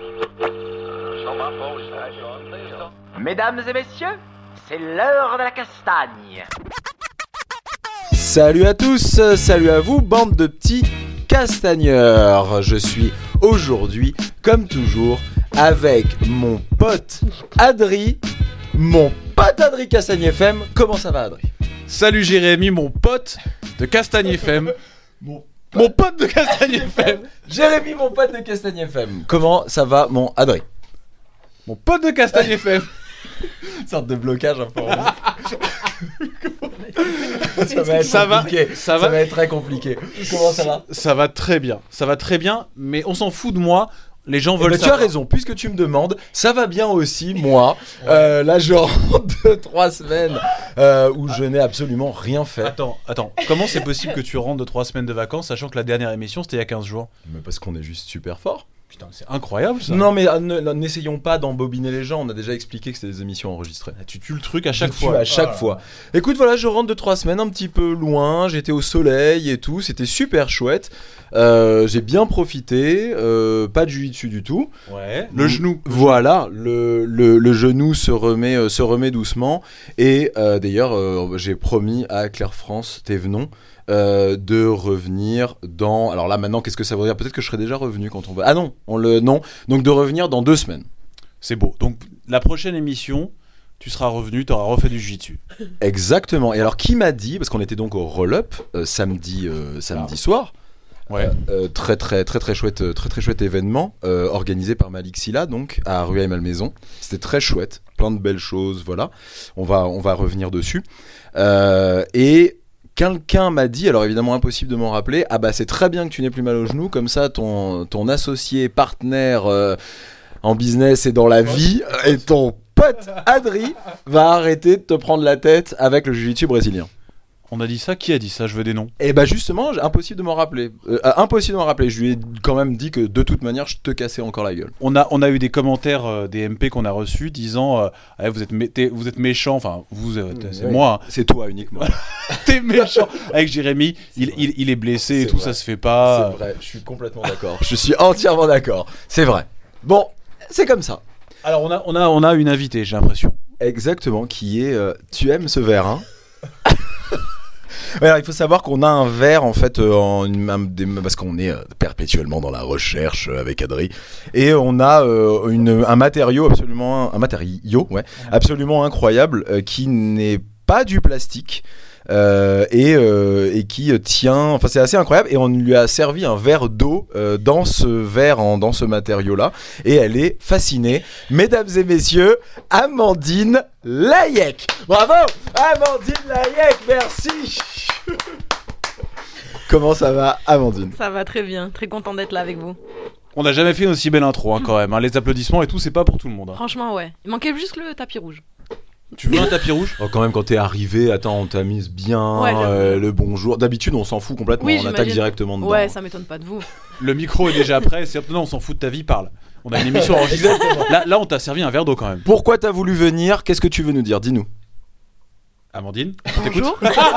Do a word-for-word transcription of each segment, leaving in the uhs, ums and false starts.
Mesdames et messieurs, c'est l'heure de la castagne. Salut à tous, salut à vous, bande de petits castagneurs. Je suis aujourd'hui, comme toujours, avec mon pote Adri, mon pote Adri Castagne F M. Comment ça va, Adri ? Salut Jérémy, mon pote de Castagne F M. Mon, mon pote de Castagne F M. Jérémy, mon pote de Castagne F M. Comment ça va, mon Adri ? Mon pote de Castagne F M. Une sorte de blocage un peu. Ça va être ça compliqué. Va, ça, ça va... va être très compliqué. Comment ça va ? Ça va très bien. Ça va très bien, mais on s'en fout de moi. Les gens veulent bah, savoir. Tu as raison, puisque tu me demandes, ça va bien aussi, moi. Ouais. Euh, là, je rentre de trois semaines euh, où je n'ai absolument rien fait. Attends, attends. Comment c'est possible que tu rentres de trois semaines de vacances, sachant que la dernière émission, c'était il y a quinze jours ? Mais parce qu'on est juste super fort. Putain, c'est incroyable ça. Non, mais euh, ne, n'essayons pas d'embobiner les gens. On a déjà expliqué que c'était des émissions enregistrées. Ah, tu tues le truc à chaque je fois. À chaque ah. fois. Écoute, voilà, je rentre de trois semaines un petit peu loin. J'étais au soleil et tout. C'était super chouette. Euh, j'ai bien profité. Euh, pas de jiu-jitsu du tout. Ouais. Le genou. Voilà, le, le, le genou se remet, euh, se remet doucement. Et euh, d'ailleurs, euh, j'ai promis à Claire France Thévenon Euh, de revenir dans... Alors là maintenant, qu'est-ce que ça veut dire ? Peut-être que je serai déjà revenu quand on va... Ah non, on le... non. Donc de revenir dans deux semaines. C'est beau. Donc la prochaine émission, tu seras revenu, tu auras refait du jiu-jitsu. Exactement. Et alors qui m'a dit, parce qu'on était donc au roll-up euh, samedi, euh, samedi ah. soir. Ouais. Euh, euh, très très très très chouette, très très chouette événement euh, organisé par Malik Silla donc à Rueil-Malmaison. C'était très chouette, plein de belles choses. Voilà. On va on va revenir dessus. Euh, et quelqu'un m'a dit, alors évidemment impossible de m'en rappeler, ah bah c'est très bien que tu n'aies plus mal au genou, comme ça ton, ton associé, partenaire euh, en business et dans la vie, et ton pote Adri va arrêter de te prendre la tête avec le jiu-jitsu brésilien. On a dit ça ? Qui a dit ça ? Je veux des noms. Et bah justement, impossible de m'en rappeler. Euh, impossible de m'en rappeler. Je lui ai quand même dit que de toute manière, je te cassais encore la gueule. On a, on a eu des commentaires euh, des M P qu'on a reçus disant euh, ah, vous êtes, mé- vous êtes méchant. Enfin, vous, euh, c'est oui. moi. Hein. C'est toi uniquement. T'es méchant. Avec Jérémy, il, il, il est blessé c'est et tout, vrai. Ça se fait pas. C'est vrai. Je suis complètement d'accord. Je suis entièrement d'accord. C'est vrai. Bon, c'est comme ça. Alors on a, on a, on a une invitée, j'ai l'impression. Exactement, qui est. Euh, tu aimes ce verre, hein? Alors, il faut savoir qu'on a un verre en fait euh, en une, un, des, parce qu'on est euh, perpétuellement dans la recherche euh, avec Adri et on a euh, une, un matériau absolument un matériau ouais absolument incroyable euh, qui n'est pas du plastique. Euh, et, euh, et qui tient, enfin c'est assez incroyable et on lui a servi un verre d'eau euh, dans ce verre, en, dans ce matériau là et elle est fascinée. Mesdames et messieurs, Amandine Layek. Bravo Amandine Layek, merci. Comment ça va Amandine ? Ça va très bien, très content d'être là avec vous. On n'a jamais fait une aussi belle intro hein, quand même, hein. Les applaudissements et tout c'est pas pour tout le monde hein. Franchement ouais, il manquait juste le tapis rouge. Tu veux un tapis rouge ? Oh, quand même, quand t'es arrivé, attends, on t'a mise bien, ouais, euh, le bonjour. D'habitude, on s'en fout complètement, oui, on attaque directement dedans. Ouais, ça m'étonne pas de vous. Le micro est déjà prêt, c'est non, on s'en fout de ta vie, parle. On a une émission enregistrée. Là, là, on t'a servi un verre d'eau quand même. Pourquoi t'as voulu venir ? Qu'est-ce que tu veux nous dire ? Dis-nous. Amandine, bonjour.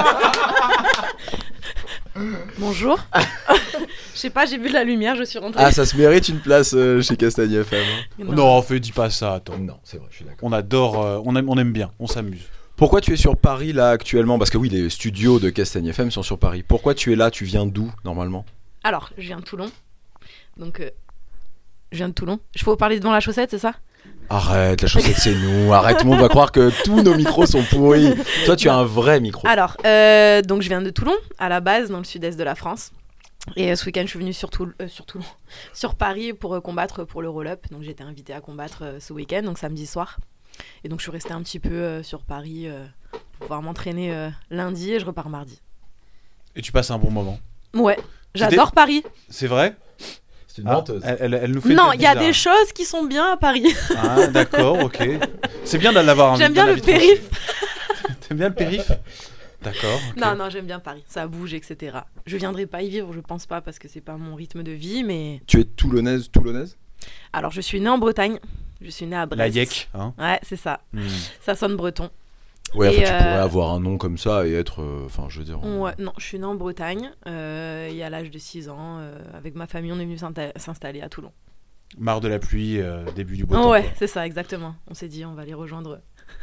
Bonjour. Je sais pas, j'ai vu de la lumière, je suis rentrée. Ah, ça se mérite une place euh, chez Castagne F M. Non, non fais, dis pas ça, attends. Non, c'est vrai, je suis d'accord. On adore, euh, on, aime, on aime bien, on s'amuse. Pourquoi tu es sur Paris là actuellement ? Parce que oui, les studios de Castagne F M sont sur Paris. Pourquoi tu es là ? Tu viens d'où normalement ? Alors, je viens de Toulon. Donc, euh, je viens de Toulon. Je faut parler devant la chaussette, c'est ça ? Arrête, la chaussette c'est nous. Arrête, tout le monde va croire que tous nos micros sont pourris. Toi, tu as un vrai micro. Alors, euh, donc je viens de Toulon, à la base, dans le sud-est de la France. Et euh, ce week-end, je suis venue sur, Toul- euh, sur Toulon, sur Paris pour euh, combattre pour le roll-up. Donc, j'ai été invitée à combattre euh, ce week-end, donc samedi soir. Et donc, je suis restée un petit peu euh, sur Paris euh, pour pouvoir m'entraîner euh, lundi et je repars mardi. Et tu passes un bon moment ? Ouais, j'adore C'était... Paris. C'est vrai ? C'est une menteuse. Ah, elle, elle, elle nous fait non, il y a des choses qui sont bien à Paris. Ah, d'accord, ok. C'est bien d'avoir un. J'aime bien le périph'. T'aimes bien le périph'? D'accord. Okay. Non, non, j'aime bien Paris. Ça bouge, et cetera. Je viendrai pas y vivre, je pense pas, parce que c'est pas mon rythme de vie, mais. Tu es toulonnaise, toulonnaise ? Alors, je suis née en Bretagne. Je suis née à Brest. La Yek, hein ? Ouais, c'est ça. Mm. Ça sonne breton. Ouais, enfin, et tu euh... pourrais avoir un nom comme ça et être. Enfin, euh, je veux dire. Ouais, non, je suis née en Bretagne. Euh, et à l'âge de six ans, euh, avec ma famille, on est venu s'installer à Toulon. Marre de la pluie, euh, début du beau temps. Ouais, quoi. c'est ça, exactement. On s'est dit, on va aller rejoindre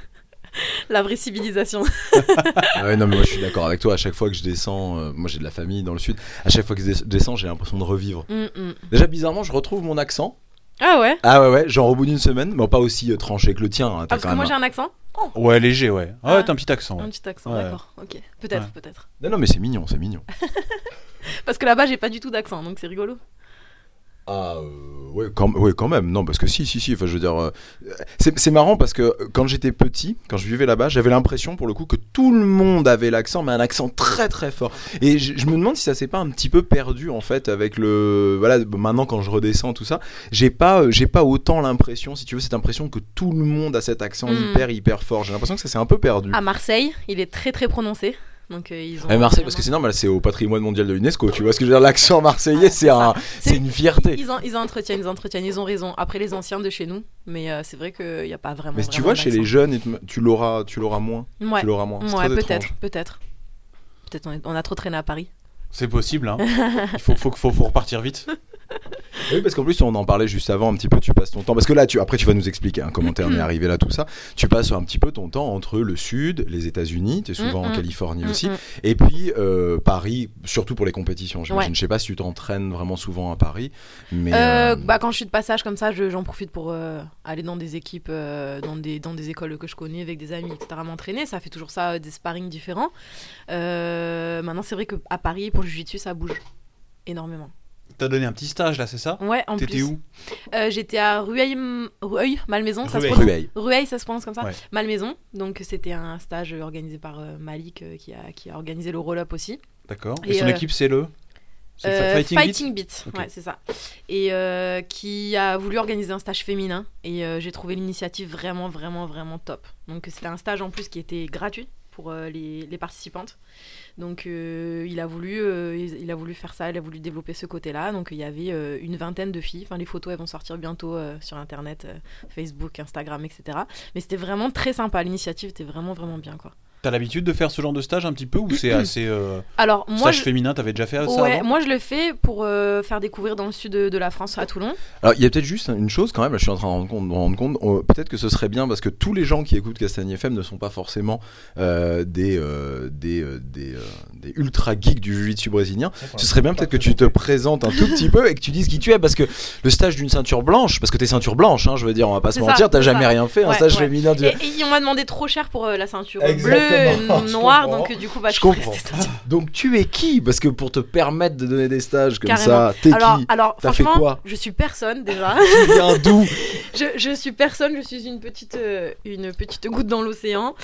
la vraie civilisation. Ah ouais, non, mais moi je suis d'accord avec toi. À chaque fois que je descends, euh, moi j'ai de la famille dans le sud. À chaque fois que je des- descends, j'ai l'impression de revivre. Mm, mm. Déjà, bizarrement, je retrouve mon accent. Ah ouais. Ah ouais, ouais, genre au bout d'une semaine, mais pas aussi euh, tranché que le tien. Hein, Ah, t'as parce quand que moi même j'ai un accent. Ouais, léger, ouais. Ah, Ah. ouais, t'as un petit accent. Un Ouais. petit accent, Ouais. d'accord. Ok. Peut-être, Ouais. peut-être. un- Non, non, mais c'est mignon, c'est mignon. Parce que là-bas j'ai pas du tout d'accent, donc c'est rigolo. Ah euh, ouais, quand, ouais, quand même. Non, parce que si, si, si. Enfin, je veux dire, euh, c'est, c'est marrant parce que euh, quand j'étais petit, quand je vivais là-bas, j'avais l'impression pour le coup que tout le monde avait l'accent, mais un accent très très fort. Et je, je me demande si ça s'est pas un petit peu perdu en fait avec le. Voilà, maintenant quand je redescends tout ça, j'ai pas, euh, j'ai pas autant l'impression, si tu veux, cette impression que tout le monde a cet accent Mm. hyper hyper fort. J'ai l'impression que ça s'est un peu perdu. À Marseille, il est très très prononcé. Donc euh, ils ont. À Marseille, parce que vraiment- c'est normal, c'est au patrimoine mondial de l'UNESCO. Tu vois ce que je veux dire? L'accent marseillais, Ah, c'est c'est ça. un, c'est C'est- une fierté. Ils, en, ils entretiennent, ils entretiennent, ils ont raison. Après les anciens de chez nous, mais euh, c'est vrai qu'il n'y a pas vraiment. Mais si tu vraiment vois, chez les d'accent. jeunes, tu l'auras, tu l'auras moins. Ouais, Tu l'auras moins. C'est ouais très peut-être, étrange. peut-être. Peut-être on, est- on a trop traîné à Paris. C'est possible, hein. Il faut, faut, faut, faut repartir vite. Oui, parce qu'en plus, on en parlait juste avant un petit peu. Tu passes ton temps. Parce que là, tu, après, tu vas nous expliquer hein, comment t'es en est arrivé là, tout ça. Tu passes un petit peu ton temps entre le Sud, les États-Unis. T'es souvent Mm, en mm. Californie Mm, aussi. mm. Et puis, euh, Paris, surtout pour les compétitions. J'imagine. Ouais. Je sais pas si tu t'entraînes vraiment souvent à Paris. Mais. Euh, euh, bah, quand je suis de passage comme ça, je- j'en profite pour euh, aller dans des équipes, euh, dans, des, dans des écoles que je connais, avec des amis, et cetera. M'entraîner. Ça fait toujours ça, euh, des sparring différents. Euh, maintenant, c'est vrai qu'à Paris, pour le jiu-jitsu, ça bouge énormément. T'as donné un petit stage là, c'est ça? Ouais, en T'étais plus. où? Euh, J'étais à Rueil, Rueil, Malmaison, ça se Rueil. prononce. Rueil. Rueil, ça se prononce comme ça. Ouais. Malmaison. Donc c'était un stage organisé par euh, Malik euh, qui, a, qui a organisé le roll-up aussi. D'accord. Et, Et, son euh, équipe, c'est le c'est Euh, Fighting, Beat Fighting Beat, Ok. ouais, c'est ça. Et euh, qui a voulu organiser un stage féminin. Et euh, j'ai trouvé l'initiative vraiment, vraiment, vraiment top. Donc c'était un stage en plus qui était gratuit pour euh, les, les participantes. Donc euh, il, a voulu, euh, il, il a voulu faire ça, il a voulu développer ce côté-là. Donc il y avait euh, une vingtaine de filles. Enfin, les photos, elles vont sortir bientôt euh, sur Internet, euh, Facebook, Instagram, et cetera. Mais c'était vraiment très sympa. L'initiative était vraiment, vraiment bien, quoi. T'as l'habitude de faire ce genre de stage un petit peu ou c'est assez euh, Alors, moi, stage je... féminin? T'avais déjà fait ça Ouais, avant? moi je le fais pour euh, faire découvrir dans le sud de, de la France, à Toulon. Alors, il y a peut-être juste une chose quand même, là, je suis en train de rendre compte, de me rendre compte euh, peut-être que ce serait bien parce que tous les gens qui écoutent Castagnier F M ne sont pas forcément euh, des, euh, des, euh, des, euh, des ultra geeks du jiu-jitsu brésilien. Ce serait bien peut-être que tu te présentes un tout petit peu et que tu dises qui tu es parce que le stage d'une ceinture blanche, parce que t'es ceinture blanche, hein, je veux dire, on va pas se C'est mentir, ça, t'as c'est jamais ça. rien fait, un Ouais, stage ouais. féminin. tu- Et, et on m'a demandé trop cher pour euh, la ceinture Exactement, bleue, je noire, comprends. donc euh, du coup, bah, Je je comprends. suis restée ceinture. Donc tu es qui? Parce que pour te permettre de donner des stages comme Carrément. ça, t'es Alors, qui? alors T'as fait franchement, quoi? je suis personne déjà. Tu viens d'où? je, je suis personne, je suis une petite, euh, une petite goutte dans l'océan.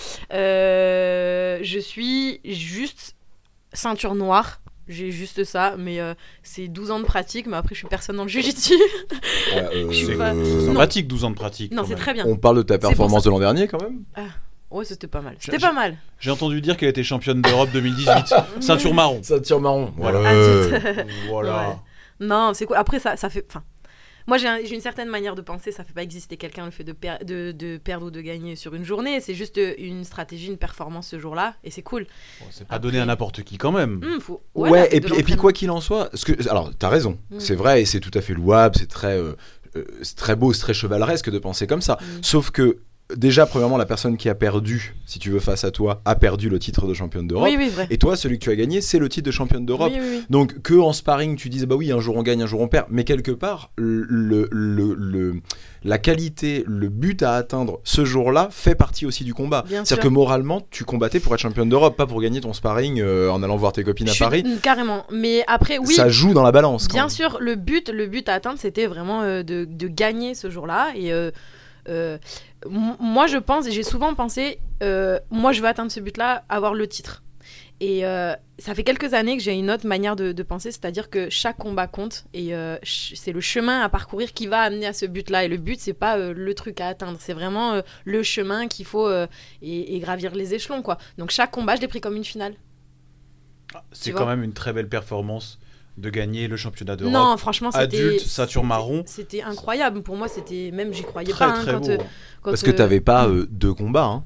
Euh, je suis juste ceinture noire. J'ai juste ça, mais euh, c'est douze ans de pratique, mais après je suis personne dans le jiu-jitsu. Euh, Je suis C'est pas- euh, c'est Non. pratique, douze ans de pratique. non, quand c'est même. très bien. On parle de ta pour performance ça. de l'an dernier quand même? Ouais, c'était pas mal. J'ai- C'était pas mal. J'ai entendu dire qu'elle était championne d'Europe deux mille dix-huit. Ceinture marron. Ceinture marron. Voilà. Ah, Ouais. zut. Voilà. Ouais. Non, c'est quoi? Après, ça, ça fait. Enfin, moi, j'ai, un- j'ai une certaine manière de penser. Ça fait pas exister quelqu'un le fait de, per- de, de perdre ou de gagner sur une journée. C'est juste une stratégie, une performance ce jour-là, et c'est cool. Bon, c'est pas Après- donné à n'importe qui quand même. Hum, faut... Ouais, voilà, et, de puis, et puis l'entraînement. quoi qu'il en soit, ce que, alors t'as raison, Mm. c'est vrai et c'est tout à fait louable, c'est très, euh, euh, c'est très beau, c'est très chevaleresque de penser comme ça. Mm. Sauf que déjà, premièrement, la personne qui a perdu, si tu veux, face à toi, a perdu le titre de championne d'Europe. Oui, oui, vrai. Et toi, celui que tu as gagné, c'est le titre de championne d'Europe. Oui, oui, oui. Donc que en sparring, tu dises bah oui, un jour on gagne, un jour on perd, mais quelque part, le, le, le, la qualité, le but à atteindre ce jour-là fait partie aussi du combat. Bien C'est-à-dire sûr. que moralement, tu combattais pour être championne d'Europe, pas pour gagner ton sparring euh, en allant voir tes copines Je à suis- Paris. mm, Carrément. Mais après, oui. Ça joue dans la balance. quand Bien même. sûr, le but, le but à atteindre, c'était vraiment euh, de, de gagner ce jour-là. Et euh, euh, m- moi, je pense, et j'ai souvent pensé, euh, moi, je veux atteindre ce but-là, avoir le titre. Et euh, ça fait quelques années que j'ai une autre manière de, de penser, c'est-à-dire que chaque combat compte et euh, ch- c'est le chemin à parcourir qui va amener à ce but-là. Et le but, c'est pas euh, le truc à atteindre, c'est vraiment euh, le chemin qu'il faut euh, et, et gravir les échelons, quoi. Donc chaque combat, je l'ai pris comme une finale. C'est Tu quand vois. même une très belle performance de gagner le championnat d'Europe. Non, franchement, c'était Adulte, ceinture c'était- marron. C'était incroyable. Pour moi, c'était même, j'y croyais Très pas hein, très quand, beau. euh, quand, Parce que euh, t'avais pas euh, deux combats. Hein.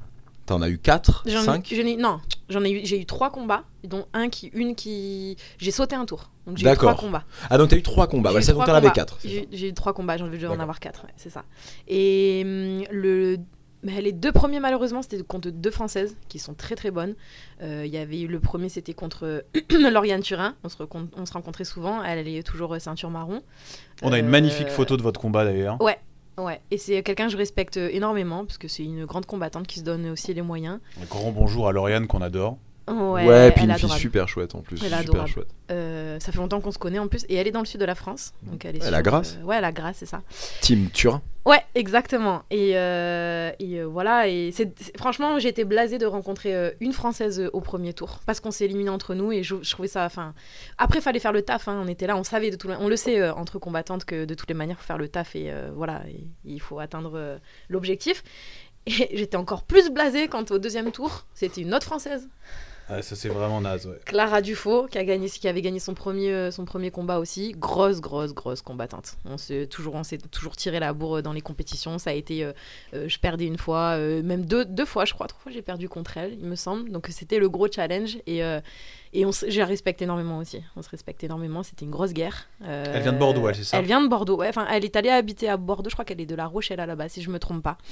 T'en as eu quatre, J'en ai- cinq j'en ai- Non, j'en ai eu, j'ai eu trois combats, dont un qui, une qui, j'ai sauté un tour, donc j'ai eu D'accord. trois combats. Ah, donc t'as eu trois combats. J'ai Bah, eu ça, donc trois t'en avais combats. quatre. c'est J'ai, j'ai eu trois combats, j'en vais en D'accord. avoir quatre, ouais, c'est ça. Et hum, le, mais les deux premiers malheureusement c'était contre deux françaises qui sont très très bonnes. Euh, Il y avait eu le premier, c'était contre Lauriane Turin. On se, recon- on se rencontrait souvent. Elle, elle est toujours ceinture marron. On a une Euh, magnifique photo de votre combat d'ailleurs. Ouais. Ouais, et c'est quelqu'un que je respecte énormément parce que c'est une grande combattante qui se donne aussi les moyens. Un grand bonjour à Lauriane qu'on adore. Ouais, Ouais, puis elle une est fille adorable. super chouette en plus. Elle est super adorable. chouette. Euh, ça fait longtemps qu'on se connaît en plus et elle est dans le sud de la France, donc elle est. Elle sur, a Grasse. euh, ouais, elle a Grasse, c'est ça. Team Turin. Ouais, exactement. Et, euh, et euh, voilà. Et c'est, c'est- franchement, j'ai été blasée de rencontrer euh, une Française euh, au premier tour parce qu'on s'est éliminés entre nous et je, je trouvais ça. Enfin, après, fallait faire le taf. Hein, on était là, on savait de tout, on le sait euh, entre combattantes que de toutes les manières, faut faire le taf et euh, voilà, et il faut atteindre euh, l'objectif. Et j'étais encore plus blasée quand au deuxième tour, c'était une autre Française. Ah, ça c'est vraiment naze, ouais. Clara Dufaux, qui, a gagné, qui avait gagné son premier, euh, son premier combat aussi. Grosse, grosse, grosse combattante. On s'est toujours, on s'est toujours tiré la bourre dans les compétitions. Ça a été, euh, euh, je perdais une fois, euh, même deux, deux fois, je crois, trois fois j'ai perdu contre elle, il me semble. Donc c'était le gros challenge et, euh, et on, s- je la respecte énormément aussi. On se respecte énormément. C'était une grosse guerre. Euh, Elle vient de Bordeaux, elle, c'est ça Elle vient de Bordeaux. Ouais, enfin, elle est allée habiter à Bordeaux. Je crois qu'elle est de La Rochelle à la base, si je me trompe pas.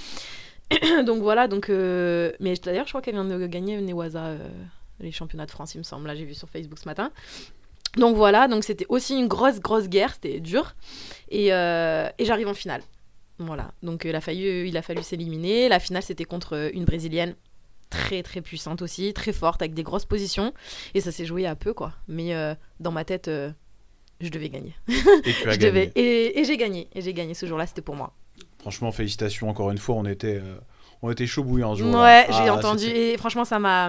Donc voilà. Donc, euh, mais d'ailleurs, je crois qu'elle vient de gagner Newaza. Euh, les championnats de France, il me semble. Là, j'ai vu sur Facebook ce matin. Donc voilà, donc c'était aussi une grosse, grosse guerre, c'était dur. Et, euh, et j'arrive en finale. Voilà, donc il a fallu, il a fallu s'éliminer. La finale, c'était contre une Brésilienne, très, très puissante aussi, très forte, avec des grosses positions. Et ça s'est joué à peu, quoi. Mais euh, dans ma tête, euh, je devais gagner. Et tu as Je gagné. devais. Et, et j'ai gagné. Et j'ai gagné ce jour-là, c'était pour moi. Franchement, félicitations encore une fois, on était, euh, on était chaud bouillant ce jour. Ouais, j'ai entendu. Et franchement, ça m'a...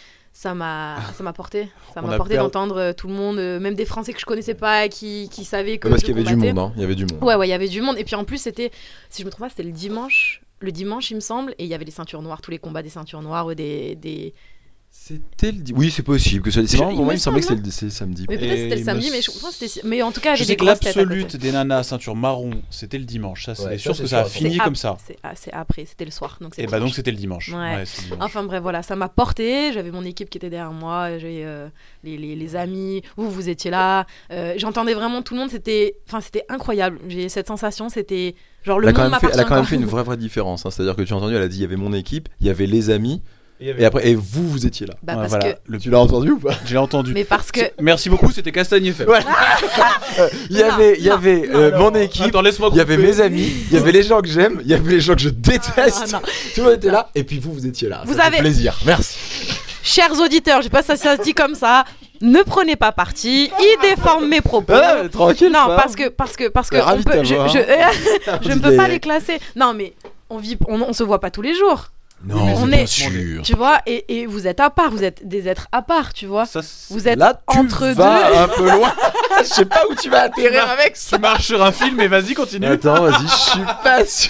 Ça m'a, ça m'a porté, ça On m'a a porté per- d'entendre euh, tout le monde, euh, même des Français que je connaissais pas, qui, qui savaient que Ouais, parce je qu'il y avait du combattais. monde, hein. Il y avait du monde. Ouais, ouais, il y avait du monde. Et puis en plus, c'était, si je me trompe pas, c'était le dimanche, le dimanche, il me semble, et il y avait les ceintures noires, tous les combats des ceintures noires, des, des... C'était le. di- Oui, c'est possible que ce soit. C'est Je- marrant, il pour moi, me il me semblait que semble, c'était le- c'est le samedi. Mais peut-être Et c'était le il samedi, me mais je pense que c'était, mais en tout cas, il y Je avait sais des que grosses têtes à l'absolute côté. des nanas à ceinture marron, c'était le dimanche. Ça, c'est Ouais, sûr ça, que c'est ça a sûr. fini C'est comme ap- ça. C'est, ah, c'est après, c'était le soir, donc c'est Et bah dimanche. donc c'était le dimanche. Ouais. c'est le dimanche. Enfin bref, voilà, ça m'a porté. J'avais mon équipe qui était derrière moi, j'ai euh, les, les, les amis, vous, vous étiez là. Euh, j'entendais vraiment tout le monde, c'était, enfin, c'était incroyable. J'ai cette sensation, c'était genre le Elle a, quand monde même fait, m'appartient elle a quand même encore. fait une vraie vraie différence. hein. C'est-à-dire que tu as entendu, elle a dit il y avait mon équipe, il y avait les amis, Et, et après et vous vous étiez là. Bah, Ouais, parce voilà, que, le- Tu l'as entendu ou pas? je l'ai entendu. mais parce que, Merci beaucoup, c'était Castagne F M. Ouais. Il y Non, avait, il y non, avait non, euh, Alors, mon équipe, Attends, laisse-moi il y avait couper. mes amis, il y avait les gens que j'aime, il y avait les gens que je déteste. non, non. Tout le monde était là, et puis vous vous étiez là. Vous Ça fait avez- plaisir. Merci. Chers auditeurs, je sais pas si ça se dit comme ça, ne prenez pas parti, ils déforment mes propos. Ah, tranquille. non, pas. parce que parce que parce que Ravi on de peut, je, t'avoir. je, je ne peux Dis pas les- les classer. Non, mais on vit, on, on se voit pas tous les jours, Non, on bien est- sûr. tu vois, et, et vous êtes à part, vous êtes des êtres à part, tu vois. Ça, c'est- Vous êtes Là, tu entre vas deux. un peu loin. Je sais pas où tu vas atterrir avec ça. Tu marches sur un film, mais vas-y, continue. Attends, vas-y, je suis pas sûr.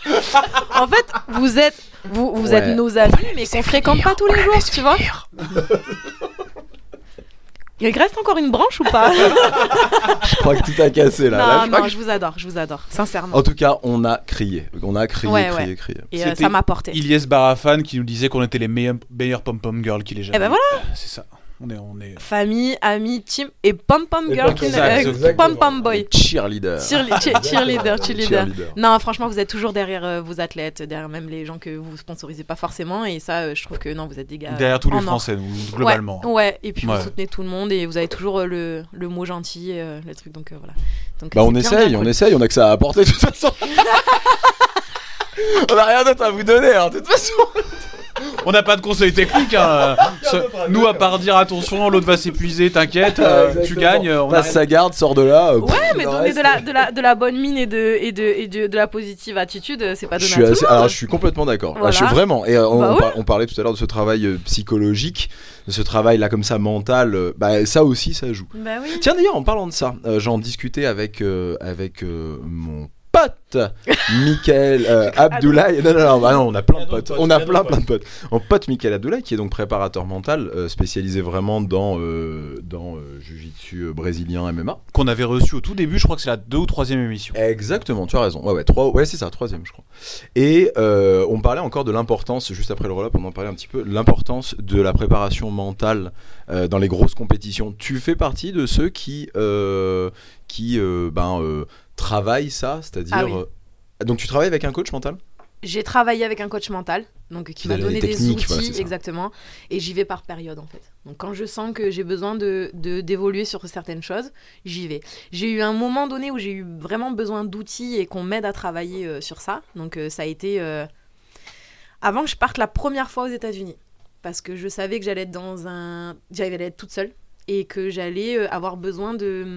En fait, vous êtes, vous, vous Ouais. êtes nos amis, mais qu'on fréquente pas tous les jours, tu vois. Il reste encore une branche ou pas? Je crois que tout a cassé là. Là, Non, je crois non, que je vous adore, je vous adore, sincèrement. En tout cas, on a crié. On a crié, Ouais, crié, ouais. crié. Et euh, C'était ça m'a porté. Ilyes Barafan qui nous disait qu'on était les meilleurs, meilleurs pom-pom girls qu'il ait jamais. Eh ben vu. C'est ça. On est, on est. Famille, amis, team et pom pom Et girl, pom-pom- qui- Exact, euh, exactement. pom pom boy. Cheerleader. Cheerle- cheer- Cheerleader, cheerleader. Cheerleader. Non, franchement, vous êtes toujours derrière euh, vos athlètes, derrière même les gens que vous sponsorisez pas forcément. Et ça, euh, je trouve que non, vous êtes des gars. Derrière tous les en or. Français, nous, globalement. Ouais, ouais, et puis Ouais. vous soutenez tout le monde et vous avez toujours euh, le, le mot gentil, euh, le truc, donc euh, voilà. Donc, Bah c'est on bien, essaye, bien on cool. essaye, on a que ça à apporter de toute façon. On a rien d'autre à vous donner, hein, de toute façon. On n'a pas de conseils techniques. Hein. Ce- nous, à part dire attention, l'autre va s'épuiser, t'inquiète, euh, tu gagnes. euh, On a Passe rien- sa garde, sort de là. euh, Ouais, pff, mais le donner reste, de la, de, la, de la bonne mine et de, et de, et de, de la positive attitude, euh, c'est pas Je donné suis à tout assez- le monde. alors je suis complètement d'accord. Voilà. Ah, je suis vraiment. Et euh, on, Bah on ouais. par- on parlait tout à l'heure de ce travail euh, psychologique, de ce travail là comme ça mental. euh, bah ça aussi ça joue. Bah oui. Tiens d'ailleurs en parlant de ça, euh, j'en discutais avec euh, avec euh, mon pote Mickaël euh, Abdoulaye. Non, non, non, bah non, on a plein de potes. On a plein, plein de potes. Mon pote Mickaël Abdoulaye, qui est donc préparateur mental, euh, spécialisé vraiment dans, euh, dans euh, Jiu-Jitsu brésilien M M A. Qu'on avait reçu au tout début, je crois que c'est la deux ou troisième émission. Exactement, tu as raison. Ouais, ouais, trois, ouais c'est ça, troisième, je crois. Et euh, on parlait encore de l'importance, juste après le roll-up, on en parlait un petit peu, l'importance de la préparation mentale euh, dans les grosses compétitions. Tu fais partie de ceux qui, euh, qui euh, ben, euh, travaillent ça, c'est-à-dire. Ah oui. euh, donc tu travailles avec un coach mental ? J'ai travaillé avec un coach mental, donc qui Qui m'a donne donné les des techniques, outils, voilà, c'est ça. exactement, et j'y vais par période en fait. Donc quand je sens que j'ai besoin de, de d'évoluer sur certaines choses, j'y vais. J'ai eu un moment donné où j'ai eu vraiment besoin d'outils et qu'on m'aide à travailler euh, sur ça. Donc euh, ça a été euh, avant que je parte la première fois aux États-Unis, parce que je savais que j'allais être dans un, j'allais être toute seule et que j'allais euh, avoir besoin de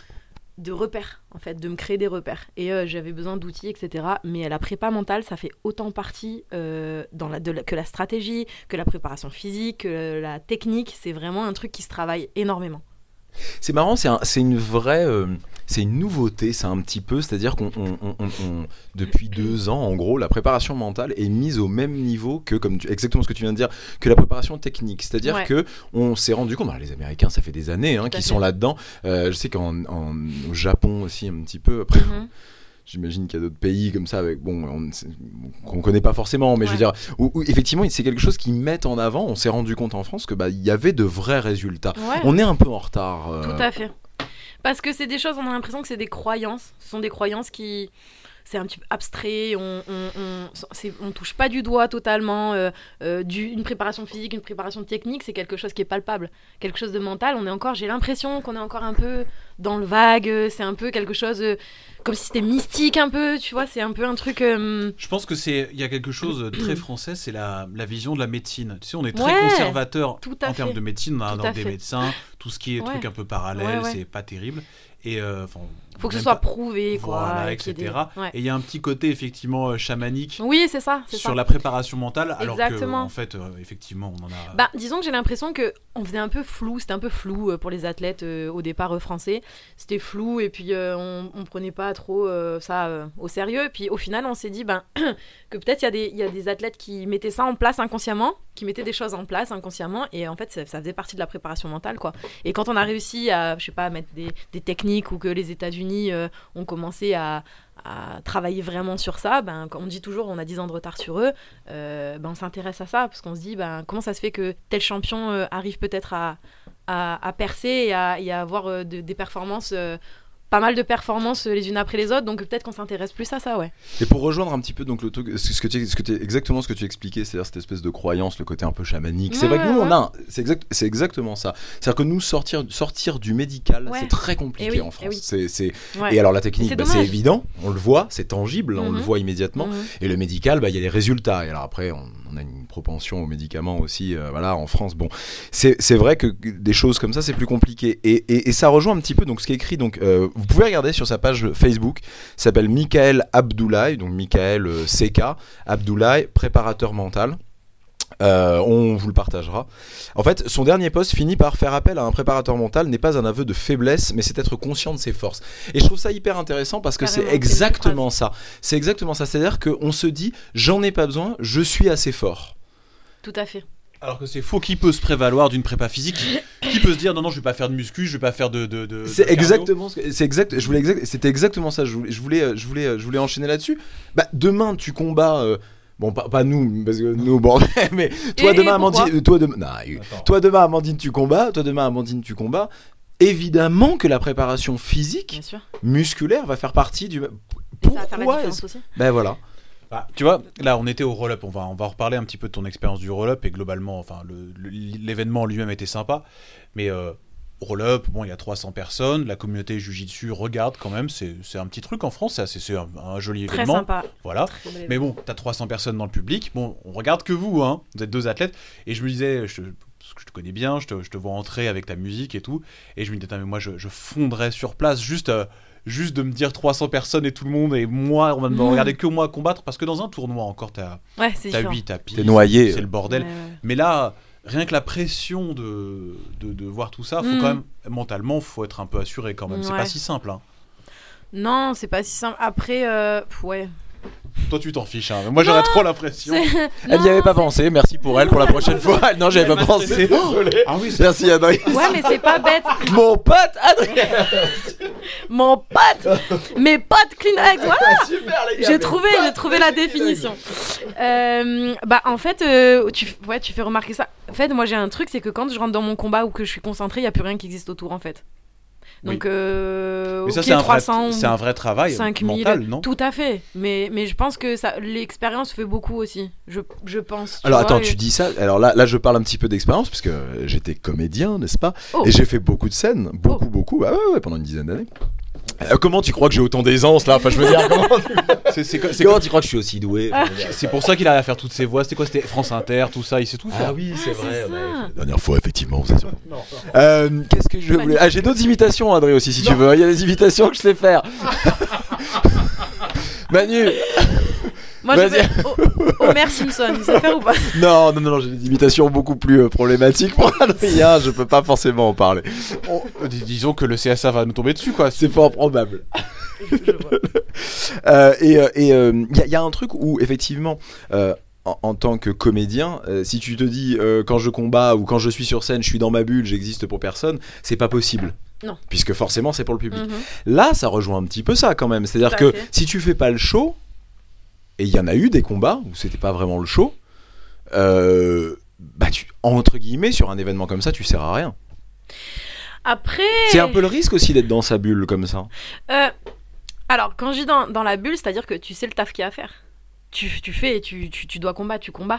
de repères, en fait, de me créer des repères. Et euh, j'avais besoin d'outils, et cetera. Mais la prépa mentale, ça fait autant partie euh, dans la, de la, que la stratégie, que la préparation physique, que la technique. C'est vraiment un truc qui se travaille énormément. C'est marrant, c'est, un, c'est une vraie, euh, c'est une nouveauté, c'est un petit peu, c'est-à-dire qu'on, on, on, on, on, depuis deux ans, en gros, la préparation mentale est mise au même niveau que, comme tu, exactement ce que tu viens de dire, que la préparation technique. C'est-à-dire Ouais. que on s'est rendu compte, bah, les Américains, ça fait des années hein, Tout à qu'ils fait. sont là-dedans. Euh, je sais qu'en en, au Japon aussi un petit peu. Après, Mhm. j'imagine qu'il y a d'autres pays comme ça, avec bon, on, c'est- qu'on connaît pas forcément, mais je veux Ouais. dire, où, où, effectivement, c'est quelque chose qu'ils mettent en avant. On s'est rendu compte en France que bah il y avait de vrais résultats. Ouais. On est un peu en retard. euh, Tout à fait. Parce que c'est des choses, on a l'impression que c'est des croyances. Ce sont des croyances qui... C'est un petit peu abstrait, on, on, on, c'est, on touche pas du doigt totalement. Euh, euh, du, une préparation physique, une préparation technique, c'est quelque chose qui est palpable. Quelque chose de mental, on est encore, j'ai l'impression qu'on est encore un peu dans le vague. euh, C'est un peu quelque chose euh, comme si c'était mystique un peu, tu vois. C'est un peu un truc. euh, Je pense que c'est, il y a quelque chose de très français, c'est la, la vision de la médecine. Tu sais, on est très Ouais, conservateur tout à en termes fait. de médecine. On a Tout dans à des fait. médecins, tout ce qui est Ouais. trucs un peu parallèles, Ouais, ouais. c'est pas terrible. Et euh, enfin, Faut que ce même soit pas- prouvé, quoi. Voilà, et qu'il y ait et cetera. des- ouais. Et il y a un petit côté effectivement euh, chamanique Oui, c'est ça. C'est sur ça. la préparation mentale, alors que Exactement. en fait, euh, effectivement, on en a. Bah, disons que j'ai l'impression que on faisait un peu flou, c'était un peu flou euh, pour les athlètes euh, au départ euh, français. C'était flou et puis euh, on, on prenait pas trop euh, ça euh, au sérieux. Et puis au final, on s'est dit ben, que peut-être il y, a des- il y a des athlètes qui mettaient ça en place inconsciemment, qui mettaient des choses en place inconsciemment et en fait ça, ça faisait partie de la préparation mentale quoi. Et quand on a réussi à, je sais pas, mettre des, des techniques ou que les États-Unis euh, ont commencé à à travailler vraiment sur ça, ben, comme on dit toujours, on a dix ans de retard sur eux, euh, ben, on s'intéresse à ça, parce qu'on se dit, ben, comment ça se fait que tel champion euh, arrive peut-être à, à, à percer et à, et à avoir euh, de- des performances, euh, pas mal de performances euh, les unes après les autres, donc peut-être qu'on s'intéresse plus à ça, ouais. Et pour rejoindre un petit peu donc le truc, ce que tu, ce que tu, exactement ce que tu expliquais, c'est-à-dire cette espèce de croyance, le côté un peu chamanique. C'est Ouais, vrai que nous ouais. on a, un- c'est exact, c'est exactement ça. C'est-à-dire que nous sortir, sortir du médical, Ouais. c'est très compliqué Eh oui, en eh France. oui. C'est, c'est... Ouais. Et alors la technique, C'est bah, dommage. c'est évident, on le voit, c'est tangible, on Mhm. le voit immédiatement. Mhm. Et le médical, bah il y a les résultats. Et alors après, on, on a une propension aux médicaments aussi. euh, voilà, en France, bon, c'est, c'est vrai que des choses comme ça, c'est plus compliqué. Et, et, et ça rejoint un petit peu donc ce qui est écrit. Donc, euh, vous pouvez regarder sur sa page Facebook, il s'appelle Mickaël Abdoulaye, donc Mickaël euh, C K Abdoulaye, préparateur mental. Euh, on vous le partagera. En fait, son dernier post finit par faire appel à un préparateur mental n'est pas un aveu de faiblesse, mais c'est être conscient de ses forces. Et je trouve ça hyper intéressant parce que Carrément, c'est c'est une exactement ça. C'est exactement ça. C'est-à-dire qu'on se dit, j'en ai pas besoin, je suis assez fort. Tout à fait. Alors que c'est faux, qui peut se prévaloir d'une prépa physique, qui peut se dire non non je vais pas faire de muscu, je vais pas faire de de, de C'est de cardio. exactement ce que, c'est exact. Je voulais exact, c'était exactement ça. Je voulais, je voulais, je voulais, je voulais enchaîner là-dessus. Bah demain tu combats. Euh, bon pas, pas nous parce que nous bon mais toi Et- demain et pourquoi Amandine, toi demain, non, Attends. toi demain Amandine tu combats, toi demain Amandine tu combats. Évidemment que la préparation physique, Bien sûr. musculaire va faire partie du. Et ça va faire la Pourquoi différence est-ce- aussi. Ben voilà. Bah, tu vois, là on était au roll-up, on va, on va reparler un petit peu de ton expérience du roll-up et globalement, enfin le- le- l'événement lui-même était sympa, mais euh, roll-up, bon il y a trois cents personnes, la communauté Jiu-Jitsu regarde quand même, c'est c'est un petit truc en France, c'est assez- c'est un, un joli Très événement, sympa. voilà. Très bel Mais bon, t'as trois cents personnes dans le public, bon on regarde que vous, hein, vous êtes deux athlètes, et je me disais, je, parce que je te connais bien, je te, je te vois entrer avec ta musique et tout, et je me disais, Tain, mais moi je, je fondrais sur place juste... euh, Juste de me dire trois cents personnes et tout le monde, et moi, on va me Mmh. regarder que moi combattre, parce que dans un tournoi encore, t'as Ouais, c'est t'as différent. huit tapis, T'es noyé. c'est le bordel. Ouais, ouais. Mais là, rien que la pression de, de, de voir tout ça, faut Mm. quand même, mentalement, faut être un peu assuré quand même. C'est Ouais. pas si simple. Hein. Non, c'est pas si simple. Après, euh, pff, ouais. Toi, tu t'en fiches. Hein. Moi, j'aurais trop l'impression. C'est- Elle n'y non, avait pas c'est- pensé, merci pour elle pour la prochaine fois. Non, j'avais pas pensé. Ah oui, Merci Adrien. Ouais, mais c'est pas bête. Mon pote Adrien. Mon pote, mes potes Kleenex, voilà. Super les J'ai trouvé, j'ai trouvé la définition. Euh, bah en fait, euh, tu, ouais, tu fais remarquer ça. En fait, moi j'ai un truc, c'est que quand je rentre dans mon combat ou que je suis concentrée, il y a plus rien qui existe autour en fait. Donc, Oui. euh, Mais ça, ok, c'est un, vrai, trois cents, c'est un vrai travail cinq mille, mental, non? tout à fait. Mais, mais je pense que ça, l'expérience fait beaucoup aussi. Je, je pense. tu Alors vois, attends, et- tu dis ça. Alors là, là, je parle un petit peu d'expérience parce que j'étais comédien, n'est-ce pas? Oh. Et j'ai fait beaucoup de scènes, beaucoup, Oh. beaucoup. Ah ouais, ouais, pendant une dizaine d'années. Euh, comment tu crois que j'ai autant d'aisance là? Enfin, je veux dire, comment, C'est, c'est, c'est, comment tu crois que je suis aussi doué? Enfin, je veux dire, c'est pour ça qu'il arrive à faire toutes ses voix. C'était quoi? C'était France Inter, tout ça. Il sait tout faire. Ah oui, c'est Ah, vrai. c'est ouais. ça. La dernière fois, effectivement, vous êtes sûr. Euh, Qu'est-ce que je voulais. Ah, j'ai d'autres imitations, Adrien aussi, si tu veux. Il y a des imitations que je sais faire. Manu. Moi, je Vas-y. vais. Oh, Homer Simpson, il sait faire ou pas? Non, non, non, non, j'ai des imitations beaucoup plus euh, problématiques pour Adrien. Je peux pas forcément en parler. On- dis- disons que le C S A va nous tomber dessus, quoi. C'est fort probable. Je, je vois. Euh, et il euh, et, euh, y, a- y a un truc où effectivement euh, en, en tant que comédien euh, si tu te dis euh, quand je combats ou quand je suis sur scène je suis dans ma bulle, j'existe pour personne, c'est pas possible. Non. Puisque forcément c'est pour le public. Mhm. Là ça rejoint un petit peu ça quand même, c'est à dire Tout à que fait. si tu fais pas le show, et il y en a eu des combats où c'était pas vraiment le show, euh, bah tu, entre guillemets sur un événement comme ça tu sers à rien. Après. C'est un peu le risque aussi d'être dans sa bulle comme ça. Euh, alors, quand je dis dans, dans la bulle, c'est-à-dire que tu sais le taf qu'il y a à faire. Tu, tu fais, tu, tu, tu dois combattre, tu combats.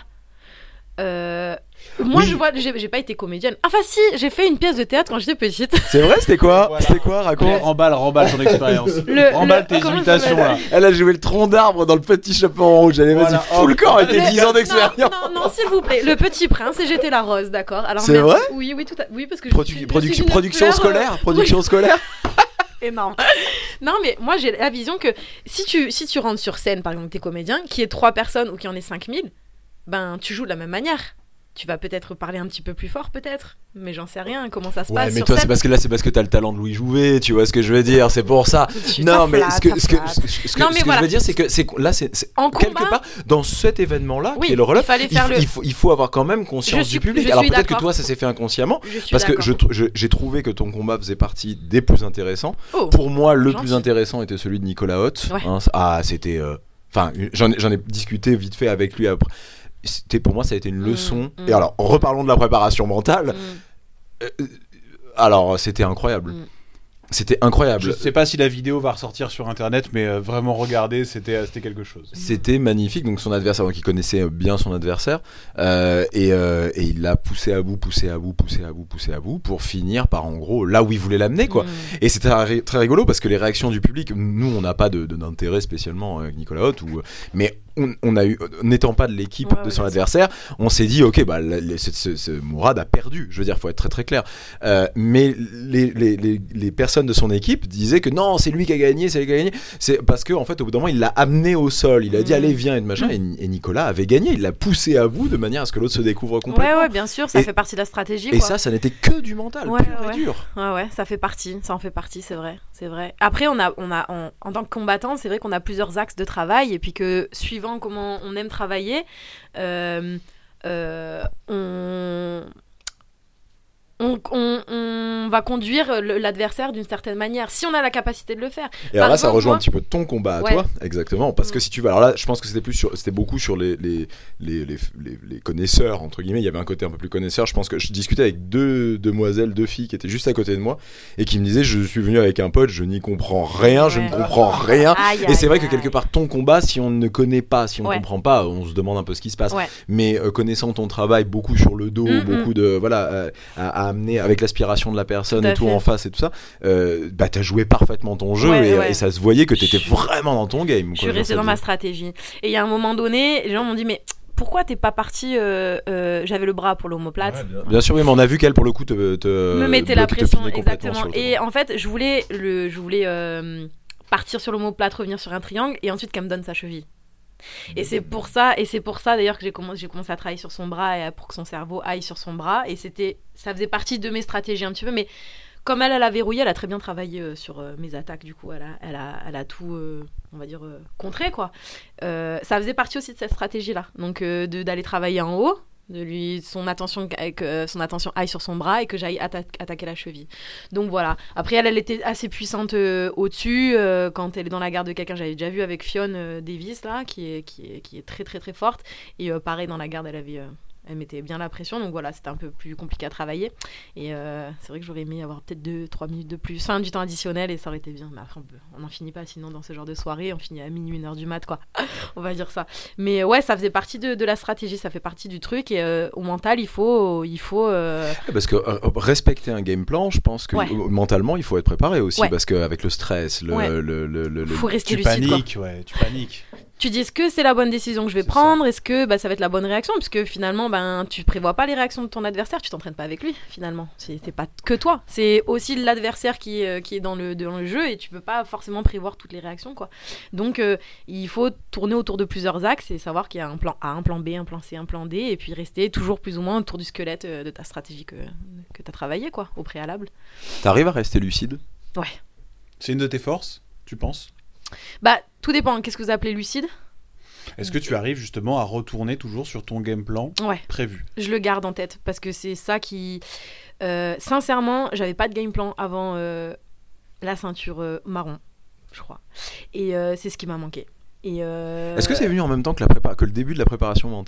Euh, moi, Oui. je vois, j'ai, j'ai pas été comédienne. Enfin, si, j'ai fait une pièce de théâtre quand j'étais petite. C'est vrai, c'était quoi? Voilà. C'était quoi, raconte? Remballe, remballe ton expérience. Le- Remballe le- tes comment ça imitations, là. s'appelle Elle a joué le tronc d'arbre dans le petit chapeau en rouge. Allez, vas-y, Voilà. fous le corps avec tes Le- dix ans d'expérience. Non, non, non, s'il vous plaît. Le Petit Prince et j'étais la rose, d'accord. Alors, C'est merci. vrai Oui, oui, tout à... oui, parce que je Produ- suis, je production- suis une production fleur, euh, scolaire Production scolaire énorme. Non, mais moi, j'ai la vision que si tu, si tu rentres sur scène, par exemple, t'es comédien, qu'il y ait trois personnes ou qu'il y en ait cinq mille, ben, tu joues de la même manière. Tu vas peut-être parler un petit peu plus fort, peut-être, mais j'en sais rien. Comment ça se Ouais, passe mais sur toi, c'est scène. parce que là, c'est parce que t'as le talent de Louis Jouvet, tu vois ce que je veux dire, c'est pour ça. Tout de suite, Non, ça mais flatte, ce que, ça ce que, flatte. ce que, ce que- Non, ce mais que voilà. je veux dire, c'est que c'est, là, c'est, c'est- En quelque combat- part, dans cet événement-là, Oui, qui est le relais, il fallait il, faire faut- le- il, faut, il faut avoir quand même conscience Je suis- du public. je Alors suis peut-être que d'accord. toi, ça s'est fait inconsciemment, Je suis parce que d'accord. je, tr- je- j'ai trouvé que ton combat faisait partie des plus intéressants. Oh, Pour moi, le gentil. plus intéressant était celui de Nicolas Hoth. Ouais. Hein, ah, c'était. euh, Enfin, j'en, ai- j'en ai discuté vite fait avec lui après. C'était, pour moi, ça a été une Mm, leçon. mm. Et alors, reparlons de la préparation mentale. mm, Euh, alors, c'était incroyable. Mm. C'était incroyable. Je sais pas si la vidéo va ressortir sur internet, mais euh, vraiment regarder, c'était, euh, c'était quelque chose. C'était magnifique. Donc, son adversaire, donc, il connaissait bien son adversaire. euh, et, euh, et il l'a poussé à bout, poussé à bout, poussé à bout, poussé à bout, pour finir par, en gros, là où il voulait l'amener, quoi. mm. Et c'était très, très rigolo parce que les réactions du public, nous, on n'a pas de, de- d'intérêt spécialement avec Nicolas Hoth, ou, mais on, on a eu, n'étant pas de l'équipe Ouais, de ouais, son bien adversaire, on s'est dit, ok, bah, la- les- ce, ce- ce Mourad a perdu. Je veux dire, faut être très très clair. Euh, mais les, les, les, les personnes de son équipe disaient que non, c'est lui qui a gagné, c'est lui qui a gagné. C'est parce que en fait, au bout d'un moment, il l'a amené au sol. Il a dit, Mhm. allez, viens et de machin. Et, et Nicolas avait gagné. Il l'a poussé à bout de manière à ce que l'autre se découvre complètement. Ouais, ouais, bien sûr, ça Et- fait partie de la stratégie. Et quoi. ça, ça n'était que du mental, Ouais, pur ouais. et dur. Ouais, ouais, ça fait partie, ça en fait partie, c'est vrai, c'est vrai. Après, on a, on a, on- en tant que combattant, c'est vrai qu'on a plusieurs axes de travail, et puis que suivant comment on aime travailler, euh, euh, on, on, on, on va conduire le- l'adversaire d'une certaine manière, si on a la capacité de le faire. Et alors Par là, ça exemple, rejoint moi- un petit peu ton combat à Ouais. toi, exactement, parce que Mm. si tu veux, alors là, je pense que c'était plus sur, c'était beaucoup sur les les, les, les, les- les connaisseurs entre guillemets. Il y avait un côté un peu plus connaisseur. Je pense que je discutais avec deux demoiselles, deux filles qui étaient juste à côté de moi et qui me disaient, je suis venu avec un pote, je n'y comprends rien, je Ouais. ne comprends rien. Aïe, Et c'est aïe, vrai que aïe. quelque part, ton combat, si on ne connaît pas, si on ne Ouais. comprend pas, on se demande un peu ce qui se passe. Ouais. Mais euh, connaissant ton travail, beaucoup sur le dos, Mm, beaucoup de voilà, euh, à, à amener avec l'aspiration de la personne Tout à et tout fait. en face et tout ça, euh, bah t'as joué parfaitement ton jeu Ouais, et, ouais. et ça se voyait que t'étais Je suis- vraiment dans ton game. Je quoi, suis genre, restée ça dans ma faisait- stratégie. Et il y a un moment donné, les gens m'ont dit, mais pourquoi t'es pas parti euh, euh, J'avais le bras pour l'omoplate. Bien sûr, oui, mais on a vu qu'elle pour le coup te, te me mettait te- la te pression, pinait complètement exactement. sur le Et terrain. en fait, je voulais, le, je voulais euh, partir sur l'omoplate, revenir sur un triangle, et ensuite qu'elle me donne sa cheville. Et c'est pour ça, et c'est pour ça d'ailleurs que j'ai commencé, j'ai commencé à travailler sur son bras et pour que son cerveau aille sur son bras. Et c'était, ça faisait partie de mes stratégies un petit peu, mais comme elle, elle a verrouillé, elle a très bien travaillé euh, sur euh, mes attaques, du coup, elle a, elle a, elle a tout, euh, on va dire, euh, contré, quoi. Euh, ça faisait partie aussi de cette stratégie-là, donc euh, de, d'aller travailler en haut, de lui son attention que son attention aille sur son bras et que j'aille atta- attaquer la cheville. Donc voilà. Après elle, elle était assez puissante euh, au-dessus euh, quand elle est dans la garde de quelqu'un. J'avais déjà vu avec Fionn euh, Davis là, qui est qui est qui est très très très forte. Et euh, pareil dans la garde, elle avait euh, elle mettait bien la pression, donc voilà, c'était un peu plus compliqué à travailler. Et euh, c'est vrai que j'aurais aimé avoir peut-être deux trois minutes de plus, enfin du temps additionnel, et ça aurait été bien. Mais après, on n'en finit pas, sinon dans ce genre de soirée, on finit à minuit, une heure du mat, quoi. On va dire ça. Mais ouais, ça faisait partie de, de la stratégie, ça fait partie du truc. Et euh, au mental, il faut... Il faut euh... Parce que euh, respecter un game plan, je pense que ouais. euh, mentalement, il faut être préparé aussi. Ouais. Parce qu'avec le stress, le... Ouais. le, le, le, le faut rester tu lucide, paniques, quoi. ouais, tu paniques. Tu dis, est-ce que c'est la bonne décision que je vais C'est prendre ? Est-ce que bah, ça va être la bonne réaction ? Puisque finalement, ben, tu prévois pas les réactions de ton adversaire, tu t'entraînes pas avec lui, finalement. C'est, c'est pas que toi, c'est aussi l'adversaire qui, euh, qui est dans le, dans le jeu, et tu peux pas forcément prévoir toutes les réactions, quoi. Donc, euh, il faut tourner autour de plusieurs axes et savoir qu'il y a un plan A, un plan B, un plan C, un plan D, et puis rester toujours plus ou moins autour du squelette euh, de ta stratégie que, que tu as travaillé, quoi, au préalable. T'arrives à rester lucide ? Ouais. C'est une de tes forces, tu penses ? Bah, tout dépend. Qu'est-ce que vous appelez lucide ? Est-ce que tu arrives justement à retourner toujours sur ton game plan ouais. prévu ? Je le garde en tête parce que c'est ça qui... Euh, sincèrement, j'avais pas de game plan avant euh, la ceinture euh, marron, je crois. Et euh, c'est ce qui m'a manqué. Et euh... Est-ce que c'est venu en même temps que, la prépa- que le début de la préparation mentale ?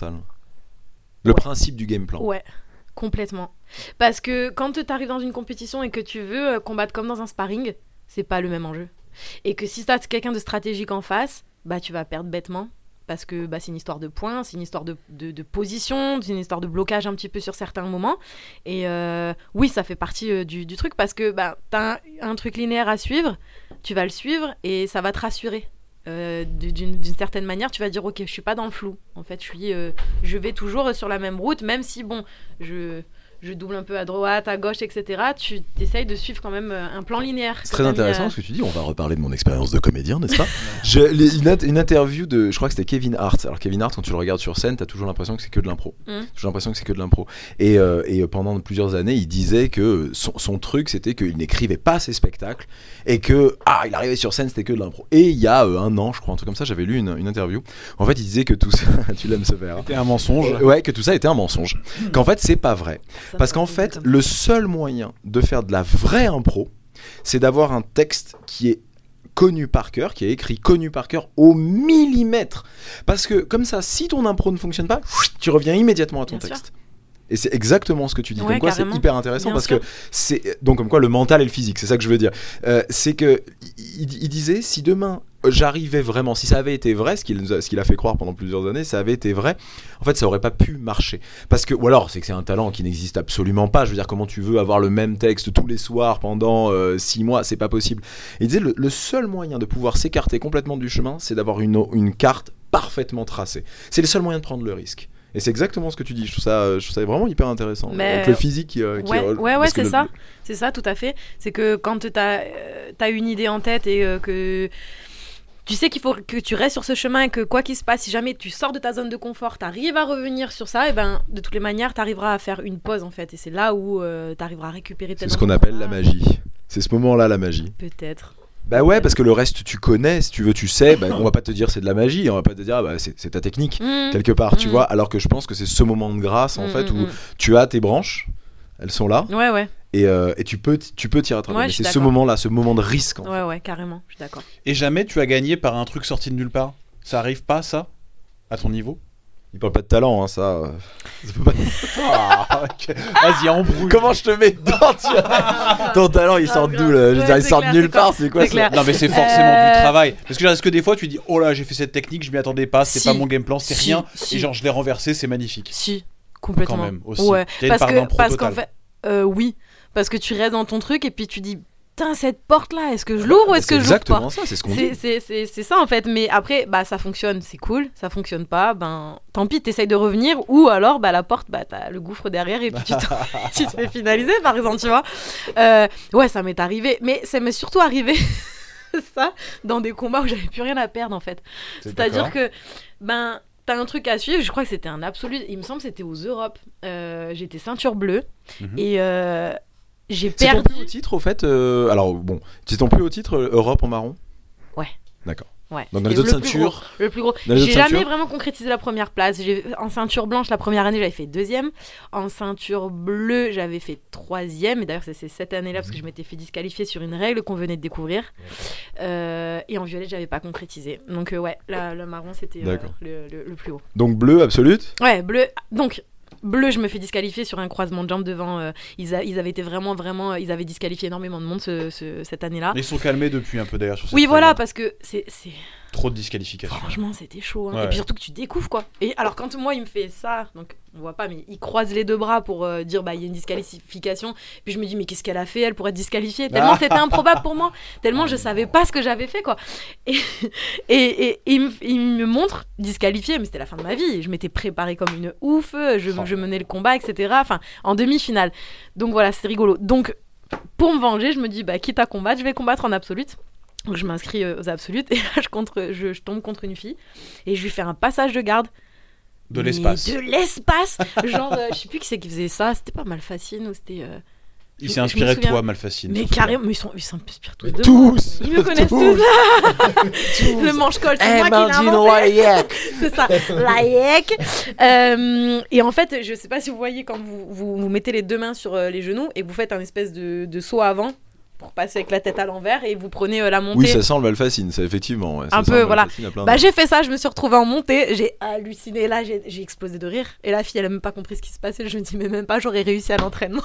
Le ouais. principe du game plan ? Ouais, complètement. Parce que quand tu arrives dans une compétition et que tu veux combattre comme dans un sparring, c'est pas le même enjeu. Et que si tu as quelqu'un de stratégique en face, bah tu vas perdre bêtement. Parce que bah, c'est une histoire de points, c'est une histoire de, de, de position, c'est une histoire de blocage un petit peu sur certains moments. Et euh, oui, ça fait partie euh, du, du truc parce que bah, tu as un, un truc linéaire à suivre, tu vas le suivre et ça va te rassurer. Euh, d'une, d'une certaine manière, tu vas dire ok, je suis pas dans le flou. En fait, je, suis, euh, je vais toujours sur la même route, même si bon, je... je double un peu à droite, à gauche, et cetera. Tu essayes de suivre quand même un plan linéaire. C'est très intéressant ce que tu dis. On va reparler de mon expérience de comédien, n'est-ce pas ? Je, les, une, une interview de, je crois que c'était Kevin Hart. Alors Kevin Hart, quand tu le regardes sur scène, t'as toujours l'impression que c'est que de l'impro. Mm. J'ai l'impression que c'est que de l'impro. Et, euh, et pendant plusieurs années, il disait que son, son truc, c'était qu'il n'écrivait pas ses spectacles et que ah, il arrivait sur scène, c'était que de l'impro. Et il y a euh, un an, je crois, un truc comme ça, j'avais lu une, une interview. En fait, il disait que tout ça, tu l'aimes ce verre. C'était un mensonge. Euh, ouais, que tout ça était un mensonge. Qu'en fait, c'est pas vrai. Ça Parce qu'en fait, le seul moyen de faire de la vraie impro, c'est d'avoir un texte qui est connu par cœur, qui est écrit connu par cœur au millimètre. Parce que comme ça, si ton impro ne fonctionne pas, tu reviens immédiatement à ton Bien texte. Sûr. Et c'est exactement ce que tu dis. Ouais, comme quoi, carrément. c'est hyper intéressant. Bien parce sûr. que c'est donc comme quoi le mental et le physique, c'est ça que je veux dire. Euh, c'est que il, il disait si demain j'arrivais vraiment, si ça avait été vrai, ce qu'il, nous a, ce qu'il a fait croire pendant plusieurs années, ça avait été vrai, en fait ça aurait pas pu marcher. Parce que, ou alors c'est que c'est un talent qui n'existe absolument pas. Je veux dire, comment tu veux avoir le même texte tous les soirs pendant euh, six mois, c'est pas possible. Et il disait le, le seul moyen de pouvoir s'écarter complètement du chemin, c'est d'avoir une, une carte parfaitement tracée. C'est le seul moyen de prendre le risque. Et c'est exactement ce que tu dis. Je trouve ça, je trouve ça vraiment hyper intéressant. Mais avec le physique qui, euh, qui ouais, est... ouais, ouais, c'est le... ça. C'est ça, tout à fait. C'est que quand tu as euh, une idée en tête et euh, que tu sais qu'il faut que tu restes sur ce chemin et que quoi qu'il se passe, si jamais tu sors de ta zone de confort, tu arrives à revenir sur ça, et ben de toutes les manières, tu arriveras à faire une pause en fait. Et c'est là où euh, tu arriveras à récupérer peut-être. C'est ce qu'on appelle la magie. C'est ce moment-là la magie. Peut-être. Bah ouais, parce que le reste tu connais, si tu veux, tu sais, bah, on va pas te dire c'est de la magie, on va pas te dire ah, bah, c'est, c'est ta technique, mmh. quelque part, tu mmh. vois, alors que je pense que c'est ce moment de grâce, en mmh, fait, où mmh. tu as tes branches, elles sont là, ouais, ouais. et, euh, et tu peux, tu peux t'y rattraper, Ouais, mais je suis c'est ce d'accord. moment-là, ce moment de risque, en Ouais, fait. ouais, carrément, je suis d'accord. Et jamais tu as gagné par un truc sorti de nulle part ? Ça arrive pas, ça ? À ton niveau ? Il parle pas de talent, hein, ça... euh, ça peut pas... Ah, okay. Vas-y, embrouille. Comment je te mets dedans, tu... Ton talent, il Ah, sort grave. d'où, là Je veux Ouais, dire, il c'est sort clair, de nulle c'est part, clair. c'est quoi C'est ça clair. Non mais c'est forcément Euh, du travail. Parce que est-ce que des fois tu dis oh là j'ai fait cette technique, je m'y attendais pas, c'est Si. pas mon game plan, c'est Si, rien. si. Et genre je l'ai renversé, c'est magnifique. Si, complètement. Quand même, aussi. Ouais, Il y a une parce part que d'impro parce qu'en totale. fait, euh, oui, parce que tu restes dans ton truc et puis tu dis, putain cette porte là, est-ce que je l'ouvre ou est-ce que je l'ouvre pas ? exactement ça, c'est ce qu'on dit. C'est, c'est, c'est, c'est ça en fait, mais après, bah ça fonctionne, c'est cool, ça fonctionne pas, ben tant pis, t'essayes de revenir, ou alors bah la porte, bah t'as le gouffre derrière et puis tu te, tu te fais finaliser par exemple, tu vois. Euh, ouais, ça m'est arrivé, mais ça m'est surtout arrivé ça dans des combats où j'avais plus rien à perdre en fait. C'est C'est-à-dire d'accord. que, ben t'as un truc à suivre, je crois que c'était un absolu, il me semble que c'était aux Europes, euh, j'étais ceinture bleue, Mhm. et euh, j'ai C'est ton perdu. plus haut titre au fait euh, Alors bon, c'est ton plus haut titre euh, Europe en marron. Ouais. D'accord. Ouais, Donc dans les c'était autres le plus ceintures, gros, le plus gros. dans les J'ai autres jamais ceintures vraiment concrétisé la première place. J'ai, en ceinture blanche, la première année, j'avais fait deuxième. En ceinture bleue, j'avais fait troisième. Et d'ailleurs, c'est, c'est cette année-là parce que je m'étais fait disqualifier sur une règle qu'on venait de découvrir. Euh, et en violet, j'avais pas concrétisé. Donc euh, ouais, la, le marron, c'était euh, le, le, le plus haut. Donc bleu absolute. Ouais, bleu. Donc bleu, je me fais disqualifier sur un croisement de jambes devant. Euh, ils, a, ils avaient été vraiment, vraiment. Ils avaient disqualifié énormément de monde ce, ce, cette année-là. Ils sont calmés depuis un peu d'ailleurs sur cette Oui, voilà, règle. parce que c'est. c'est... Trop de disqualifications. Franchement, c'était chaud. Hein. Ouais. Et puis surtout que tu découvres quoi. Et alors, quand moi, il me fait ça, donc on voit pas, mais il croise les deux bras pour euh, dire bah il y a une disqualification. Puis je me dis, mais qu'est-ce qu'elle a fait elle pour être disqualifiée? Tellement Ah. c'était improbable pour moi. Tellement je savais pas ce que j'avais fait quoi. Et, et, et, et il, me, il me montre disqualifiée, mais c'était la fin de ma vie. Je m'étais préparée comme une ouf. Je, Oh. je menais le combat, et cetera. Enfin, en demi-finale. Donc voilà, c'est rigolo. Donc pour me venger, je me dis, bah quitte à combattre, je vais combattre en absolute. Donc je m'inscris euh, aux absolutes et là je, contre, je, je tombe contre une fille et je lui fais un passage de garde. De Mais l'espace. De l'espace Genre, euh, je sais plus qui c'est qui faisait ça, c'était pas Malfacine ou c'était... Euh... Il je- s'est je inspiré me de souviens. toi, Malfacine. Mais surtout. carrément, mais ils sont- ils s'inspirent tous de moi. Tous. Ils me connaissent Tous. tous. Le manche-col, c'est Eh, moi qui l'ai Martine inventé. Royac. C'est ça, Laïek. Euh, et en fait, je sais pas si vous voyez quand vous, vous, vous mettez les deux mains sur euh, les genoux et que vous faites un espèce de, de saut avant pour passer avec la tête à l'envers et vous prenez euh, la montée. Oui, ça sent le Malfacine, ça effectivement. Ouais, ça Un sent peu, le voilà. Malfacine à plein Bah de- j'ai fait ça, je me suis retrouvée en montée, j'ai halluciné, là j'ai, j'ai explosé de rire. Et la fille elle a même pas compris ce qui se passait, je me dis mais même pas j'aurais réussi à l'entraînement.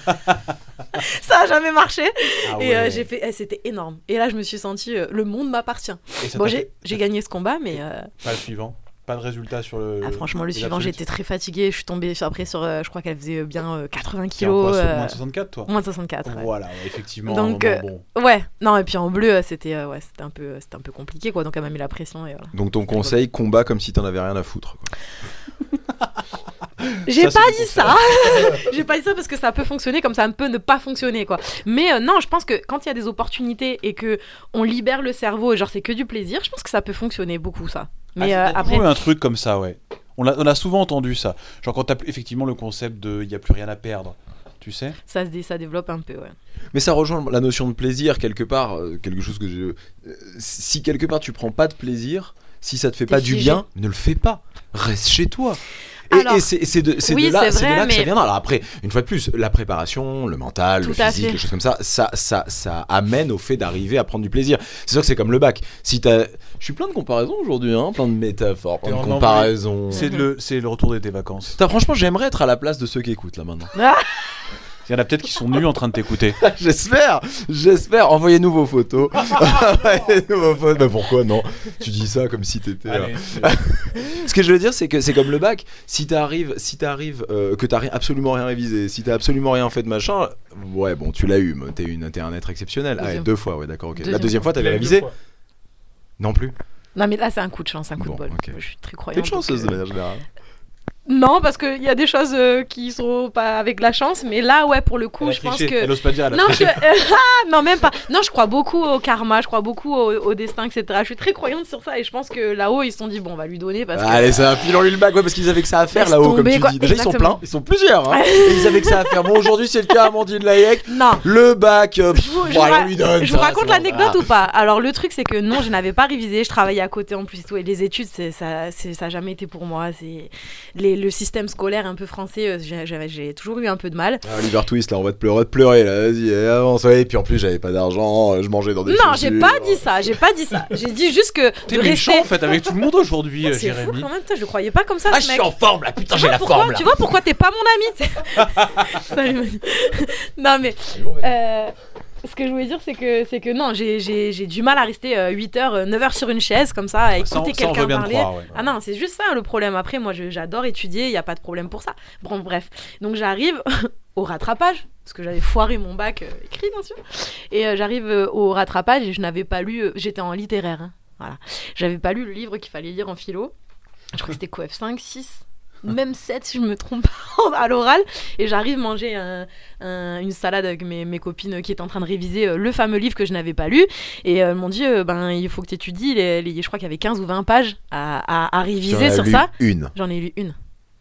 Ça a jamais marché. Ah Et euh, ouais. j'ai fait, eh, c'était énorme. Et là je me suis sentie, euh, le monde m'appartient. Et ça Bon t'a j'ai, fait- j'ai gagné ce combat mais euh, Pas le suivant. Pas de résultat sur le. ah, franchement le les suivant absolutes. j'étais très fatiguée, je suis tombée sur- après sur, euh, je crois qu'elle faisait bien euh, quatre-vingts T'es en kilos. quoi, sur euh, moins de soixante-quatre, toi moins de soixante-quatre. Ouais. Voilà, ouais, effectivement. Donc, un euh, moment bon. Ouais, non et puis en bleu euh, c'était, euh, ouais, c'était, un peu, euh, c'était un peu compliqué quoi, donc elle m'a mis la pression et voilà. Donc ton conseil, combat comme si t'en avais rien à foutre. quoi. J'ai Ça, pas c'est dit ça. J'ai pas dit ça parce que ça peut fonctionner comme ça peut ne pas fonctionner quoi. Mais euh, non, je pense que quand il y a des opportunités et que on libère le cerveau et genre c'est que du plaisir, je pense que ça peut fonctionner beaucoup ça. Mais Ah, euh, il y a après toujours eu un truc comme ça, ouais. On a, on a souvent entendu ça. Genre quand t'as effectivement le concept de il n'y a plus rien à perdre, tu sais. ça se dé- ça développe un peu ouais. Mais ça rejoint la notion de plaisir quelque part, euh, quelque chose que je. euh, Si quelque part tu prends pas de plaisir, si ça te fait T'es pas du figé. bien, ne le fais pas. Reste chez toi. Et, Alors, et c'est, c'est de, c'est oui, de là, c'est c'est de vrai, là que ça mais- viendra. Alors après, une fois de plus, la préparation, le mental, Tout le à physique, fait. les choses comme ça, ça, ça, ça amène au fait d'arriver à prendre du plaisir. C'est sûr que c'est comme le bac. Si t'as, je suis plein de comparaisons aujourd'hui, hein, plein de métaphores, plein T'es de en comparaisons. C'est le, c'est le retour de tes vacances. Putain, franchement, j'aimerais être à la place de ceux qui écoutent là maintenant. Il y en a peut-être qui sont nus en train de t'écouter. J'espère, j'espère. Envoyez-nous vos photos. Envoyez-nous vos photos. Mais pourquoi non? Tu dis ça comme si t'étais. euh, Allez, Ce que je veux dire, c'est que c'est comme le bac. Si t'arrives, si t'arrives, euh, que t'as ri- absolument rien révisé, si t'as absolument rien fait de machin, ouais, bon, tu l'as eu. mais T'es une, t'es un être exceptionnel. Ah, ouais, Deuxième. deux fois, ouais, d'accord, ok. La Deuxième deuxième fois, t'avais révisé? Non plus. Non mais là c'est un coup de chance, un coup Bon, de bol. ok. Je suis très T'es croyante. une chanceuse de donc, euh, manière générale. Non parce qu'il y a des choses euh, qui sont pas avec la chance, mais là ouais pour le coup Elle a je pense triché. que. Elle ose pas dire, elle a Non, je... triché. ah, non, même pas. Non, je crois beaucoup au karma, je crois beaucoup au, au destin, et cetera. Je suis très croyante sur ça et je pense que là-haut, ils se sont dit, bon, on va lui donner parce que. Allez, c'est un filon lui le bac, ouais, parce qu'ils avaient que ça à faire Laisse là-haut, comme tomber, tu quoi. dis. Déjà, ils sont Exactement. pleins, ils sont plusieurs, hein. Et ils avaient que ça à faire. Bon, aujourd'hui, c'est le cas, Amandine Layek. Non. Le bac, euh, Je vous, je bon, vous allez, ra- on lui donne. je vous ça, raconte c'est bon. l'anecdote Ah. ou pas? Alors, le truc, c'est que non, je n'avais pas révisé, je travaillais à côté en plus et tout. Et les études, c'est, ça c'est, ça n'a jamais été pour moi. C'est les, le système scolaire un peu français, euh, j'ai, j'avais- j'ai toujours eu un peu de mal. Ah, Oliver Twist, là, on va te pleurer, te pleurer, là, vas-y, allez, avance. Ouais, et puis en plus, j'avais pas d'argent, euh, je mangeais dans des Non, j'ai chaussures. pas dit ça, j'ai pas dit ça. J'ai dit juste que T'es de méchant rester. en fait avec tout le monde aujourd'hui, euh, C'est fou Jérémy. quand même, putain, je le croyais pas comme ça, Ah, ce je mec. suis en forme, là, putain, Tu j'ai vois la pourquoi- forme, là. Tu vois pourquoi t'es pas mon ami? c'est- Salut, Manu. Non mais euh, ce que je voulais dire c'est que c'est que non, j'ai, j'ai, j'ai du mal à rester euh, huit heures, euh, neuf heures sur une chaise comme ça à Ça, on- écouter ça, on veut quelqu'un bien te parler. croire, ouais. Ah non, c'est juste ça le problème. Après moi je- j'adore étudier, il y a pas de problème pour ça. Bon bref. Donc j'arrive au rattrapage parce que j'avais foiré mon bac euh, écrit bien sûr. Et euh, j'arrive euh, au rattrapage et je n'avais pas lu euh, j'étais en littéraire hein. Voilà. J'avais pas lu le livre qu'il fallait lire en philo. Je crois que c'était quoi F cinq, six, même sept si je me trompe pas à l'oral. Et j'arrive manger un, un- une salade avec mes, mes copines qui étaient en train de réviser euh, le fameux livre que je n'avais pas lu. Et euh, elles m'ont dit, euh, ben, il faut que tu étudies. Les, les- je crois qu'il y avait quinze ou vingt pages à, à, à J'en ai réviser sur lu ça. Une. J'en ai lu une.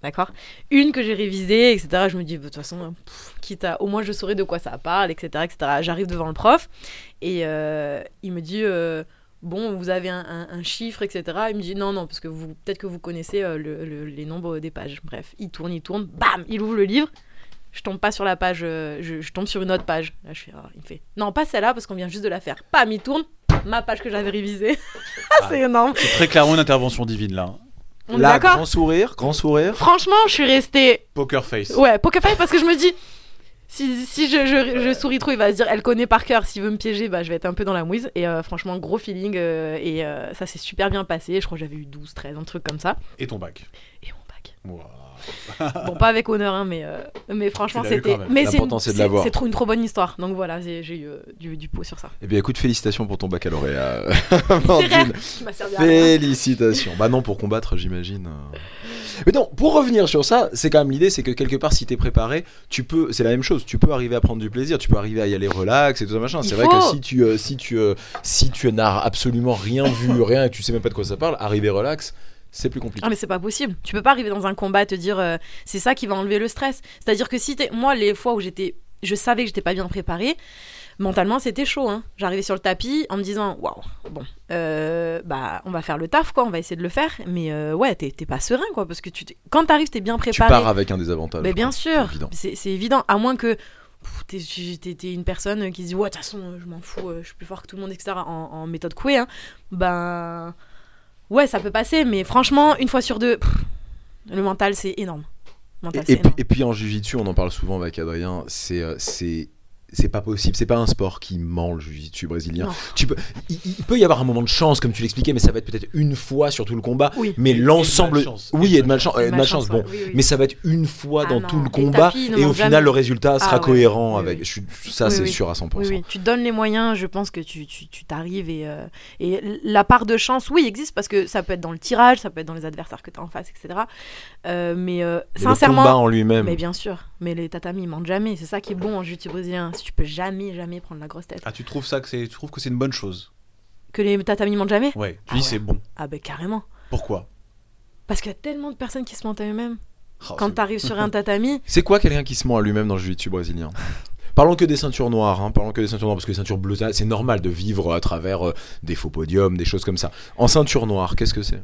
D'accord. Une que j'ai révisée, et cetera. Je me dis, de toute façon, pff, quitte à, au moins je saurais de quoi ça parle, et cetera, et cetera. J'arrive devant le prof et euh, il me dit, euh, bon, vous avez un, un, un chiffre, et cetera. Il me dit, non, non, parce que vous, peut-être que vous connaissez euh, le, le, les nombres des pages. Bref, il tourne, il tourne, bam, il ouvre le livre. Je tombe pas sur la page, euh, je, je tombe sur une autre page. Là, je fais, oh, il me fait, non, pas celle-là, parce qu'on vient juste de la faire. Bam, il tourne, ma page que j'avais révisée. Ah, c'est énorme. C'est très clairement une intervention divine là. On est Là, d'accord. grand sourire, grand sourire. Franchement, je suis restée. Poker face. Ouais, poker face parce que je me dis, si, si je, je, je souris trop, il va se dire, elle connaît par cœur. S'il veut me piéger, bah, je vais être un peu dans la mouise. Et euh, franchement, gros feeling. Euh, et euh, ça s'est super bien passé. Je crois que j'avais eu douze, treize, un truc comme ça. Et ton bac. Et mon bac. Wow. Bon, pas avec honneur, hein, mais, euh, mais franchement, Tu l'as eu c'était. quand même. Mais c'est, L'important, une, c'est de c'est, l'avoir. c'est trop, une trop bonne histoire. Donc voilà, j'ai, j'ai eu euh, du, du pot sur ça. Eh bien, écoute, félicitations pour ton baccalauréat, Littéraire, Amandine. qui m'a servi à rien. Félicitations. Bah non, pour combattre, j'imagine. Mais non, pour revenir sur ça, c'est quand même l'idée, c'est que quelque part, si t'es préparé, tu peux, c'est la même chose, tu peux arriver à prendre du plaisir, tu peux arriver à y aller relax et tout ça machin. Il C'est vrai faut. que si tu, euh, si tu, euh, si tu n'as absolument rien vu, rien, et que tu sais même pas de quoi ça parle, arriver relax, c'est plus compliqué. Ah mais c'est pas possible. Tu peux pas arriver dans un combat et te dire euh, c'est ça qui va enlever le stress. C'est-à-dire que si t'es... moi les fois où j'étais, je savais que j'étais pas bien préparée, mentalement c'était chaud. Hein. J'arrivais sur le tapis en me disant waouh bon euh, bah on va faire le taf quoi, on va essayer de le faire. Mais euh, ouais t'es, t'es pas serein quoi parce que tu t'es... quand t'arrives t'es bien Tu préparé. pars avec un désavantage. Mais bien quoi. sûr, C'est évident. c'est, c'est évident à moins que pff, t'es, t'es, t'es une personne qui se dit ouais de toute façon je m'en fous, euh, je suis plus fort que tout le monde et cetera en, en méthode Coué. Hein. Ben ouais, ça peut passer, mais franchement, une fois sur deux, pff, le mental, c'est énorme. Le mental, Et, c'est et puis, énorme. et puis en jiu-jitsu, on en parle souvent avec Adrien, c'est, euh, c'est, c'est pas possible, c'est pas un sport qui ment le jiu-jitsu brésilien. Non. Tu peux, il, il peut y avoir un moment de chance, comme tu l'expliquais, mais ça va être peut-être une fois sur tout le combat. Oui. Mais Et- et de l'ensemble, malchance. oui, et de malchance, Et et de malchance, bon. ouais, oui, oui. Mais ça va être une fois Ah dans non, tout le les combat, tapis ne et au mentent final, jamais. le résultat sera Ah ouais, cohérent oui, avec. oui. Je suis- ça, Oui, c'est oui. sûr à cent pour Oui, cent. oui. Tu te donnes les moyens, je pense que tu, tu, tu t'arrives et, euh, et la part de chance, oui, existe parce que ça peut être dans le tirage, ça peut être dans les adversaires que tu as en face, et cetera. Euh, mais euh, Mais sincèrement. le combat en lui-même. Mais bien sûr, mais les tatamis ils mentent jamais, c'est ça qui est bon en jiu-jitsu brésilien. Si tu peux jamais, jamais prendre la grosse tête. Ah, tu trouves ça que c'est, tu trouves que c'est une bonne chose? Que les tatamis mentent jamais. Ouais. Tu Ah dis ouais. c'est bon. Ah ben carrément. Pourquoi? Parce qu'il y a tellement de personnes qui se mentent à eux-mêmes. Oh, Quand c'est- t'arrives sur un tatami, C'est quoi quelqu'un qui se ment à lui-même dans le jiu-jitsu brésilien? Parlons que des ceintures noires, hein, parlons que des ceintures noires, parce que les ceintures bleues, ça, c'est normal de vivre à travers euh, des faux podiums, des choses comme ça. En ceinture noire, qu'est-ce que c'est?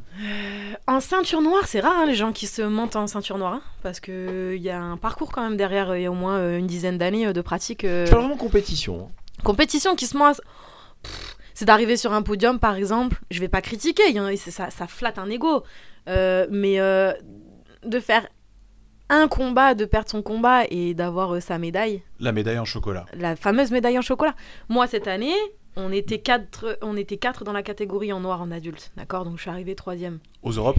en ceinture noire, c'est rare hein, les gens qui se mentent en ceinture noire, hein, parce que il y a un parcours quand même derrière, il y a au moins euh, une dizaine d'années euh, de pratique. euh, Je parle vraiment compétition. hein. compétition qui se ment. à- Pff, c'est d'arriver sur un podium par exemple. Je vais pas critiquer, il y en a- c'est- ça, ça flatte un ego, Euh, mais euh, de faire un combat, de perdre son combat et d'avoir euh, sa médaille. La médaille en chocolat. La fameuse médaille en chocolat. Moi, cette année, on était quatre, on était quatre dans la catégorie en noir en adulte, d'accord. Donc je suis arrivée troisième. Aux Europes?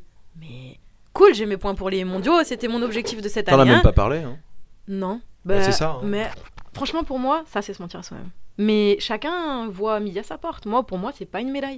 Mais cool, j'ai mes points pour les mondiaux. C'était mon objectif de cette T'en as année. même hein. pas parlé. Hein. Non. Bah, Bah, c'est ça, hein. Mais franchement, pour moi, ça, c'est se mentir à soi-même. Mais chacun voit midi à sa porte. Moi, pour moi, c'est pas une médaille.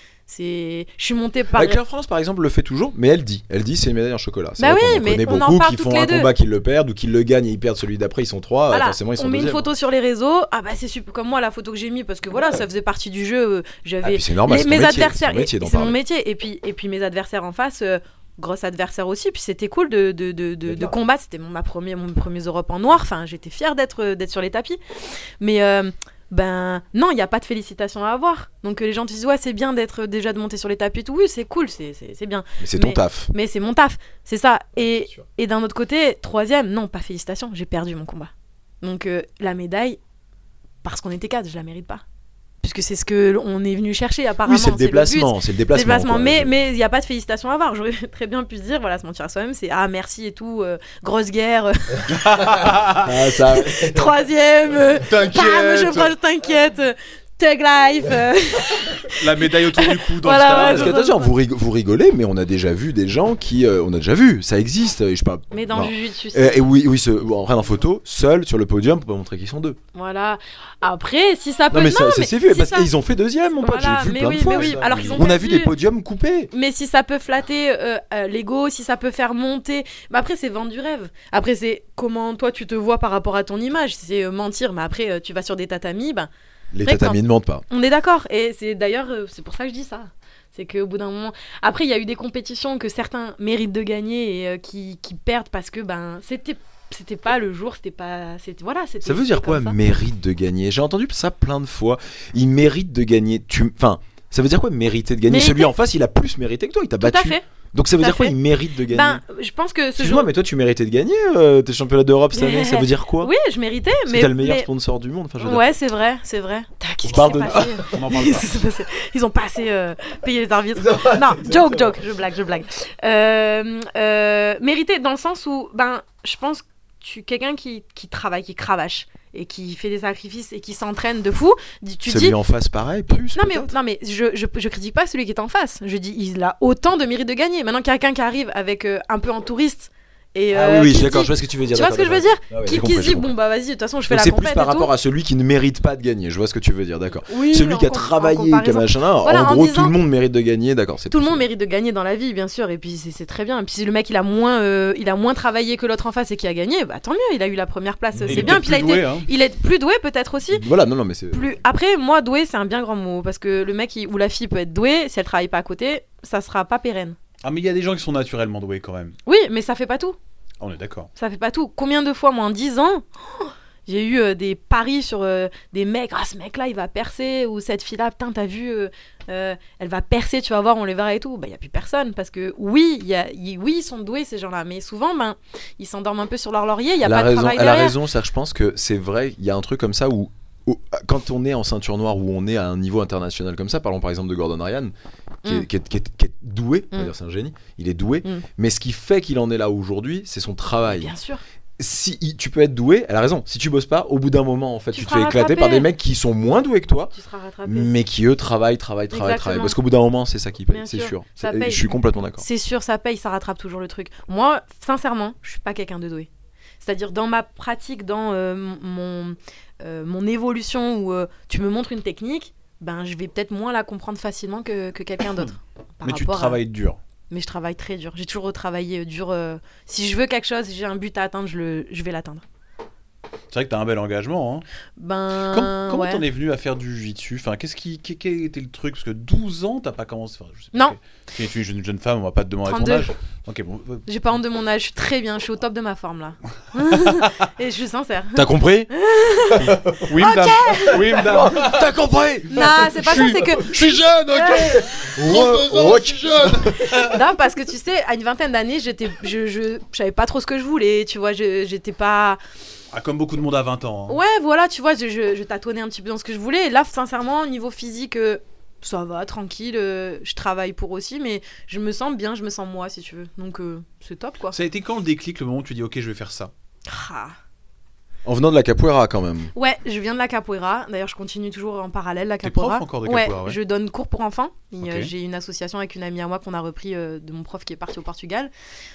C'est, je suis montée par. Bah, Claire France, par exemple, le fait toujours, mais elle dit, elle dit, c'est une médaille en chocolat. C'est Bah vrai oui, qu'on en mais connaît on en beaucoup parle qui toutes font les un deux. combat, qui le perdent ou qui le gagnent et ils perdent celui d'après, ils sont trois. Voilà, euh, forcément, ils sont on met une deuxième. photo sur les réseaux. Ah bah c'est super. Comme moi, la photo que j'ai mis parce que voilà, ça faisait partie du jeu. euh, Ah, J'avais puis c'est normal, les- c'est ton mes métier, adversaires. c'est ton métier et- d'en c'est mon parler. métier. Et puis et puis mes adversaires en face. euh, Grosse adversaire aussi, puis c'était cool de, de, de, de, C'est de clair. combattre. C'était mon, ma premier, mon premier Europe en noir. Enfin, j'étais fière d'être, d'être sur les tapis. Mais euh, ben non, il n'y a pas de félicitations à avoir. Donc euh, les gens te disent ouais, c'est bien d'être déjà de monter sur les tapis et tout. Oui, c'est cool, c'est, c'est, c'est bien. Mais c'est ton mais- taf. Mais c'est mon taf, c'est ça. Et, Bien sûr. et d'un autre côté, troisième, non, pas félicitations, j'ai perdu mon combat. Donc euh, la médaille, parce qu'on était quatre, je la mérite pas. Puisque c'est ce que on est venu chercher apparemment. Oui, c'est le but. déplacement, c'est le déplacement. Déplacement, quoi. mais mais il y a pas de félicitations à avoir. J'aurais très bien pu se dire voilà, se mentir à soi-même, c'est ah merci et tout, euh, grosse guerre, euh, Ah, ça. troisième, euh, bam, je prends, t'inquiète, euh, Thug Life. euh. La médaille autour du cou dans Voilà, le ouais, Parce stade. que attention, vous, rig- vous rigolez, mais on a déjà vu des gens qui, euh, on a déjà vu, ça existe. Et je parle. Mais dans non. le Jujutsu, Euh, c'est- et oui, oui, ce, en rien en photo, seul sur le podium pour pas montrer qu'ils sont deux. voilà. Après, si ça peut. Non mais ça, ça mais s'est vu, si parce ça- qu'ils ont fait deuxième, mon pote. Voilà, J'ai vu mais plein oui, de fois. mais oui, ça. alors qu'ils ont On a vu perdu. des podiums coupés. Mais si ça peut flatter euh, euh, l'ego, si ça peut faire monter. Mais après, c'est vendre du rêve. Après, c'est comment toi tu te vois par rapport à ton image. C'est euh, mentir, mais après, euh, tu vas sur des tatamis, ben, Les Vrai que tatamis ne mentent pas. on est d'accord. Et c'est d'ailleurs, euh, c'est pour ça que je dis ça. C'est qu'au bout d'un moment... Après, il y a eu des compétitions que certains méritent de gagner et euh, qui, qui perdent parce que ben, c'était, c'était pas le jour, c'était pas... C'était, voilà, c'était, Ça veut dire quoi, mérite de gagner? J'ai entendu ça plein de fois. Il mérite de gagner. Tu... Enfin, ça veut dire quoi, mériter de gagner? Mériter. Celui en face, il a plus mérité que toi, il t'a Tout battu. à fait. Donc ça veut Tout à dire quoi, fait. il mérite de gagner? Ben, je pense que ce Excuse-moi, jour... mais toi, tu méritais de gagner euh, tes championnats d'Europe cette année. Ça veut dire quoi? Oui, je méritais, Parce que mais... t'as le meilleur mais... sponsor du monde. Enfin, je veux dire. Ouais, c'est vrai, c'est vrai. Putain, qu'est-ce On qui parle s'est de- passé On en parle Qu'est-ce pas. qui s'est passé Ils ont pas assez euh, payé les arbitres. Non, joke, joke, je blague, je blague. Euh, euh, mérité dans le sens où, ben, je pense que tu quelqu'un qui, qui travaille, qui cravache et qui fait des sacrifices et qui s'entraîne de fou, dis- tu Celui dis... en face, pareil, plus. Non mais, peut-être. non mais je, je, je critique pas celui qui est en face. Je dis il a autant de mérite de gagner. Maintenant quelqu'un qui arrive avec euh, un peu en touriste et Ah euh, oui, oui, qui se d'accord, dit- je vois ce que tu veux dire. tu vois d'accord, ce que je veux d'accord. dire Ah ouais, qui, j'ai qui compris, se j'ai dit compris. bon bah vas-y de toute façon je fais Donc la c'est compète plus par et tout. rapport à celui qui ne mérite pas de gagner. Je vois ce que tu veux dire, d'accord. Oui, Celui en qui a com- en travaillé, qui a comparaison. machin, là, Voilà, en en gros, disant- tout le monde mérite de gagner, d'accord. C'est Tout le plus monde ça. mérite de gagner dans la vie, bien sûr, et puis c'est, c'est très bien. Et puis si le mec il a moins, euh, il a moins travaillé que l'autre en face et qui a gagné, bah tant mieux, il a eu la première place, Il c'est est bien. peut-être Puis il a plus été, doué, hein. il est plus doué peut-être aussi. Voilà, non, non, mais c'est. Plus... Après, moi, doué, c'est un bien grand mot parce que le mec il- ou la fille peut être douée, si elle travaille pas à côté, ça sera pas pérenne. Ah, mais il y a des gens qui sont naturellement doués quand même. Oui, mais ça fait pas tout. Ah, on est d'accord. Ça fait pas tout. Combien de fois, moi, en dix ans, oh, j'ai eu euh, des paris sur euh, des mecs. Ah, ce mec-là, il va percer. Ou cette fille-là, putain, t'as vu, euh, euh, elle va percer, tu vas voir, on les verra et tout. Bah, il n'y a plus personne. Parce que oui, y a, y- oui, ils sont doués, ces gens-là. Mais souvent, ben, ils s'endorment un peu sur leur laurier. Il n'y a Elle a pas de raison, travail elle a derrière. raison, c'est-à-dire que je pense que c'est vrai, il y a un truc comme ça où, où, quand on est en ceinture noire, où on est à un niveau international comme ça, parlons par exemple de Gordon Ryan, qui, Mm. est, qui, est, qui, est, qui est doué, on va Mm. dire c'est un génie, il est doué, Mm. mais ce qui fait qu'il en est là aujourd'hui, c'est son travail. Bien sûr. Si il- tu peux être doué, elle a raison, si tu bosses pas, au bout d'un moment, en fait, Tu tu, te seras fais éclater rattrapé. par des mecs qui sont moins doués que toi, Tu seras rattrapé. mais qui eux travaillent, travaillent, travaillent, Exactement. travaillent. Parce qu'au bout d'un moment, c'est ça qui paye, Bien c'est sûr, sûr. ça C'est- paye. Je suis complètement d'accord. C'est sûr, ça paye, ça rattrape toujours le truc. Moi, sincèrement, je suis pas quelqu'un de doué. C'est-à-dire dans ma pratique, dans euh, mon, euh, mon évolution où euh, tu me montres une technique, ben je vais peut-être moins la comprendre facilement que, que quelqu'un d'autre. Par Mais tu rapport à- travailles dur. Mais je travaille très dur. J'ai toujours retravaillé dur. euh, Si je veux quelque chose, si j'ai un but à atteindre, je, le... je vais l'atteindre. C'est vrai que t'as un bel engagement. Hein. Ben. Comment, comment ouais. t'en es venu à faire du jiu-jitsu? Enfin, qu'est-ce qui, quel, quel était le truc? Parce que douze ans, t'as pas commencé. Enfin, je sais pas, Non. Tu es une jeune, jeune femme, on va pas te demander trente-deux. ton âge. Ok, bon. euh, J'ai pas honte de mon âge, je suis très bien, je suis au top de ma forme là. Et je suis sincère. T'as compris? Oui, madame. Oui, madame. T'as compris? Non, c'est pas ça, c'est que. Je suis jeune, ok. trente-deux ans, je suis jeune. Non, parce que tu sais, à une vingtaine d'années, j'étais, je, je, je savais pas trop ce que je voulais, tu vois, je, j'étais pas. Ah, comme beaucoup de monde à vingt ans. hein. Ouais, voilà, tu vois, je, je, je tâtonnais un petit peu dans ce que je voulais. Et là, sincèrement, au niveau physique, euh, ça va, tranquille, euh, je travaille pour aussi, mais je me sens bien, je me sens moi, si tu veux. Donc, euh, c'est top, quoi. Ça a été quand le déclic, le moment où tu dis ok, je vais faire ça? Ah. En venant de la capoeira quand même. Ouais, je viens de la capoeira. D'ailleurs, je continue toujours en parallèle la T'es capoeira. prof encore de ouais, capoeira, ouais. je donne cours pour enfants. Et, Ok. euh, j'ai une association avec une amie à moi qu'on a repris euh, de mon prof qui est parti au Portugal.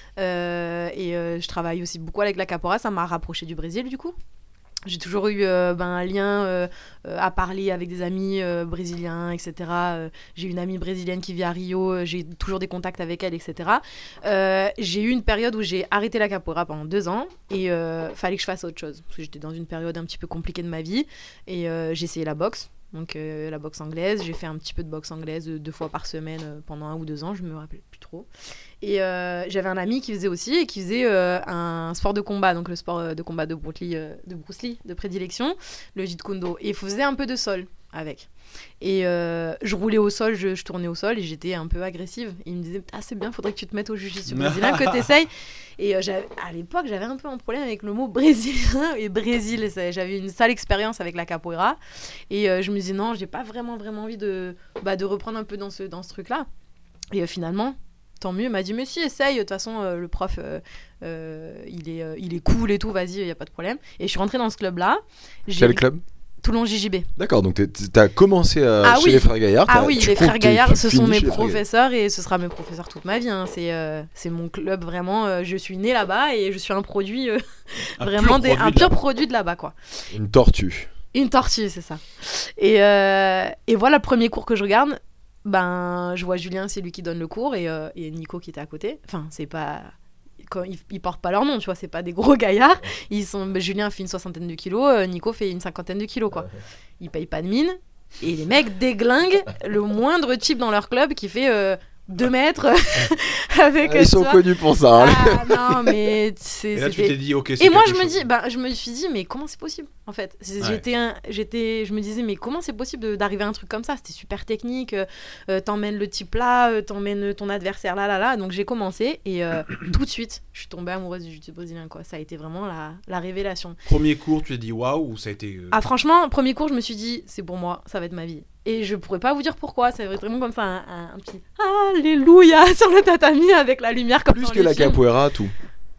Euh, et euh, je travaille aussi beaucoup avec la capoeira. Ça m'a rapproché du Brésil, du coup. J'ai toujours eu euh, ben, un lien euh, euh, à parler avec des amis euh, brésiliens, et cetera. Euh, j'ai une amie brésilienne qui vit à Rio, euh, j'ai toujours des contacts avec elle, et cetera. Euh, j'ai eu une période où j'ai arrêté la capoeira pendant deux ans et euh, fallait que je fasse autre chose parce que j'étais dans une période un petit peu compliquée de ma vie et euh, j'ai essayé la boxe. Donc euh, la boxe anglaise, j'ai fait un petit peu de boxe anglaise euh, deux fois par semaine euh, pendant un ou deux ans, je me rappelle plus trop. Et euh, j'avais un ami qui faisait aussi et qui faisait euh, un sport de combat, donc le sport euh, de combat de Bruce Lee, euh, de Bruce Lee de prédilection, le Jeet Kune Do. Et il faisait un peu de sol avec. Et euh, je roulais au sol, je, je tournais au sol et j'étais un peu agressive. Et il me disait ah c'est bien, faudrait que tu te mettes au jiu-jitsu brésilien, que t'essayes. Et euh, j'avais- à l'époque j'avais un peu un problème avec le mot brésilien et Brésil. Ça- J'avais une sale expérience avec la capoeira et euh, je me disais non, j'ai pas vraiment vraiment envie de bah, de reprendre un peu dans ce dans ce truc là. Et euh, finalement. Tant mieux, il m'a dit mais si essaye, de toute façon euh, le prof euh, euh, il, est, euh, il est cool et tout, vas-y, il n'y a pas de problème. Et je suis rentrée dans ce club là. Quel club? Toulon J J B. D'accord, donc t'es- t'as commencé à- Ah chez oui. les frères Gaillard. Ah t'as- oui, tu les comptes- frères tu- Gaillard, tu ce finis sont mes chez les frères Gaillard. professeurs et ce sera mes professeurs toute ma vie. hein. C'est, euh, c'est mon club vraiment, euh, je suis née là-bas et je suis un produit, euh, Un vraiment pur des- produit un de pur là-bas. produit de là-bas quoi. Une tortue. Une tortue, c'est ça. Et, euh, et voilà le premier cours que je regarde. Ben, je vois Julien, c'est lui qui donne le cours, et, euh, et Nico qui était à côté. Enfin, c'est pas. Quand, ils, ils portent pas leur nom, tu vois, c'est pas des gros gaillards. Ils sont, ben, Julien fait une soixantaine de kilos, euh, Nico fait une cinquantaine de kilos, quoi. Ils payent pas de mine. Et les mecs déglinguent le moindre type dans leur club qui fait euh, deux mètres avec. Ils sont vois. connus pour ça. Hein. Ah non, mais c'est. Et là, tu c'était- t'es dit, ok, c'est Et moi, je quelque me chose. dis, bah, je me suis dit, mais comment c'est possible en fait C'est- Ouais. J'étais, un- j'étais, je me disais, mais comment c'est possible de- d'arriver à un truc comme ça C'était super technique. euh, euh, t'emmènes le type là, euh, t'emmènes ton adversaire là, là, là. Donc j'ai commencé et euh, tout de suite, je suis tombée amoureuse du jiu-jitsu brésilien. Quoi. Ça a été vraiment la, la révélation. Premier cours, tu t'es dit waouh, ou ça a été. euh, Ah franchement, premier cours, je me suis dit, c'est pour moi, ça va être ma vie. Et je pourrais pas vous dire pourquoi. Ça va être vraiment comme ça, un, un- un petit alléluia sur le tatami avec la lumière comme Plus dans que les la films. capoeira, tout.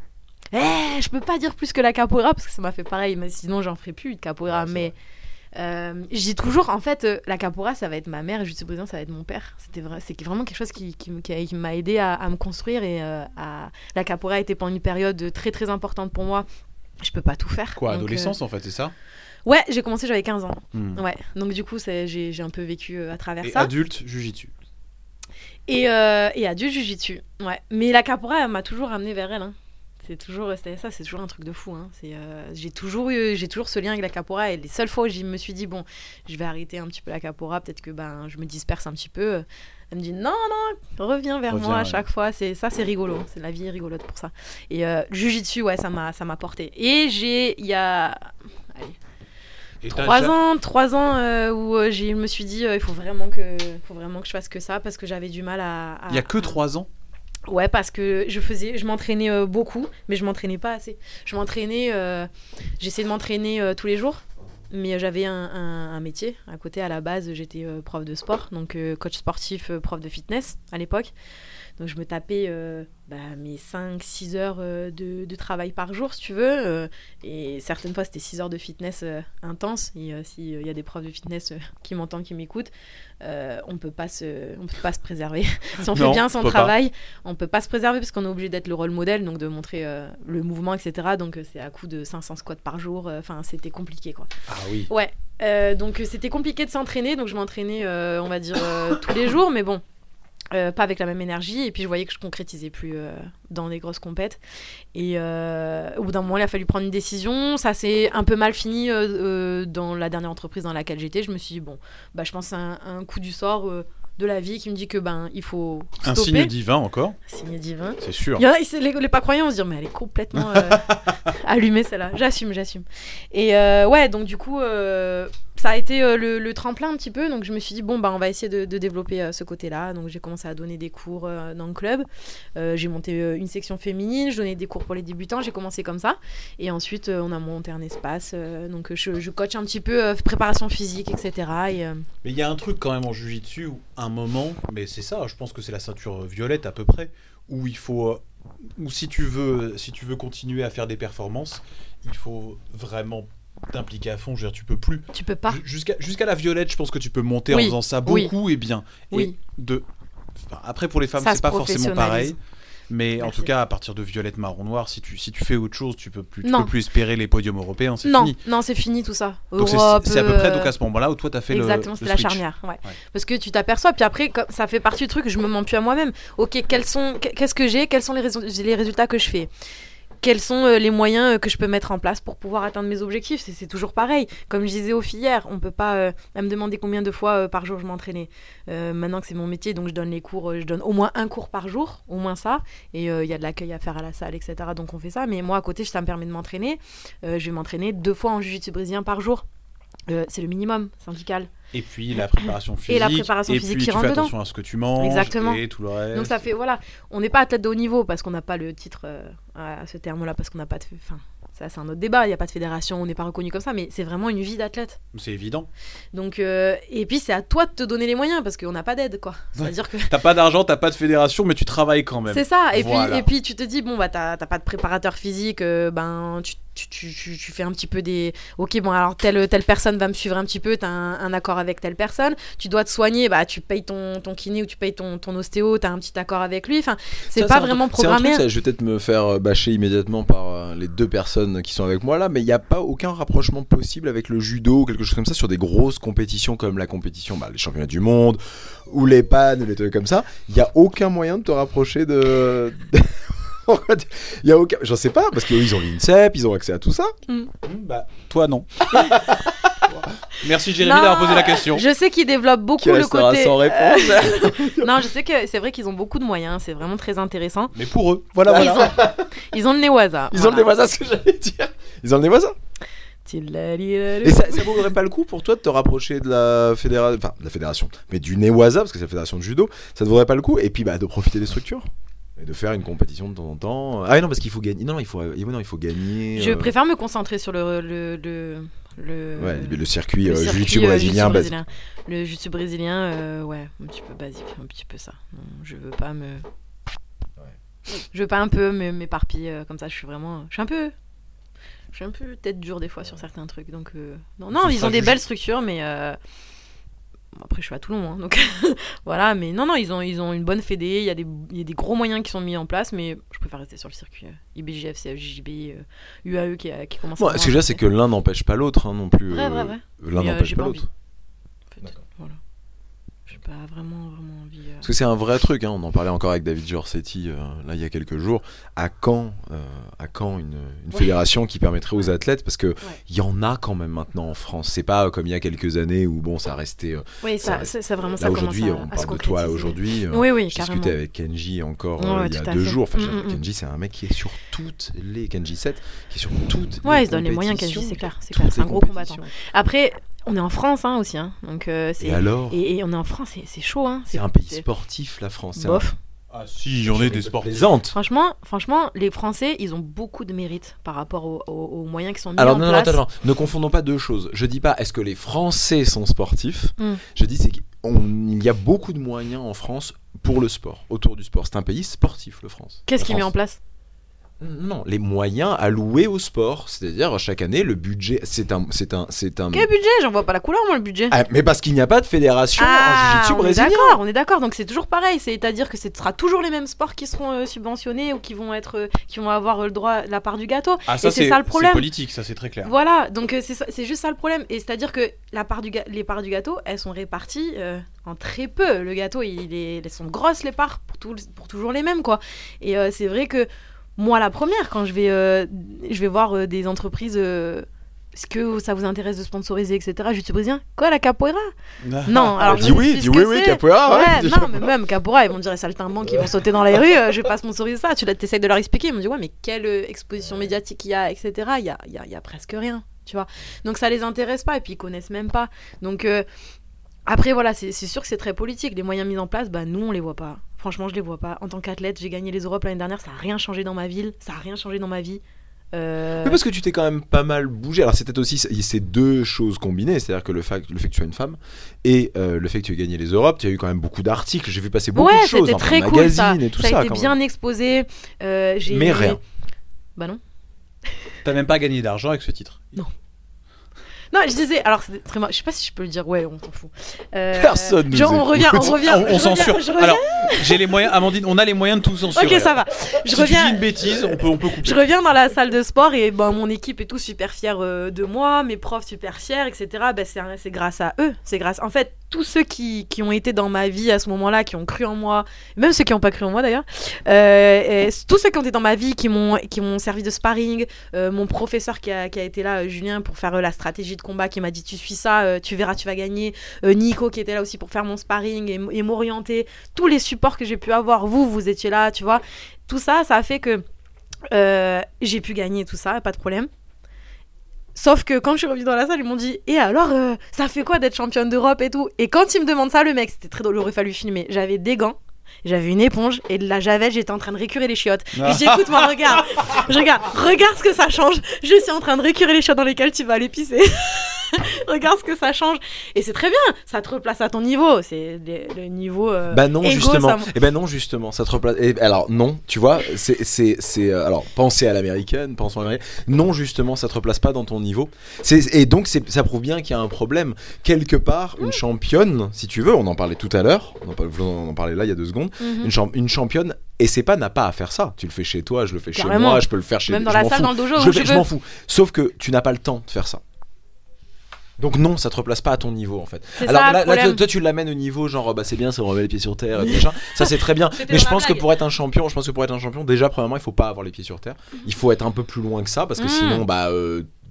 Eh, je peux pas dire plus que la capoeira parce que ça m'a fait pareil, mais sinon j'en ferai plus de capoeira. Ouais, c'est mais euh, je dis toujours, en fait, euh, la capoeira ça va être ma mère et jiu-jitsu brésilien ça va être mon père. C'était vrai, c'est vraiment quelque chose qui, qui, me- qui a- qui m'a aidé à, à me construire et euh, à... la capoeira a été pendant une période très très importante pour moi. Je peux pas tout faire. Quoi, donc, adolescence en fait, c'est ça euh, Ouais, j'ai commencé, j'avais quinze ans. Hmm. Ouais, donc du coup c'est- j'ai j'ai un peu vécu euh, à travers Et ça. adulte, jujitsu. Et, euh, et adulte jujitsu, ouais. Mais la capoeira, elle m'a toujours amené vers elle. Hein. C'est toujours, c'était ça, c'est toujours un truc de fou. Hein. C'est, euh, j'ai toujours eu, j'ai toujours ce lien avec la capoeira. Et les seules fois où je me suis dit bon, je vais arrêter un petit peu la capoeira, peut-être que ben je me disperse un petit peu. Elle me dit non non, reviens vers Reviens, moi à ouais. chaque fois. C'est ça, c'est rigolo. C'est la vie est rigolote pour ça. Et euh, jujitsu, ouais, ça m'a, ça m'a porté. Et j'ai, il y a allez, Et t'as Trois déjà- ans, trois ans euh, où euh, j'ai- je me suis dit euh, il faut vraiment que, faut vraiment que je fasse que ça parce que j'avais du mal à. à- Il y a que à- trois ans. Ouais, parce que je faisais, je m'entraînais euh, beaucoup, mais je m'entraînais pas assez. Je m'entraînais, euh, j'essayais de m'entraîner euh, tous les jours, mais j'avais un, un- un métier à côté. À la base, j'étais euh, prof de sport, donc euh, coach sportif, euh, prof de fitness à l'époque. Donc je me tapais euh, bah, mes cinq six heures euh, de, de travail par jour, si tu veux. euh, et certaines fois, c'était six heures de fitness euh, intense. Et euh, s'il y a des profs de fitness euh, qui m'entendent, qui m'écoutent, euh, on peut pas se, on peut pas se préserver. Si on fait Non, bien on son peut pas. travail, on peut pas se préserver parce qu'on est obligé d'être le rôle modèle, donc de montrer euh, le mouvement, et cetera. Donc euh, c'est à coup de cinq cents squats par jour. Enfin, c'était compliqué, quoi. Ah oui. Ouais, euh, donc euh, c'était compliqué de s'entraîner, donc je m'entraînais, euh, on va dire, euh, tous les jours, mais bon, euh, pas avec la même énergie. Et puis je voyais que je concrétisais plus euh, dans les grosses compètes. Et euh, au bout d'un moment, il a fallu prendre une décision. Ça s'est un peu mal fini euh, euh, dans la dernière entreprise dans laquelle j'étais. Je me suis dit, bon, bah, je pense que c'est un, un coup du sort euh, de la vie qui me dit que ben il faut Un stopper. signe divin encore, Signe divin. c'est sûr. Il y en a, c'est- les, les pas croyants vont se dire, mais elle est complètement euh, allumée celle-là. J'assume, j'assume. Et euh, ouais, donc du coup, euh, ça a été euh, le, le tremplin un petit peu. Donc je me suis dit, bon, bah, on va essayer de, de développer euh, ce côté-là. Donc j'ai commencé à donner des cours euh, dans le club. Euh, j'ai monté euh, une section féminine, je donnais des cours pour les débutants. J'ai commencé comme ça. Et ensuite, euh, on a monté un espace. euh, donc je, je coach un petit peu euh, préparation physique, et cetera. Et, euh, Mais il y a un truc quand même en jujitsu où un moment, mais c'est ça, je pense que c'est la ceinture violette à peu près, où il faut, euh, où si tu veux, si tu veux continuer à faire des performances, il faut vraiment t'impliquer à fond. Je veux dire, tu peux plus. tu peux pas. Ju- Jusqu'à jusqu'à la violette, je pense que tu peux monter Oui, en faisant ça oui. beaucoup et bien. Oui. Et de, enfin, après pour les femmes, Ça c'est se pas forcément professionnalise. pareil. Mais en Merci. tout cas, à partir de violette, marron, noir, si tu, si tu fais autre chose, tu peux plus, tu Non. peux plus espérer les podiums européens, c'est Non, fini. non, c'est fini tout ça. Donc c'est Europe, c'est à peu près euh, donc à ce moment-là où toi t'as fait le- Exactement, le, c'était la switch. charnière. Ouais. Ouais. Parce que tu t'aperçois, puis après, comme- ça fait partie du truc, je me mens plus à moi-même. Ok, quels sont, qu'est-ce que j'ai, quels sont les, résu- les résultats que je fais, quels sont euh, les moyens euh, que je peux mettre en place pour pouvoir atteindre mes objectifs. C'est, c'est toujours pareil. Comme je disais aux filles hier, on peut pas euh, à me demander combien de fois euh, par jour je m'entraînais. Euh, maintenant que c'est mon métier, donc je donne les cours, euh, je donne au moins un cours par jour, au moins ça. Et il y a de l'accueil à faire à la salle, et cetera. Donc on fait ça. Mais moi à côté, ça me permet de m'entraîner. Euh, je vais m'entraîner deux fois en jiu-jitsu brésilien par jour. Euh, c'est le minimum syndical. Et puis la préparation physique. Et la préparation et physique puis qui tu rentre fais dedans. attention à ce que tu manges. Exactement. Et tout le reste. Donc ça fait, voilà, on n'est pas athlète de haut niveau parce qu'on n'a pas le titre euh, à ce terme-là, parce qu'on n'a pas de... Enfin, ça c'est un autre débat, il n'y a pas de fédération, on n'est pas reconnu comme ça, mais c'est vraiment une vie d'athlète. C'est évident. Donc, euh, et puis c'est à toi de te donner les moyens parce qu'on n'a pas d'aide, quoi. C'est-à-dire que... T'as pas d'argent, t'as pas de fédération, mais tu travailles quand même. C'est ça, et, Voilà. puis, et puis tu te dis, bon, bah t'as, t'as pas de préparateur physique, euh, ben tu, tu, tu, tu, tu fais un petit peu des... Ok, bon, alors telle, telle personne va me suivre un petit peu, t'as un, un accord avec telle personne, tu dois te soigner, bah tu payes ton, ton kiné ou tu payes ton, ton ostéo, t'as un petit accord avec lui, enfin, c'est Ça, pas un vraiment truc- c'est un truc, programmé. ça, je vais peut-être me faire euh, bâcher immédiatement par euh, les deux personnes qui sont avec moi là, mais il n'y a pas aucun rapprochement possible avec le judo ou quelque chose comme ça sur des grosses compétitions comme la compétition, bah, les championnats du monde ou les pannes ou les trucs comme ça. Il n'y a aucun moyen de te rapprocher de. Il y a aucun. J'en sais pas, parce qu'ils ont l'INSEP, ils ont accès à tout ça. Mmh, bah, toi non. Merci Jérémy Non, d'avoir posé la question. Je sais qu'ils développent beaucoup Qui le restera côté. sans réponse. Non, je sais que c'est vrai qu'ils ont beaucoup de moyens, c'est vraiment très intéressant. Mais pour eux, voilà, Ils voilà. ont, ils ont le nez au hasard. Ils ont le nez voisin, ce que j'allais dire. Ils ont le nez voisin. Et ça, ça vaudrait pas le coup pour toi de te rapprocher de la fédération, enfin de la fédération, mais du Newaza, parce que c'est la fédération de judo, ça te vaudrait pas le coup, et puis bah de profiter des structures et de faire une compétition de temps en temps. Ah non, parce qu'il faut gagner. Non, non, il faut, non, il faut gagner. Je euh... préfère me concentrer sur le le le le, ouais, le circuit, le euh, circuit jiu-jitsu euh, brésilien, jiu-jitsu basique. brésilien. Le jiu-jitsu brésilien, euh, ouais, un petit peu basique, un petit peu ça. Non, je veux pas me, je veux pas un peu me- m'éparpiller euh, comme ça. Je suis vraiment, je suis un peu. Je suis un peu tête dure des fois sur certains trucs, donc euh, non, non, Tu ils seras ont des jugé. belles structures, mais euh, bon, après je suis à Toulon, hein, donc voilà, mais non, non, ils ont, ils ont une bonne fédé, il y a des, il y a des gros moyens qui sont mis en place, mais je préfère rester sur le circuit euh, I B J F, C F J J B, euh, U A E qui, a- qui commence. Bon, à ce que je veux dire, c'est que l'un n'empêche pas l'autre hein, non plus. Vrai, euh, vrai, vrai. L'un Mais, euh, n'empêche j'ai pas pas l'autre. en fait. Voilà. J'ai pas vraiment, vraiment envie. euh, Parce que c'est un vrai truc, hein, on en parlait encore avec David Giorsetti euh, là il y a quelques jours. À quand, euh, à quand une, une Ouais. fédération qui permettrait aux athlètes, parce que il y en a quand même maintenant en France. C'est pas euh, comme il y a quelques années où bon ça restait. euh, Oui, ça, ça- ça, ça vraiment, ça là commence aujourd'hui, à, on à se parle de toi concrétiser. aujourd'hui. euh, Oui, oui, J'ai carrément. discuté avec Kenji encore Ouais, euh, ouais, il y a tout à deux fait. jours. Enfin, Mm, mm, Kenji, c'est un mec qui est sur toutes les Kenji sept, qui est sur toutes. Ouais, les il se donne les moyens, Kenji, compétitions, c'est clair, c'est toutes clair, c'est les un gros compétitions. combattant. Après, on est en France hein, aussi, hein, donc euh, c'est. Et alors, Et, et on est en France, c'est, c'est chaud, hein. c'est un pays sportif, la France. C'est Bof. Ah si, j'en ai des sports. plaisante. Franchement, franchement, les Français, ils ont beaucoup de mérite par rapport aux, aux- aux moyens qui sont mis Alors en non, non, place. attends, attends, ne confondons pas deux choses. Je dis pas est-ce que les Français sont sportifs. Mm. Je dis c'est qu'il y a beaucoup de moyens en France pour le sport, autour du sport. C'est un pays sportif, le France. Qu'est-ce La qui est mis en France. place? Non, les moyens alloués au sport, c'est-à-dire chaque année le budget, c'est un, c'est un, c'est un. Quel budget? J'en vois pas la couleur, moi, le budget. Ah, mais parce qu'il n'y a pas de fédération en jiu-jitsu on est brésilien. d'accord, on est d'accord. Donc c'est toujours pareil, c'est-à-dire que ce sera toujours les mêmes sports qui seront euh, subventionnés ou qui vont être, euh, qui vont avoir euh, le droit, la part du gâteau. Ah ça Et c'est c'est ça le problème. c'est politique, ça c'est très clair. Voilà, donc euh, c'est, ça- c'est juste ça le problème. Et c'est-à-dire que la part du ga- les parts du gâteau, elles sont réparties euh, en très peu. Le gâteau, il est, elles sont grosses les parts pour, tout, pour toujours les mêmes, quoi. Et euh, c'est vrai que moi, la première, quand je vais, euh, je vais voir euh, des entreprises, euh, est-ce que ça vous intéresse de sponsoriser, et cetera. Jiu-jitsu brésilien, quoi, la capoeira? Non, alors je dis vous oui, explique dis ce oui, que oui, c'est. capoeira. Ouais, ouais, non, mais même capoeira, ils vont dire les saltimbanques, ils vont sauter dans les rues, euh, je vais pas sponsoriser ça. Tu l'as- t'essayes de leur expliquer, ils m'ont dit ouais, mais quelle euh, exposition médiatique il y a, et cetera. Il y a, il y, a, il y a presque rien, tu vois. Donc ça les intéresse pas, et puis ils connaissent même pas. Donc euh, après, voilà, c'est, c'est sûr que c'est très politique. Les moyens mis en place, bah nous, on les voit pas. Franchement, je les vois pas. En tant qu'athlète, j'ai gagné les Europes l'année dernière, ça a rien changé dans ma ville, ça a rien changé dans ma vie. Euh, Mais parce que tu t'es quand même pas mal bougé. Alors c'était aussi ces deux choses combinées, c'est-à-dire que le fait, le fait que tu sois une femme et euh, le fait que tu aies gagné les Europes, tu as eu quand même beaucoup d'articles. J'ai vu passer beaucoup ouais, de choses c'était dans très les cool ça. magazines et tout ça ça. a été quand bien même. exposé. Euh, j'ai... Mais rien. Bah non. T'as même pas gagné d'argent avec ce titre. Non, je disais, alors c'est très mar- je sais pas si je peux le dire, ouais, on s'en fout. Euh, Personne nous genre, on revient, on écoute. revient. on on je reviens- censure. je reviens- Alors, j'ai les moyens, Amandine, on a les moyens de tout censurer. Ok, ça va. Je Si tu dis reviens. une bêtise, on peut, on peut couper. Je reviens dans la salle de sport et ben, mon équipe est tout super fière euh, de moi, mes profs super fiers, et cetera. Ben, c'est, c'est grâce à eux. C'est grâce. En fait, tous ceux qui, qui ont été dans ma vie à ce moment-là, qui ont cru en moi, même ceux qui n'ont pas cru en moi d'ailleurs, euh, et tous ceux qui ont été dans ma vie, qui m'ont, qui m'ont servi de sparring, euh, mon professeur qui a, qui a été là, euh, Julien, pour faire euh, la stratégie de combat, qui m'a dit tu suis ça, euh, tu verras, tu vas gagner. Euh, Nico qui était là aussi pour faire mon sparring et, m- et m'orienter. Tous les supports que j'ai pu avoir, vous, vous étiez là, tu vois. Tout ça, ça a fait que euh, j'ai pu gagner tout ça, pas de problème. Sauf que quand je suis revenue dans la salle, ils m'ont dit et alors, euh, ça fait quoi d'être championne d'Europe et tout. Et quand ils me demandent ça, le mec, c'était très drôle, il aurait fallu filmer. J'avais des gants, j'avais une éponge et de la javel, j'étais en train de récurer les chiottes. Et je dis écoute, moi, regarde, je regarde, regarde ce que ça change. Je suis en train de récurer les chiottes dans lesquelles tu vas aller pisser. Regarde ce que ça change. Et c'est très bien, ça te replace à ton niveau. C'est le, le niveau. Euh, Bah non, égo, justement. ça- Et ben non, justement, ça te replace. Et alors non, tu vois, c'est c'est c'est euh, alors pensez à l'américaine, pensons à l'américaine. Non, justement, ça te replace pas dans ton niveau. C'est et donc c'est ça prouve bien qu'il y a un problème quelque part. Une championne, si tu veux, on en parlait tout à l'heure, on en parlait, on en parlait là il y a deux secondes. Mhm. Une, champ- une championne. Et c'est pas n'a pas à faire ça. Tu le fais chez toi, je le fais chez Carrément. moi, je peux le faire chez Même dans je la m'en salle, fous. dans le dojo, je où le je fais, je veux. m'en fous. Sauf que tu n'as pas le temps de faire ça. Donc non, ça te replace pas à ton niveau en fait. C'est Alors ça, là, le là, problème. toi tu l'amènes au niveau genre bah c'est bien, ça me remet les pieds sur terre et tout machin. Ça c'est très bien. C'était Mais je dans la pense que blague. pour être un champion, je pense que pour être un champion, déjà premièrement il faut pas avoir les pieds sur terre. Il faut être un peu plus loin que ça parce que Mm. sinon bah euh,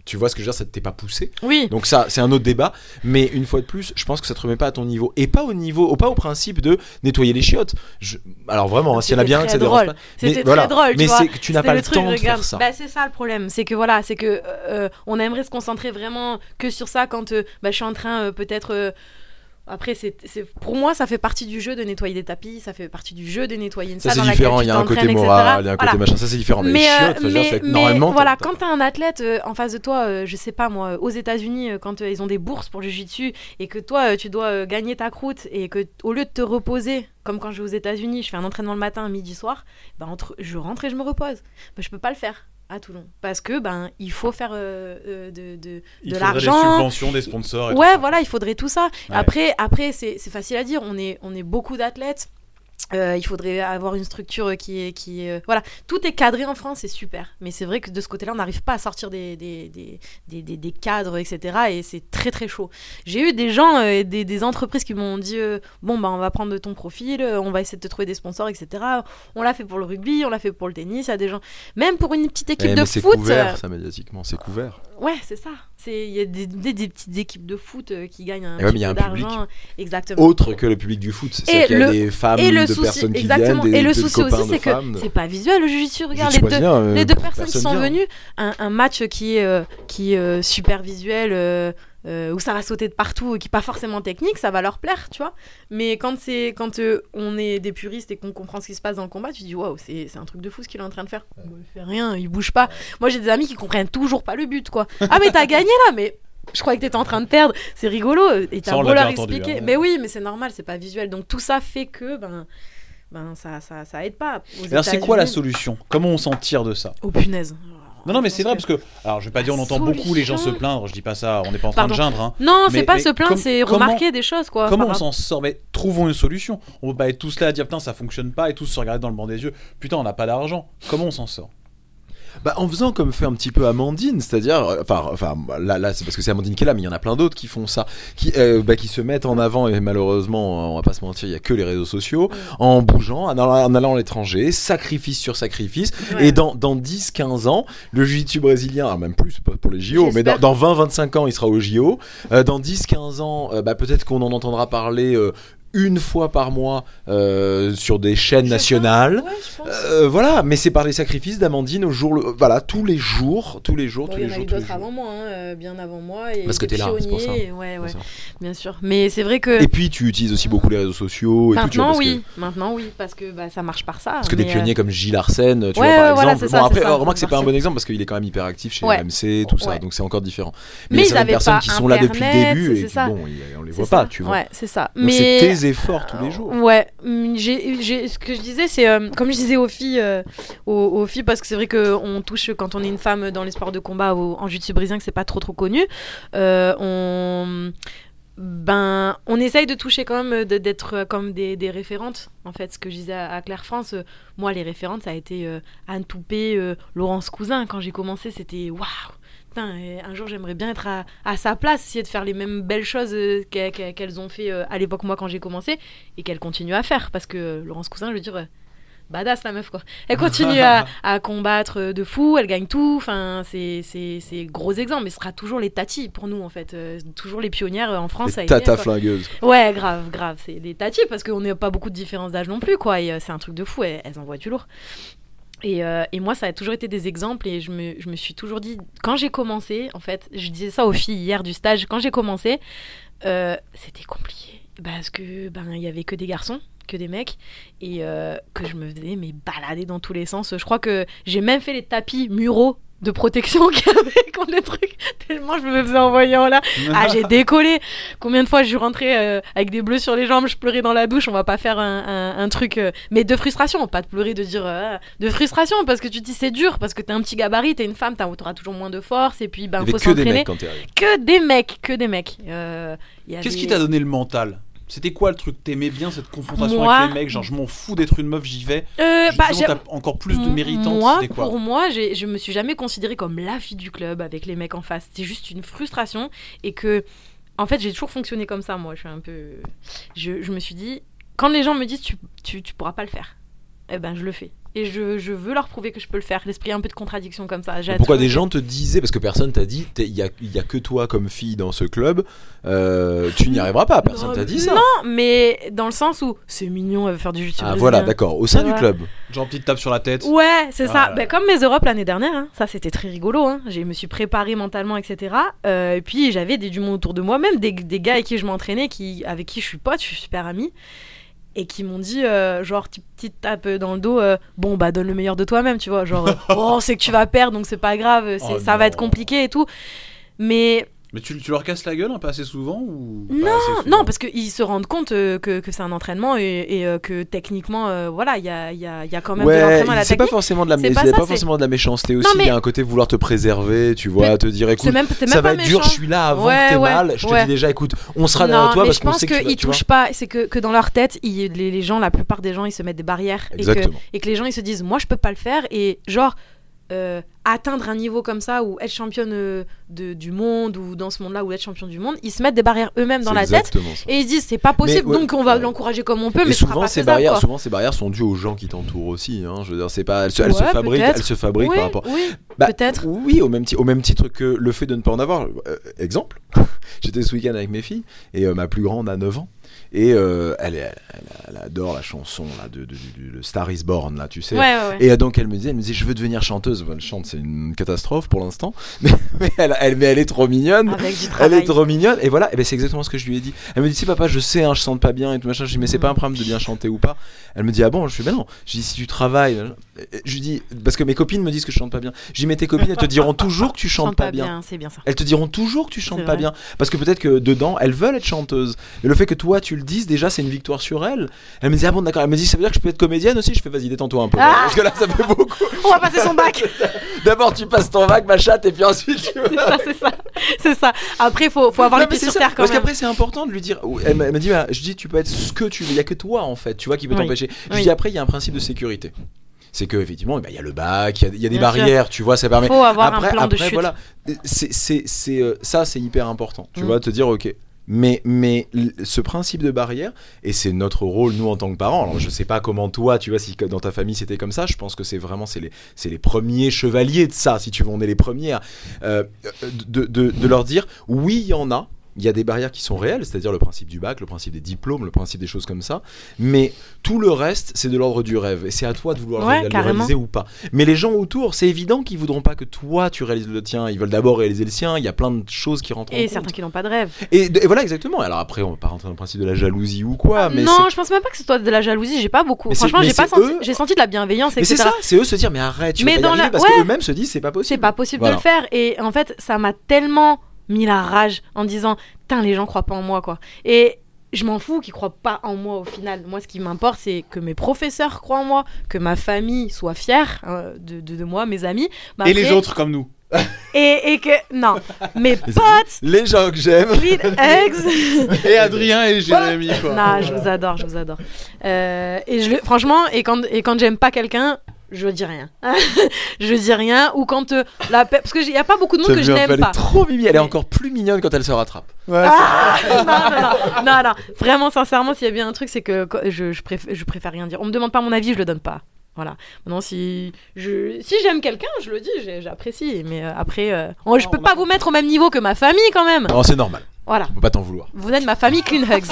Tu vois ce que je veux dire, ça t'est pas poussé. Oui. Donc ça, c'est un autre débat. Mais une fois de plus, je pense que ça te remet pas à ton niveau. Et pas au niveau, pas au principe de nettoyer les chiottes. Je... Alors vraiment, hein, s'il y en a bien un que ça drôle. dérange pas. C'était mais très voilà. drôle, tu mais vois. c'est que tu n'as C'était pas le, le truc, temps de regarde. faire ça. Bah, c'est ça le problème. C'est que voilà, c'est que euh, on aimerait se concentrer vraiment que sur ça quand euh, bah, je suis en train euh, peut-être. Euh, Après, c'est, c'est, pour moi, ça fait partie du jeu de nettoyer des tapis, ça fait partie du jeu de nettoyer une Ça, salle c'est dans différent. laquelle Il y tu a un côté t'entraînes, moral, et cetera. il y a un côté Voilà. machin. Ça, c'est différent. Mais, Mais, les euh, chiottes, enfin, je veux dire, mais, c'est que mais normalement. voilà, t'as- quand t'as un athlète euh, en face de toi, euh, je sais pas moi, euh, aux États-Unis, euh, quand euh, ils ont des bourses pour le jiu-jitsu et que toi, euh, tu dois euh, gagner ta croûte et que au lieu de te reposer, comme quand je vais aux États-Unis, je fais un entraînement le matin, midi, soir, bah, entre, je rentre et je me repose. Bah, je peux pas le faire à Toulon parce que ben il faut faire euh, euh, de, de, Il de faudrait l'argent. des subventions, des sponsors. Et tout Ouais, ça. voilà, il faudrait tout ça. Ouais. Après, après c'est, c'est facile à dire. On est, on est beaucoup d'athlètes. Euh, il faudrait avoir une structure qui est, qui est, euh, voilà, tout est cadré en France, c'est super. Mais c'est vrai que de ce côté-là, on n'arrive pas à sortir des, des, des, des, des, des cadres, et cetera. Et c'est très très chaud. J'ai eu des gens, euh, des, des entreprises qui m'ont dit euh, bon bah on va prendre de ton profil, euh, on va essayer de te trouver des sponsors, et cetera. On l'a fait pour le rugby, on l'a fait pour le tennis. Il y a des gens, même pour une petite équipe Eh, de mais c'est foot. couvert, euh, ça médiatiquement, c'est couvert. Ouais, c'est ça. C'est il y a des, des, des petites équipes de foot euh, qui gagnent un Et ouais, petit mais il y a peu un public d'argent. Exactement. Autre que le public du foot, c'est Et qu'il y a le- des femmes, Et le de souci, personnes qui exactement. viennent, des, et le des souci copains aussi, de c'est que femmes, de- c'est pas visuel le jiu-jitsu. Regarde, Jiu-jitsu les deux, brésilien, euh, les deux personnes qui personne sont vient. venues, un, un match qui est, euh, qui est euh, super visuel, euh, euh, où ça va sauter de partout, qui est pas forcément technique, ça va leur plaire, tu vois. Mais quand c'est quand euh, on est des puristes et qu'on comprend ce qui se passe dans le combat, tu dis waouh, c'est, c'est un truc de fou ce qu'il est en train de faire. Bon, il fait rien, il bouge pas. Moi, j'ai des amis qui comprennent toujours pas le but, quoi. Ah mais t'as gagné là, mais je croyais que t'étais en train de perdre, c'est rigolo. Et t'as Ça, on beau l'a leur bien entendu, expliquer. hein. Mais oui, mais c'est normal, c'est pas visuel. Donc tout ça fait que ben ben ça ça ça aide pas. Aux Alors, c'est quoi la États-Unis- solution? Comment on s'en tire de ça? Oh punaise. Non, non, mais Je c'est pense vrai, parce que. Alors, je vais pas dire, on entend beaucoup les gens se solution- plaindre, je dis pas ça, on n'est pas en train Pardon. de geindre. Hein. Non, Mais- c'est pas mais se plaindre, com- c'est comment- remarquer des choses, quoi. Comment par on rapport- s'en sort? Mais trouvons une solution. On va pas être tous là à dire putain, ça fonctionne pas et tous se regarder dans le banc des yeux. Putain, on n'a pas d'argent. Comment on s'en sort? Bah, en faisant comme fait un petit peu Amandine, c'est-à-dire, euh, enfin, enfin, là, là, c'est parce que c'est Amandine qui est là, mais il y en a plein d'autres qui font ça, qui, euh, bah, qui se mettent en avant, et malheureusement, on va pas se mentir, il y a que les réseaux sociaux, en bougeant, en allant, en allant à l'étranger, sacrifice sur sacrifice, Ouais. et dans, dans dix quinze ans, le jiu-jitsu brésilien, alors même plus, pas pour les J O, mais J'espère. dans, dans vingt vingt-cinq ans, il sera au J O, euh, dans dix quinze ans, euh, bah, peut-être qu'on en entendra parler euh, une fois par mois euh, sur des chaînes Je nationales. pense, ouais, je pense. Euh, voilà, mais c'est par les sacrifices d'Amandine au jour, le, voilà, tous les jours, tous les jours, Bon, tous il y les en a jours, eu tous les d'autres jours. avant moi, hein, euh, bien avant moi. Et Parce que des t'es là, c'est pour ça. pionniers, Ouais, ouais, C'est ça. bien sûr. Mais c'est vrai que Et puis tu utilises aussi beaucoup les réseaux sociaux et tout, tu vois, maintenant, parce oui, que, maintenant, oui, parce que bah, ça marche par ça. parce que des mais, pionniers euh, comme Gilles Arsène, tu ouais, vois, ouais, par voilà, exemple. c'est ça, bon, après, c'est ça. remarque, c'est pas un bon Merci. exemple parce qu'il est quand même hyper actif chez Ouais. M C, tout ça, Ouais. donc c'est encore différent. Mais il y a ils certaines avaient personnes pas qui sont là depuis le Internet, début c'est et qui, ça. bon, on les C'est voit ça. pas, tu vois. Ouais, c'est ça. Donc mais c'est tes efforts tous les jours. Ouais, hum, j'ai, j'ai, ce que je disais, c'est euh, comme je disais aux filles, euh, aux, aux filles, parce que c'est vrai qu'on touche quand on est une femme dans les sports de combat au, en jiu-jitsu brésilien, que c'est pas trop trop connu. Euh, on, ben, on essaye de toucher quand même, de, d'être comme des, des référentes. En fait, ce que je disais à, à Claire France, euh, moi les référentes, ça a été euh, Anne Toupé, euh, Laurence Cousin. Quand j'ai commencé, c'était waouh. Putain, et un jour j'aimerais bien être à, à sa place, essayer de faire les mêmes belles choses euh, qu'elles, qu'elles ont fait euh, à l'époque moi quand j'ai commencé et qu'elles continuent à faire parce que euh, Laurence Cousin, je veux dire, euh, badass la meuf quoi. Elle continue à, à combattre euh, de fou, elle gagne tout, enfin c'est, c'est, c'est gros exemple, mais ce sera toujours les tatis pour nous en fait, euh, toujours les pionnières euh, en France. ça a Les été, tata quoi. flingueuses. Ouais, grave, grave, c'est les tatis parce qu'on n'a pas beaucoup de différence d'âge non plus quoi, et euh, c'est un truc de fou, elles, elles envoient du lourd. Et, euh, et moi, ça a toujours été des exemples et je me, je me suis toujours dit, quand j'ai commencé, en fait, je disais ça aux filles hier du stage, quand j'ai commencé, euh, c'était compliqué parce que ben il y avait que des garçons, que des mecs et euh, que je me faisais mais balader dans tous les sens. Je crois que j'ai même fait les tapis muraux de protection qu'il y avait contre les trucs tellement je me faisais envoyer en là. Ah, j'ai décollé. Combien de fois je suis rentrée euh, avec des bleus sur les jambes, je pleurais dans la douche. On va pas faire un, un, un truc, euh, mais de frustration, pas de pleurer, de dire euh, de frustration parce que tu te dis c'est dur parce que t'es un petit gabarit, t'es une femme, t'auras toujours moins de force et puis ben Il y faut avait que des s'entraîner. mecs quand t'es arrivé. Que des mecs, que des mecs. Euh, il y Qu'est-ce avait- qui t'a donné le mental? C'était quoi le truc? T'aimais bien cette confrontation Moi- avec les mecs? Genre, je m'en fous d'être une meuf, j'y vais. Euh, bah, Justement, j'ai- t'as encore plus de M- méritantes. Moi, C'était quoi? pour moi, j'ai, je me suis jamais considérée comme la fille du club avec les mecs en face. C'est juste une frustration et que, en fait, j'ai toujours fonctionné comme ça. Moi, je suis un peu, je, je me suis dit, quand les gens me disent tu, tu, tu pourras pas le faire, eh ben je le fais. et je, je veux leur prouver que je peux le faire. L'esprit un peu de contradiction comme ça. J'ai Pourquoi trouvé des que- gens te disaient, parce que personne t'a dit, il y a, y a que toi comme fille dans ce club, euh, tu n'y arriveras pas, personne Non, t'a dit ça. Non, mais dans le sens où c'est mignon, elle veut faire du jiu-jitsu Ah brésilien. voilà, d'accord, au sein du Ouais. club. Genre petite tape sur la tête. Ouais, c'est Ah ça. là Ben, là. comme mes Europes l'année dernière, hein. Ça c'était très rigolo. Hein. Je me suis préparée mentalement, et cetera. Euh, et puis j'avais des, du monde autour de moi, même des, des gars avec qui je m'entraînais, qui, avec qui je suis pote, je suis super amie, et qui m'ont dit, euh, genre, petite, petite tape dans le dos, euh, bon, bah donne le meilleur de toi-même, tu vois. Genre, euh, oh, on sait que tu vas perdre, donc c'est pas grave, c'est, Oh ça non. va être compliqué et tout. Mais Mais tu, tu leur casses la gueule un peu assez souvent ou pas non, assez souvent non, parce qu'ils se rendent compte euh, que, que c'est un entraînement et, et, euh, que techniquement, euh, voilà, il y a, il y, a, il y a quand même de Ouais, l'entraînement à la c'est pas technique. forcément de la, C'est c'est pas pas ça, c'est- forcément de la méchanceté aussi. Non, Il mais- y a un côté vouloir te préserver, tu vois, Mais te dire, écoute, C'est même, c'est même ça pas va être dur, méchant. je suis là avant Ouais, que t'aies ouais, mal. Je te ouais. dis déjà, écoute, on sera Non, derrière toi mais parce je qu'on pense sait que tu vas- qu'ils tu vois. touchent pas. C'est que, que dans leur tête, ils- les, les gens, la plupart des gens, ils se mettent des barrières et que, Exactement. et que les gens, ils se disent, moi, je peux pas le faire et genre. euh, atteindre un niveau comme ça ou être championne euh, de, du monde ou dans ce monde-là ou être champion du monde, ils se mettent des barrières eux-mêmes dans C'est la tête exactement ça. et ils se disent c'est pas possible Mais ouais, donc on va ouais. l'encourager comme on peut Et mais ce sera souvent pas ces faisable, barrières, quoi. souvent ces barrières sont dues aux gens qui t'entourent aussi. Hein. Je veux dire, c'est pas, elles se, elles se Ouais, fabriquent, peut-être. elles se fabriquent Oui, par rapport. oui, Bah, peut-être. Oui, au même, ti- au même titre que le fait de ne pas en avoir. Euh, exemple, j'étais ce week-end avec mes filles et euh, ma plus grande a neuf ans et euh, elle, est- elle, elle adore la chanson là, de, de, de- de Star is Born, là, tu sais. Ouais, ouais, ouais. Et euh, donc elle me disait, elle me disait, je veux devenir chanteuse. Bon, elle chante, c'est une catastrophe pour l'instant, mais, mais, elle, elle, mais elle est trop mignonne. Avec du Elle travail. est trop mignonne et voilà, et ben c'est exactement ce que je lui ai dit. Elle me dit, si papa, je sais, hein, je chante pas bien et tout machin. Je dis, mais c'est pas un problème de bien chanter ou pas. Elle me dit, ah bon? Je fais, ben non. Je dis, si tu travailles, je lui dis, parce que mes copines me disent que je chante pas bien. Je dis, mais tes copines, elles te diront toujours que tu chantes Chante pas bien. c'est bien ça. Elles te diront toujours que tu chantes C'est pas vrai. bien. Parce que peut-être que dedans, elles veulent être chanteuses. Et le fait que toi, tu le dises, déjà, c'est une victoire sur elles. Elle me dit, ah bon, d'accord. Elle me dit, ça veut dire que je peux être comédienne aussi? Je fais, vas-y, détends-toi un peu. Ah Parce que là, ça fait beaucoup. On va passer son bac. D'abord, tu passes ton bac, ma chatte, et puis ensuite, tu C'est ça, c'est ça. C'est ça. Après, faut, faut avoir Non, les mais pieds c'est sur ça, terre quand parce même. qu'après c'est important de lui dire. Elle m'a elle m'a dit, bah, je dis tu peux être ce que tu veux, il y a que toi en fait, tu vois, qui peut Oui. t'empêcher. Je Oui. dis après il y a un principe de sécurité. C'est que effectivement, bah, il y a le bac, il y a- il y, a des Bien barrières, tu vois, ça permet. Faut avoir après, un plan de après, chute. voilà, c'est c'est c'est euh, ça c'est hyper important, tu Mm. vois, te dire ok. Mais, mais l- ce principe de barrière, et c'est notre rôle, nous, en tant que parents, alors je sais pas comment toi, tu vois, si dans ta famille c'était comme ça, je pense que c'est vraiment, c'est les, c'est les premiers chevaliers de ça, si tu veux, on est les premiers, à, euh, de, de, de leur dire, oui, il y en a, il y a des barrières qui sont réelles, c'est-à-dire le principe du bac, le principe des diplômes, le principe des choses comme ça, mais tout le reste, c'est de l'ordre du rêve, et c'est à toi de vouloir Ouais, le carrément. réaliser ou pas. Mais les gens autour, c'est évident qu'ils voudront pas que toi, tu réalises le tien, ils veulent d'abord réaliser le sien, il y a plein de choses qui rentrent en Et compte. certains qui n'ont pas de rêve. Et, et voilà, exactement. Alors après, on va pas rentrer dans le principe de la jalousie ou quoi, mais non, c'est- je pense même pas que ce soit de la jalousie. J'ai pas beaucoup. Mais c'est- Franchement, mais j'ai pas c'est senti. eux- J'ai senti de la bienveillance, mais c'est et cetera. ça, c'est eux se dire mais arrête, tu Mais vas pas y dans arriver la- parce ouais. qu'eux-mêmes se disent c'est pas possible. C'est pas possible Voilà. de le faire. Et en fait, ça m'a tellement mis la rage en disant, putain, les gens croient pas en moi, quoi. Et je m'en fous qu'ils croient pas en moi au final. Moi, ce qui m'importe, c'est que mes professeurs croient en moi, que ma famille soit fière hein, de, de, de moi, mes amis. Bah, Et les après- autres comme nous. Et, et que non, mes potes, Les gens que j'aime. Lead Eggs. Et Adrien et Jérémy, quoi. Non, je vous adore, je vous adore. Euh, et je le, franchement, et quand, et quand j'aime pas quelqu'un, je dis rien. Je dis rien. Ou quand euh, la pe- parce que il y a pas beaucoup de monde T'as que vu je un peu, n'aime elle pas. est trop mimi, elle est Mais- encore plus mignonne quand elle se rattrape. Ah non, non, non, non, non. Vraiment, sincèrement, s'il y a bien un truc, c'est que quand- je, je, préfère, je préfère rien dire. On me demande pas mon avis, je le donne pas. Voilà. Maintenant, si je, si j'aime quelqu'un, je le dis, j'ai- j'apprécie. Mais euh, après, euh, oh, je Non, peux on pas a- vous mettre au même niveau que ma famille quand même. Non, c'est normal. Voilà. On peut pas t'en vouloir. Vous êtes ma famille Clean Hugs.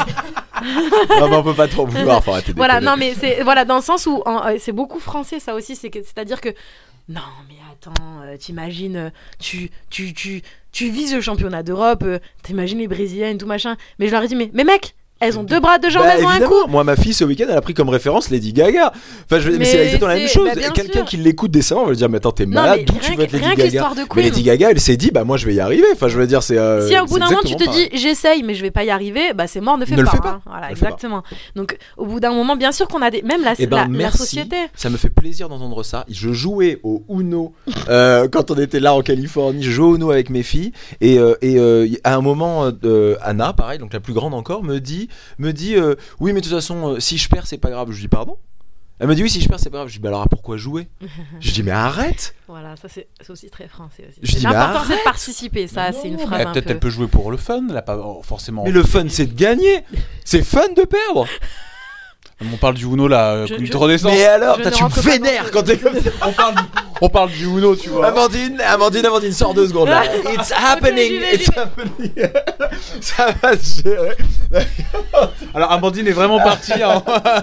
Non, mais on peut pas t'en vouloir. Faut arrêter de Voilà, déconner. non, mais c'est voilà dans le sens où en- euh, c'est beaucoup français ça aussi, c'est que c'est-à-dire que non, mais attends, euh, t'imagines, euh, tu tu tu tu vises le championnat d'Europe, euh, t'imagines les Brésiliennes tout machin, mais je leur ai dit mais mais mec, elles ont deux bras, deux jambes, Bah, elles ont un évidemment. cou. Moi, ma fille, ce week-end, elle a pris comme référence Lady Gaga. Enfin, je veux- mais Mais c'est exactement la même c'est- chose. bah, bien Quelqu'un sûr. qui l'écoute décemment va lui dire mais attends, t'es Non, malade, mais d'où tu rien veux être que- Lady rien que Gaga? l'histoire de Mais Queen. Lady Gaga, elle s'est dit bah moi je vais y arriver. Enfin, je veux dire, c'est. euh, Si au bout c'est d'un moment tu te exactement dis pareil. j'essaye mais je vais pas y arriver, bah c'est mort, ne fais Ne le pas. fais pas. hein. Voilà, Ne le fais pas. exactement. Donc au bout d'un moment, bien sûr qu'on a des même la, Eh ben, la, la merci. société. Ça me fait plaisir d'entendre ça. Je jouais au Uno euh, quand on était là en Californie. Je jouais au Uno avec mes filles et, euh, et euh, à un moment, euh, Anna, pareil, donc la plus grande encore, me dit, me dit, euh, oui, mais de toute façon, euh, si je perds, c'est pas grave. Je dis pardon. Elle me dit oui, si je perds, c'est pas grave. Je dis bah alors pourquoi jouer? Je dis mais arrête. Voilà, ça c'est c'est aussi très français aussi. Je C'est dis, mais l'important c'est de arrête. participer, ça c'est une Non, phrase mais un peut-être peu. elle peut jouer pour le fun, elle a pas oh, forcément. Mais le fun, c'est de gagner. C'est fun de perdre. On parle du Uno là, Je- comme je- te redescends. Mais alors, Je t'as- ne tu me rentre pas vénères dans quand t'es comme ça. On parle, du... on parle du Uno, tu vois. Amandine, Amandine, Amandine, sors deux secondes là. It's happening, j'y vais, it's j'y vais. happening. Ça va se gérer. Alors Amandine est vraiment partie. Hein.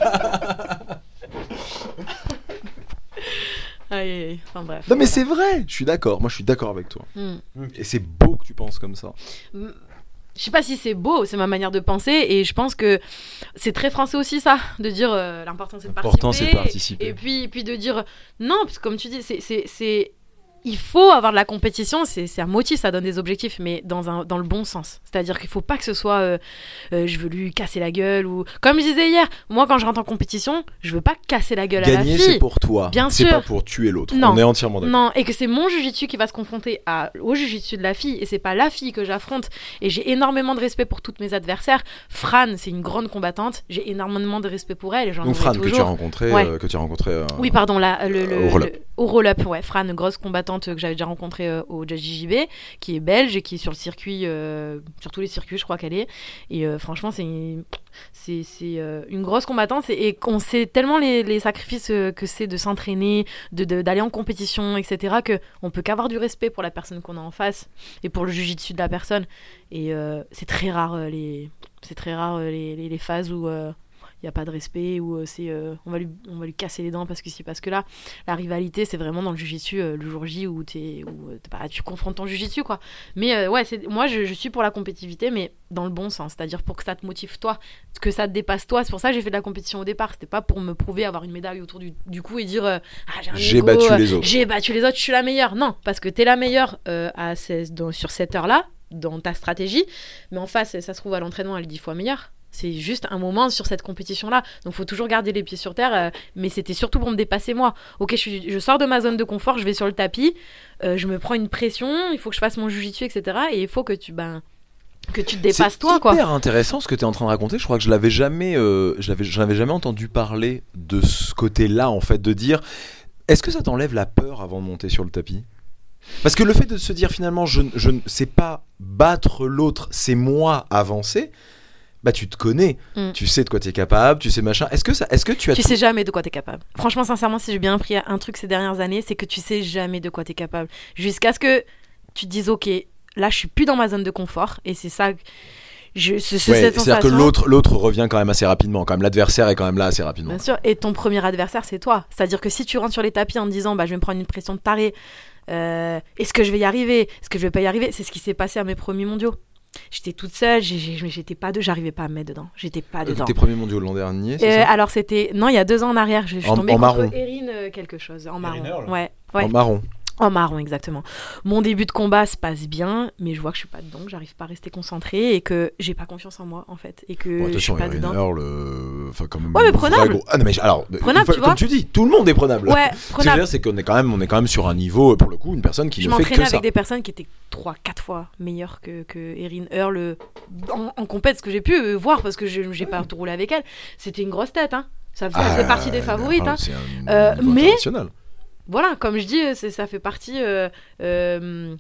Aïe, aïe, aïe. Enfin bref. Non mais c'est vrai, je suis d'accord, moi je suis d'accord avec toi. Hmm. Et c'est beau que tu penses comme ça. Je sais pas si c'est beau, c'est ma manière de penser et je pense que c'est très français aussi ça, de dire euh, l'important c'est de participer. L'important, c'est de participer. Et puis, puis de dire non, parce que comme tu dis, c'est, c'est, c'est... il faut avoir de la compétition, c'est, c'est un motif, ça donne des objectifs, mais dans, un, dans le bon sens. C'est-à-dire qu'il faut pas que ce soit euh, euh, je veux lui casser la gueule ou. Comme je disais hier, moi quand je rentre en compétition, je veux pas casser la gueule à la Gagner fille. c'est pour toi, Bien c'est sûr. pas pour tuer l'autre. Non. On est entièrement d'accord. Non, et que c'est mon jujitsu qui va se confronter à, au jujitsu de la fille, et c'est pas la fille que j'affronte. Et j'ai énormément de respect pour toutes mes adversaires. Fran, c'est une grande combattante, j'ai énormément de respect pour elle. Et j'en Donc aurai Fran que toujours. tu as rencontré, Ouais. euh, que tu as rencontré. euh, Oui, pardon, là, le, le, Au roll-up. le- au roll-up, ouais. Fran, grosse combattante que j'avais déjà rencontrée euh, au J J B, qui est belge et qui est sur le circuit, euh, sur tous les circuits, je crois qu'elle est. Et euh, franchement, c'est une, c'est, c'est, euh, une grosse combattante et, et on sait tellement les, les sacrifices euh, que c'est de s'entraîner, de, de- d'aller en compétition, et cetera, qu'on peut qu'avoir du respect pour la personne qu'on a en face et pour le jujitsu de la personne. Et euh, c'est très rare, euh, les, c'est très rare euh, les, les, les phases où. euh, il n'y a pas de respect, ou euh, c'est, euh, on, va lui, on va lui casser les dents parce que si, parce que là, la rivalité, c'est vraiment dans le jujitsu euh, le jour J où, t'es, où euh, t'es pas- tu confrontes ton jujitsu, quoi. Mais euh, ouais, c'est, moi, je, je suis pour la compétitivité, mais dans le bon sens, c'est-à-dire pour que ça te motive toi, que ça te dépasse toi. C'est pour ça que j'ai fait de la compétition au départ. C'était pas pour me prouver, avoir une médaille autour du, du cou et dire euh, ah, j'ai un J'ai ego, battu euh, les autres. J'ai battu les autres, je suis la meilleure. Non, parce que t'es la meilleure euh, à seize dans- sur cette heure-là, dans ta stratégie, mais en face, ça se trouve à l'entraînement, elle est dix fois meilleure. C'est juste un moment sur cette compétition-là. Donc, il faut toujours garder les pieds sur terre. euh, mais c'était surtout pour me dépasser moi. Ok, je, suis, je sors de ma zone de confort, je vais sur le tapis, euh, je me prends une pression, il faut que je fasse mon jujitsu, et cetera. Et il faut que tu, ben, que tu te dépasses c'est toi, quoi. hyper intéressant ce que tu es en train de raconter. Je crois que je l'avais jamais, euh, je l'avais, je n'avais jamais entendu parler de ce côté-là, en fait, de dire est-ce que ça t'enlève la peur avant de monter sur le tapis? Parce que le fait de se dire finalement je, je ne sais pas battre l'autre, c'est moi avancer. Bah tu te connais, Mm. tu sais de quoi tu es capable, tu sais machin. Est-ce que ça, est-ce que tu as Tu tout- sais jamais de quoi t'es capable. Franchement, sincèrement, si j'ai bien appris un truc ces dernières années, c'est que tu sais jamais de quoi t'es capable. Jusqu'à ce que tu te dises, ok, là, je suis plus dans ma zone de confort. Et c'est ça, que je, c'est, c'est Ouais, cette c'est-à-dire que sensation. l'autre, l'autre revient quand même assez rapidement. Quand même, l'adversaire est quand même là assez rapidement. Bien sûr. Et ton premier adversaire, c'est toi. C'est-à-dire que si tu rentres sur les tapis en te disant, bah, je vais me prendre une pression de taré, euh, est-ce que je vais y arriver? Est-ce que je vais pas y arriver? C'est ce qui s'est passé à mes premiers mondiaux. J'étais toute seule, j'ai, j'ai, j'étais pas de, j'arrivais pas à me mettre dedans. J'étais pas dedans. Tes premiers mondiaux l'an dernier, c'est Euh, ça alors c'était non il y a deux ans en arrière, je suis En- tombée en contre marron. Erin euh, quelque chose en marron. Erin Earl. Ouais, ouais. En marron. En marron, exactement. Mon début de combat se passe bien, mais je vois que je suis pas dedans, que j'arrive pas à rester concentrée et que j'ai pas confiance en moi en fait et que Bon, je suis attention, pas Erin dedans. Earl, euh, enfin quand même. Ouais, mais un vrai prenable. gros- Ah non mais alors, Prenable, une fois- tu comme vois. tu dis, tout le monde est prenable. Ouais, Ce que je veux prenable. dire, c'est qu'on est quand même, on est quand même sur un niveau, pour le coup, une personne qui Je ne fait m'entraînais que avec ça. des personnes qui étaient trois quatre fois meilleures que, que Erin Earl euh, en, en compète, ce que j'ai pu euh, voir parce que je j'ai pas tout roulé avec elle. C'était une grosse tête, hein. Ça fait, Ah, ça fait partie des favorites, Earl, hein. c'est un Euh, niveau mais- international. Voilà, comme je dis, c'est, ça fait partie euh, euh,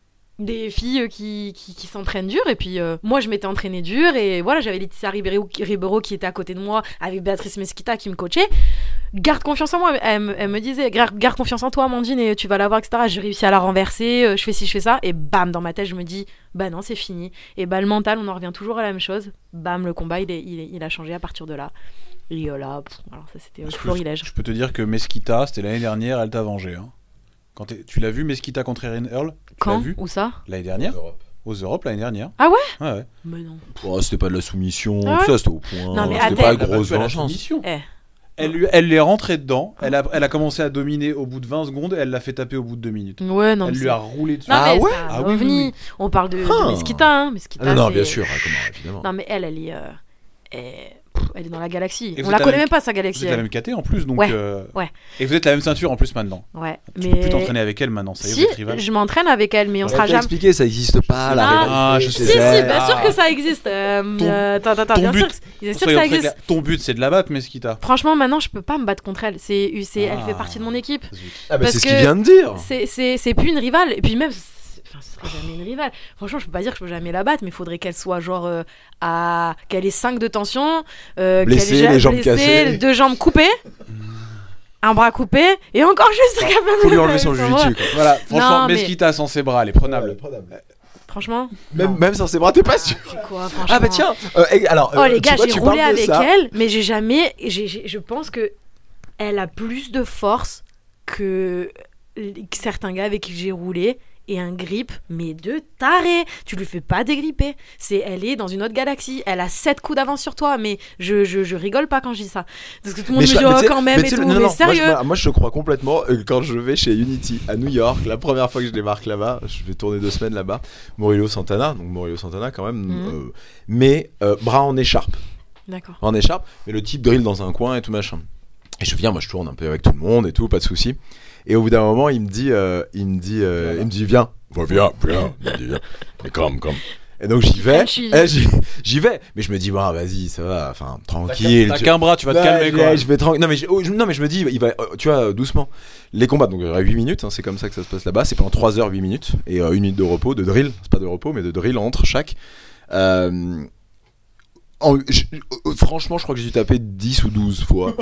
des filles qui, qui, qui s'entraînent dur. Et puis, euh, moi, je m'étais entraînée dur. Et voilà, j'avais Laetitia Ribeiro, Ribeiro qui était à côté de moi, avec Béatrice Mesquita qui me coachait. Garde confiance en moi. Elle, me- elle me disait, garde, garde confiance en toi, Amandine, et tu vas l'avoir, et cetera. J'ai réussi à la renverser. euh, Je fais ci, je fais ça. Et bam, dans ma tête, je me dis, bah non, c'est fini. Et bah, le mental, on en revient toujours à la même chose. Bam, le combat, il, est, il, est- il a changé à partir de là. Et euh, là, pff, alors ça, c'était euh, Je peux- florilège. Je peux te dire que Mesquita, c'était l'année dernière, elle t'a vengé. Hein. Quand t'es- tu l'as vu, Mesquita contre Erin Earl? Tu l'as Quand? vu Où ça? L'année dernière Aux Europes l'année dernière. Ah ouais? Ouais, ouais. Mais non. Oh, c'était pas de la soumission, Ah tout ça, c'était au point. Non, mais c'était attends. pas Elle a grosse pas fait la vengeance. soumission. Eh. Elle, lui, elle lui est rentrée dedans, elle a, elle a commencé à dominer au bout de vingt secondes et elle l'a fait taper au bout de deux minutes. Ouais, non, elle mais lui c'est- a roulé dessus. Non, Ah mais ouais c'est un Ah oui, oui, ovni. oui. On parle de, de Ah. Mesquita, hein. Mesquita, Ah non, non, c'est- bien sûr, ah, comment, évidemment. Non, mais elle, elle est, euh, elle, pff, elle est dans la galaxie. Et On vous la êtes à connaît la- même pas, sa Vous galaxie. êtes la elle. même caté en plus, donc. Ouais, euh, ouais. Et vous êtes la même ceinture en plus maintenant. Ouais, Tu mais... peux plus t'entraîner avec elle maintenant, ça y est, Si, vous êtes rivales. je m'entraîne avec elle, mais on On sera t'a jamais... expliqué, ça existe pas, la Ah, rivalité, ah, je c'est Si, si, ça. bien sûr Ah. que ça existe. Euh, Ton- euh, attends, attends, ton bien but- sûr, que- bien sûr que Soyons ça très existe. clairs, ton but c'est de la battre, Mesquita. Franchement, maintenant, je peux pas me battre contre elle. C'est, c'est, Elle Ah. fait partie de mon équipe. Ah bah Parce c'est ce que qu'il vient de dire. C'est, c'est, c'est plus une rivale. Et puis même, c'est- enfin, ce serait jamais une rivale. Franchement, je peux pas dire que je peux jamais la battre, mais il faudrait qu'elle soit genre euh, à qu'elle ait cinq de tension, euh, Blessée, qu'elle ait les jambes blessée, cassées. deux jambes coupées, un bras coupé, et encore je serais capable Faut de lui enlever son faire jujitsu, quoi. Voilà, franchement, Non, mais- Mesquita sans ses bras, elle est prenable. Franchement, Même, non. même sans ses bras, t'es pas sûr. C'est quoi, franchement. Ah bah tiens, euh, et- alors. Oh euh, les tu gars, vois, j'ai tu roulé parles de avec ça. elle, mais j'ai jamais. j'ai- j'ai- je pense que elle a plus de force que l- que certains gars avec qui j'ai roulé. Et un grip, mais de taré. Tu lui fais pas dégripper. C'est, elle est dans une autre galaxie. Elle a sept coups d'avance sur toi. Mais je, je, je rigole pas quand je dis ça. Parce que tout le monde Mais me je- dit mais oh tu sais- quand même mais et tu sais, tout. non, Mais non, moi, sérieux. je- moi, moi, je te crois complètement. euh, Quand je vais chez Unity à New York, la première fois que je débarque là-bas, je vais tourner deux semaines là-bas. Murillo Santana, donc Murillo Santana quand même, Mhm. euh, mais euh, bras en écharpe, D'accord. bras en écharpe, mais le type drill dans un coin et tout machin. Et je viens, moi je tourne un peu avec tout le monde et tout, pas de souci. Et au bout d'un moment, il me dit, euh, il me dit, euh, Voilà. il me dit, viens, Va, viens, viens, il me dit, viens, mais comme, comme. Et donc j'y vais, Frenchy. eh, j'y, j'y vais, mais je me dis, bon, vas-y, ça va, enfin, tranquille. T'as tu- qu'un bras, tu vas te Ouais, calmer, je quoi. vais- Je vais tranquille. Non mais je, oh, je- non mais je me dis, il va, euh, tu vois, doucement. Les combats, donc à huit minutes, hein, c'est comme ça que ça se passe là-bas. C'est pendant trois heures huit minutes et euh, une minute de repos, de drill. C'est pas de repos, mais de drill entre chaque. Euh, en- je- euh, franchement, je crois que j'ai dû taper dix ou douze fois.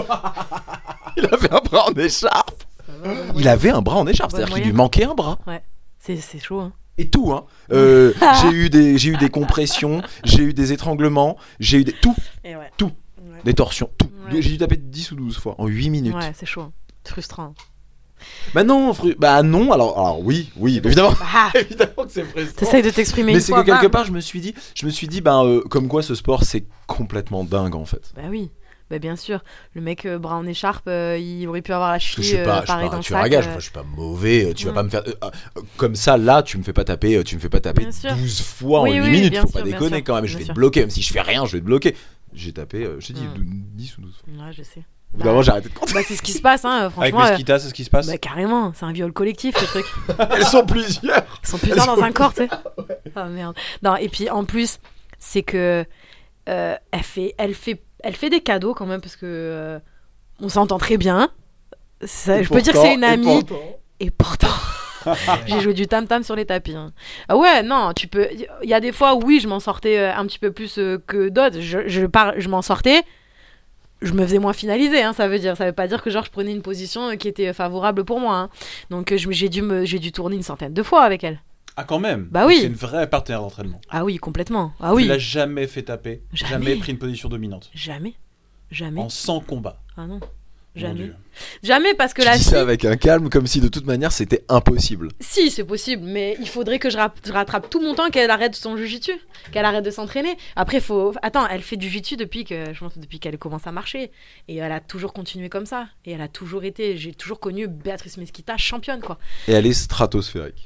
Il avait un bras en écharpe. Il avait un bras en écharpe, Ouais, c'est-à-dire qu'il moyen. lui manquait un bras. C'est, c'est chaud. Hein. Et tout, hein. Euh, j'ai eu des, j'ai eu des compressions, j'ai eu des étranglements, j'ai eu des, tout, Et ouais. Tout. Ouais. des torsions, tout. Ouais. J'ai dû taper dix ou douze fois en huit minutes. Ouais, c'est chaud. Hein. Frustrant. Bah non, fru- bah non, alors, alors oui, oui, évidemment, Ah, évidemment que c'est frustrant. t'essayes de t'exprimer Mais une c'est fois, que quelque bam. part, je me suis dit, je me suis dit, ben, euh, comme quoi ce sport, c'est complètement dingue en fait. Bah oui. Bah bien sûr. Le mec euh, bras en écharpe, euh, il aurait pu avoir la Parce que je cheville suis pas, euh, je suis pareil pas dans un le tueur à sac. gages, euh. enfin, je suis pas mauvais, euh, tu vas Mm. pas me faire euh, euh, comme ça là, tu me fais pas taper, euh, tu me fais pas taper Bien sûr. douze fois Oui, en huit oui, minutes, bien faut sûr, pas bien déconner sûr, quand même, je bien vais te sûr. bloquer, même si je fais rien, je vais te bloquer. J'ai tapé, euh, j'ai dit Mm. dix ou douze fois. Ouais, je sais. Au bout Bah, d'un moment, j'ai arrêté de compter. bah, c'est ce qui se passe, hein, Avec franchement. euh, Mesquita, c'est ce qui se passe. bah carrément, c'est un viol collectif le truc. Elles sont plusieurs. Ils sont plusieurs dans un corps, tu sais. Oh merde. Non, et puis en plus, c'est que euh, elle fait, elle fait, elle fait des cadeaux quand même parce que euh, on s'entend très bien. Ça, Et je peux dire que pourtant- c'est une et amie. pourtant- Et pourtant, j'ai joué du tam tam sur les tapis. hein. Ah ouais, non, tu peux. Il y a des fois, oui, je m'en sortais euh, un petit peu plus euh, que d'autres. Je, je pars, je m'en sortais. Je me faisais moins finaliser, hein, ça veut dire. Ça veut pas dire que genre je prenais une position euh, qui était favorable pour moi. hein. Donc euh, je- j'ai dû me, j'ai dû tourner une centaine de fois avec elle. Ah, quand même. Bah Donc, oui. C'est une vraie partenaire d'entraînement. Ah oui, complètement. Ah Tu oui. l'as jamais fait taper, Jamais. jamais pris une position dominante. Jamais. Jamais. En cent combats. Ah non. Mon Jamais. Dieu. Jamais parce que Tu la dis fille. ça avec un calme, comme si de toute manière c'était impossible. Si, c'est possible, mais il faudrait que je, rap- je rattrape tout mon temps, qu'elle arrête son jujitsu, qu'elle arrête de s'entraîner. Après, faut. Attends, elle fait du jujitsu depuis que je pense depuis qu'elle commence à marcher, et elle a toujours continué comme ça. Et elle a toujours été. J'ai toujours connu Béatrice Mesquita championne, quoi. Et elle est stratosphérique.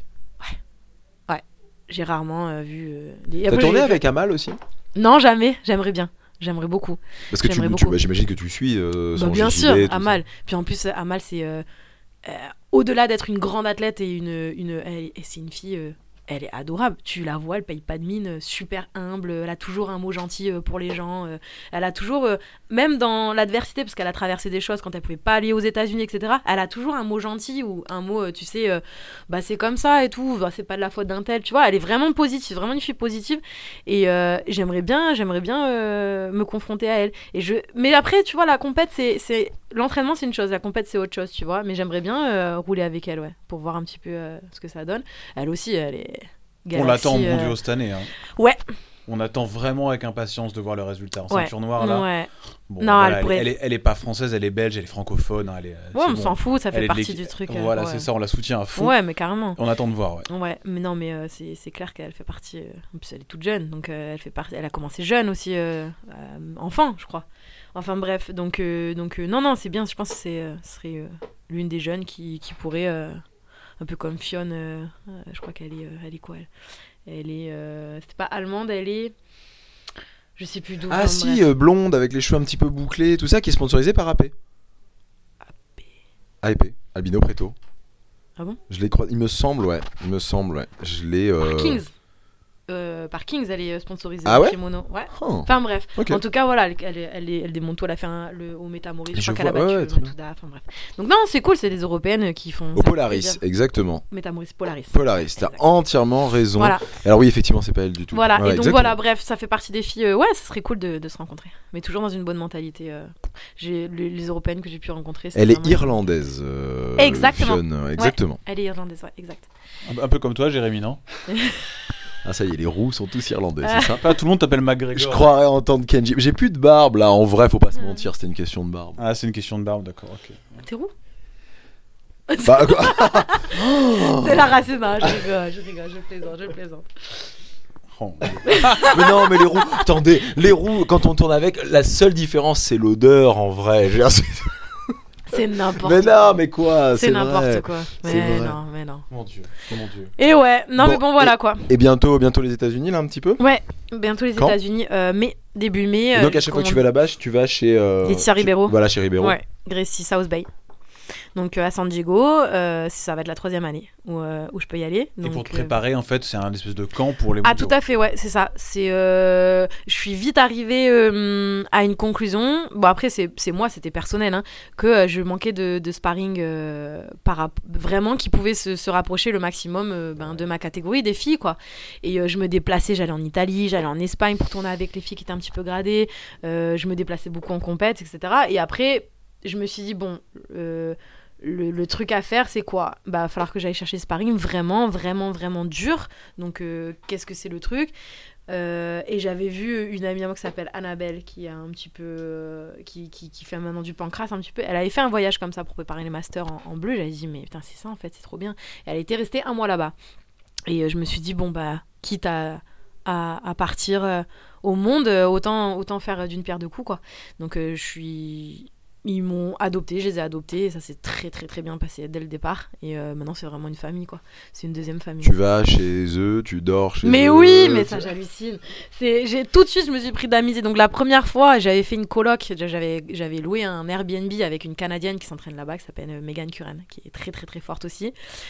J'ai rarement euh, vu. euh, les- T'as Après, tourné j'ai- avec Amal aussi? Non, jamais. J'aimerais bien. J'aimerais beaucoup. Parce que tu, J'aimerais tu beaucoup. bah, j'imagine que tu suis euh, Bah, son bien J J B, sûr, tout ça. Amal. Puis en plus, Amal, c'est euh, euh, au-delà d'être une grande athlète et une, une elle- et c'est une fille, euh, elle est adorable. Tu la vois, elle paye pas de mine, euh, super humble. Elle a toujours un mot gentil euh, pour les gens. euh, elle a toujours, euh, même dans l'adversité, parce qu'elle a traversé des choses quand elle pouvait pas aller aux États-Unis, et cetera. Elle a toujours un mot gentil ou un mot, euh, tu sais, euh, bah c'est comme ça et tout. Bah, c'est pas de la faute d'un tel, tu vois. Elle est vraiment positive, vraiment une fille positive. Et euh, j'aimerais bien, j'aimerais bien euh, me confronter à elle. Et je, mais après, tu vois, la compète, c'est, c'est l'entraînement, c'est une chose, la compète, c'est autre chose, tu vois. Mais j'aimerais bien euh, rouler avec elle, ouais, pour voir un petit peu euh, ce que ça donne. Elle aussi, elle est. On Galaxy, l'attend au euh, mondiaux cette année. hein. Ouais. On attend vraiment avec impatience de voir le résultat. En Ouais. ceinture noire, là. Ouais. Bon, Non, voilà, elle elle, pourrait- elle est, elle est pas française, elle est belge, elle est francophone. hein, elle est, euh, Ouais, c'est on bon. s'en fout, ça Elle fait est de partie l'équipe- du truc. euh, Voilà, ouais. c'est ça, on la soutient à fond. Ouais, mais carrément. On attend de voir, ouais. Ouais, mais non, mais euh, c'est, c'est clair qu'elle fait partie. euh, En plus, elle est toute jeune, donc euh, elle fait partie. Elle a commencé jeune aussi, euh, euh, enfant, je crois. Enfin bref, donc euh, donc euh, non non, c'est bien. Je pense que c'est euh, ce serait euh, l'une des jeunes qui, qui pourrait euh, un peu comme Fionn. euh, euh, je crois qu'elle est euh, elle est quoi elle Elle est euh, c'est pas allemande, elle est. Je sais plus d'où. Ah enfin, si, bref. euh, blonde avec les cheveux un petit peu bouclés, tout ça, qui est sponsorisé par A P. A P. A P, Albino Preto. Ah bon Je l'ai croisé, il me semble, ouais. Il me semble, ouais. Je l'ai. Euh... Kings. euh, par Kings, elle est sponsorisée Ah ouais Kimono. Ouais. Oh. Enfin bref, Ok. en tout cas voilà, elle, elle, elle, est- elle démonte tout, elle a fait un, le, au Métamoris, je Je crois qu'elle a vois, battu ouais, le très bien. Matsuda, enfin bref. Donc non, c'est cool, c'est des Européennes qui font Au ça fait Polaris, plaisir. exactement. Métamoris Polaris. Polaris, t'as Exact. entièrement raison. Voilà, Alors oui, effectivement, c'est pas elle du tout. voilà. Ouais, et donc exactement. voilà, bref, ça fait partie des filles. euh, ouais, ce serait cool de, de se rencontrer, mais toujours dans une bonne mentalité. euh. J'ai les, les Européennes que j'ai pu rencontrer. c'était Elle est vraiment- irlandaise. euh, Exactement. Fionn, exactement. Elle est irlandaise, ouais, exact. Un, un peu comme toi, Jérémy, non? Ah ça y est, les roux sont tous irlandais, Ah. c'est ça? Pas tout le monde t'appelle McGregor. Je croirais entendre Kenji. J'ai plus de barbe là, en vrai, faut pas se Mm. mentir, c'était une question de barbe. Ah, c'est une question de barbe, d'accord, ok. T'es roux? Bah, quoi C'est la racine, hein, je rigole, je rigole, je plaisante, je plaisante. Oh. Mais non, mais les roux, attendez, les roux, quand on tourne avec, la seule différence c'est l'odeur en vrai. Je veux dire, c'est- C'est n'importe Mais quoi. non, mais quoi? C'est C'est n'importe vrai. quoi. C'est Mais vrai. non, mais non. Mon dieu, oh mon dieu. Et ouais, non Bon, mais bon voilà quoi. Et bientôt, bientôt les États-Unis là un petit peu. Ouais, bientôt les Quand États-Unis, euh, mai, début mai. Et euh, donc à chaque fois que tu vas là-bas, tu vas chez. Euh, Laetitia tu- Ribeiro. Voilà, chez Ribeiro. Ouais, Gracie South Bay. Donc euh, à San Diego, euh, ça va être la troisième année où, euh, où je peux y aller. Et Donc, pour te euh, préparer, en fait, c'est un espèce de camp pour les Ah mondiaux. tout à fait, ouais, c'est ça. C'est, euh, je suis vite arrivée euh, à une conclusion. Bon après c'est, c'est moi, c'était personnel, hein, que euh, je manquais de, de sparring euh, par rap- vraiment qui pouvait se, se rapprocher le maximum euh, ben, de ma catégorie des filles quoi. Et euh, je me déplaçais, j'allais en Italie, j'allais en Espagne pour tourner avec les filles qui étaient un petit peu gradées. Euh, je me déplaçais beaucoup en compète, et cetera. Et après je me suis dit bon. Euh, Le, le truc à faire, c'est quoi? Bah, va falloir que j'aille chercher sparring vraiment, vraiment, vraiment dur. Donc, euh, qu'est-ce que c'est le truc? Euh, et j'avais vu une amie à moi qui s'appelle Annabelle, qui a un petit peu, euh, qui, qui, qui fait maintenant du pancras un petit peu. Elle avait fait un voyage comme ça pour préparer les masters en, en bleu. J'avais dit mais putain c'est ça en fait, c'est trop bien. Et elle était restée un mois là-bas. Et euh, je me suis dit bon bah quitte à à, à partir euh, au monde, euh, autant autant faire euh, d'une pierre deux coups quoi. Donc euh, je suis ils m'ont adopté, je les ai adoptés et ça s'est très très très bien passé dès le départ et euh, maintenant c'est vraiment une famille quoi, c'est une deuxième famille. Tu vas chez eux, tu dors chez Mais eux. oui, mais tu- ça j'hallucine. C'est, j'ai tout de suite je me suis pris d'amitié. Donc la première fois j'avais fait une coloc, j'avais j'avais loué un Airbnb avec une Canadienne qui s'entraîne là-bas qui s'appelle euh, Megan Curran, qui est très très très forte aussi.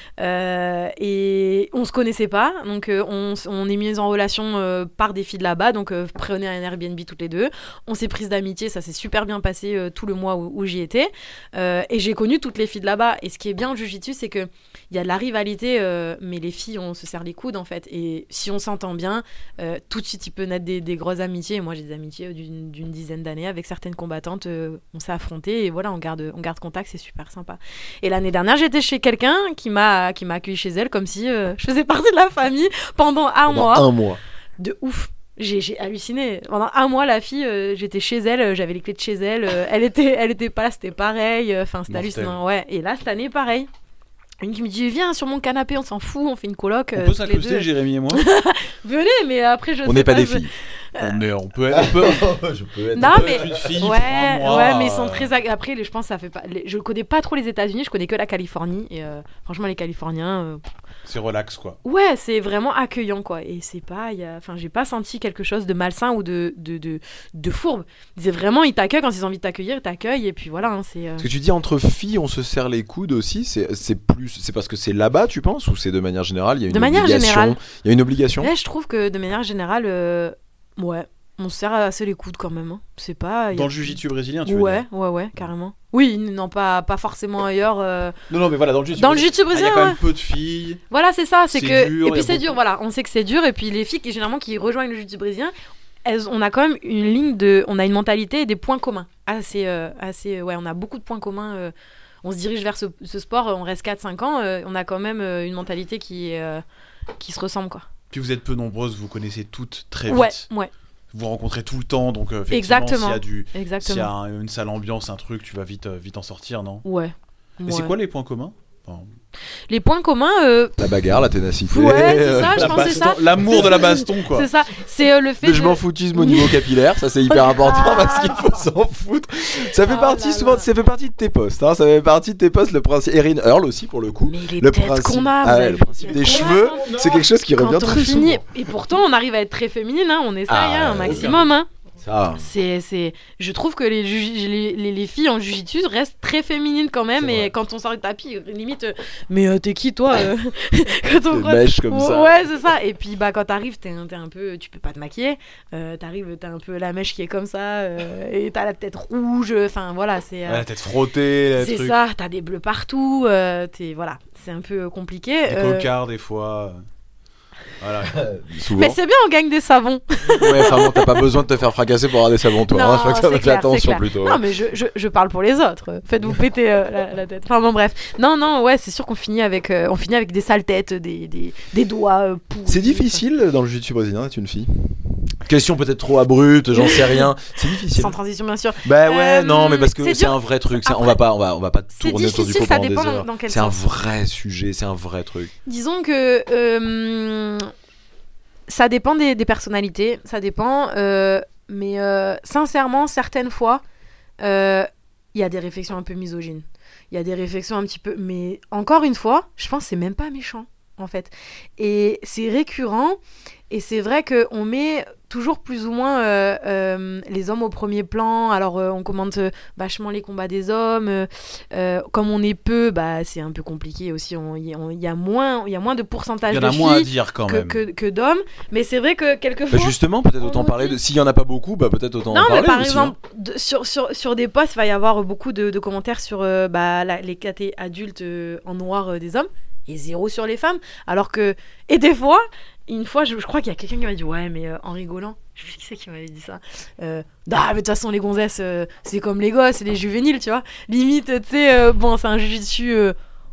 Euh, et on se connaissait pas, donc euh, on, s- on est mis en relation euh, par des filles de là-bas. Donc euh, prenez un Airbnb toutes les deux. On s'est prises d'amitié, ça s'est super bien passé euh, tout le mois où, où j'y étais. Euh, et j'ai connu toutes les filles de là-bas. Et ce qui est bien au Jiu-Jitsu, c'est que il y a de la rivalité, euh, mais les filles, on se serre les coudes en fait. Et si on s'entend bien, euh, tout de suite, il peut naître des, des grosses amitiés. Et moi, j'ai des amitiés d'une, d'une dizaine d'années avec certaines combattantes. euh, on s'est affrontés et voilà, on garde, on garde contact, c'est super sympa. Et l'année dernière, j'étais chez quelqu'un qui m'a, qui m'a accueilli chez elle comme si euh, je faisais partie de la famille pendant un Pendant mois. un mois. De ouf. J'ai, j'ai halluciné. Pendant un mois, la fille, euh, j'étais chez elle, euh, j'avais les clés de chez elle. euh, elle, était, elle était pas là, c'était pareil. euh, Enfin, c'était Mortel. hallucinant. Ouais. Et là, cette année, pareil. Une qui me dit viens sur mon canapé, on s'en fout, on fait une coloc. On euh, peut toutes les s'incruster, deux. Jérémy et moi. Venez, mais après je On sais n'est pas des je- filles. On, est, on peut être. On peut... Je peux être. Non on peut mais être une fille pour ouais, un mois, ouais, mais ils sont euh, très ag- après. les- Je pense que ça fait pas. les- Je connais pas trop les États-Unis, je connais que la Californie et euh, franchement les Californiens. euh, C'est relax, quoi. Ouais, c'est vraiment accueillant quoi. Et c'est pas, il y a- enfin j'ai pas senti quelque chose de malsain ou de de de, de fourbe. C'est vraiment ils t'accueillent quand ils ont envie de t'accueillir, ils t'accueillent et puis voilà. hein, c'est. euh, Ce que tu dis entre filles, on se serre les coudes aussi. C'est, c'est plus, c'est parce que c'est là-bas, tu penses, ou c'est de manière générale, il y a une De manière obligation. générale. Il y a une obligation. Là, je trouve que de manière générale, euh, ouais, on se serre assez les coudes quand même. hein. C'est pas. y a- Dans le jiu-jitsu brésilien, tu veux Ouais, dire. ouais, ouais, carrément. Oui, non, pas, pas forcément ailleurs. euh, Non, non, mais voilà, dans le jiu-jitsu. Dans le jiu-jitsu Ah, il y a brésilien, quand ouais. même peu de filles. Voilà, c'est ça. C'est C'est que dur, et y puis a c'est beaucoup- dur. Voilà, on sait que c'est dur. Et puis les filles qui généralement qui rejoignent le jiu-jitsu brésilien, elles, on a quand même une ligne de, on a une mentalité et des points communs. Assez, euh, assez. Ouais, on a beaucoup de points communs. euh, on se dirige vers ce, ce sport. On reste quatre cinq ans. euh, on a quand même euh, une mentalité qui, est, euh, qui se ressemble quoi. Puis vous êtes peu nombreuses, vous connaissez toutes très vite. Ouais, ouais, Vous rencontrez tout le temps, donc euh, effectivement, Exactement. s'il y a, du... s'il y exactement. a un- une sale ambiance, un truc, tu vas vite, euh, vite en sortir, non? Ouais. Et c'est ouais. quoi les points communs? Enfin, Les points communs, euh, La bagarre, la ténacité. Ouais, c'est euh, ça, je la pense que c'est baston- ça. L'amour de la baston, quoi. c'est ça. C'est euh, le fait Le de... je m'en foutisme au niveau capillaire, ça c'est hyper important Ah. parce qu'il faut s'en foutre. Ça fait Oh partie là souvent, là. ça fait partie de tes postes. Hein, ça fait partie de tes postes. Le principe, Erin Earl aussi pour le coup. Mais les Le têtes principe, qu'on a, ah vous ouais, avez le vu les principe têtes des qu'on a cheveux, quand- c'est quelque chose qui quand revient on très finit. souvent. Et pourtant, on arrive à être très féminine, hein. On essaye Ah, hein, un ouais, maximum. Hein. Ça. C'est, c'est... Je trouve que les, jugi- les, les, les filles en jujitsu restent très féminines quand même. C'est Et vrai. quand on sort du tapis, limite, euh, mais euh, t'es qui toi euh quand on Des croise- mèches comme ça. Ouais, c'est ça. Et puis bah, quand t'arrives, t'es un, t'es un peu. Tu peux pas te maquiller. Euh, t'arrives, t'as un peu la mèche qui est comme ça. Euh, et t'as la tête rouge. Enfin voilà, c'est. euh, Ouais, la tête frottée, le c'est truc. ça, t'as des bleus partout. Euh, t'es, voilà, c'est un peu compliqué. Des euh, cocards, des fois. Voilà. Souvent. Mais c'est bien, on gagne des savons. Ouais, enfin bon, t'as pas besoin de te faire fracasser pour avoir des savons, toi. Non, hein. Je crois que ça c'est va faire clair, c'est attention clair. plutôt. Non, mais je, je, je parle pour les autres. Faites-vous péter euh, la, la tête. Enfin bon, bref. Non, non, ouais, c'est sûr qu'on finit avec, euh, on finit avec des sales têtes, des, des, des doigts euh, pourris. C'est difficile dans le jiu-jitsu brésilien d'être une fille. Question peut-être trop abrupte, j'en sais rien. C'est difficile. Sans transition, bien sûr. Bah ouais, Euh, non, mais parce que c'est c'est dur. un vrai truc. ça, on Après, va pas, on va, on va pas c'est tourner autour du difficile, pot ça pendant dépend des dans- heures. dans quel C'est un sens. vrai sujet, c'est un vrai truc. Disons que euh, ça dépend des, des personnalités, ça dépend. euh, mais euh, sincèrement, certaines fois, euh, il y a des réflexions un peu misogynes. Il y a des réflexions un petit peu. Mais encore une fois, je pense que c'est même pas méchant, en fait. Et c'est récurrent. Et c'est vrai qu'on met toujours plus ou moins euh, euh, les hommes au premier plan. Alors, euh, on commente euh, vachement les combats des hommes. Euh, euh, comme on est peu, bah, c'est un peu compliqué aussi. Il y, on- y a moins, il y a moins de pourcentage Il y en de a moins à filles dire quand que, même. que, que d'hommes. Mais c'est vrai que quelquefois... Bah justement, peut-être on autant nous parler dit- de. S'il y en a pas beaucoup, bah peut-être autant Non, en parler. mais par aussi, exemple, de- sur, sur, sur des posts, il va y avoir beaucoup de, de commentaires sur euh, bah, la- les catés adultes euh, en noir euh, des hommes et zéro sur les femmes. Alors que. Et des fois, une fois, je, je crois qu'il y a quelqu'un qui m'a dit ouais, mais euh, en rigolant. Je sais pas qui c'est qui m'avait dit ça. Euh, ah, mais de toute façon, les gonzesses, euh, c'est comme les gosses, c'est les juvéniles, tu vois. Limite, tu sais, euh, bon, c'est un jujitsu. Euh,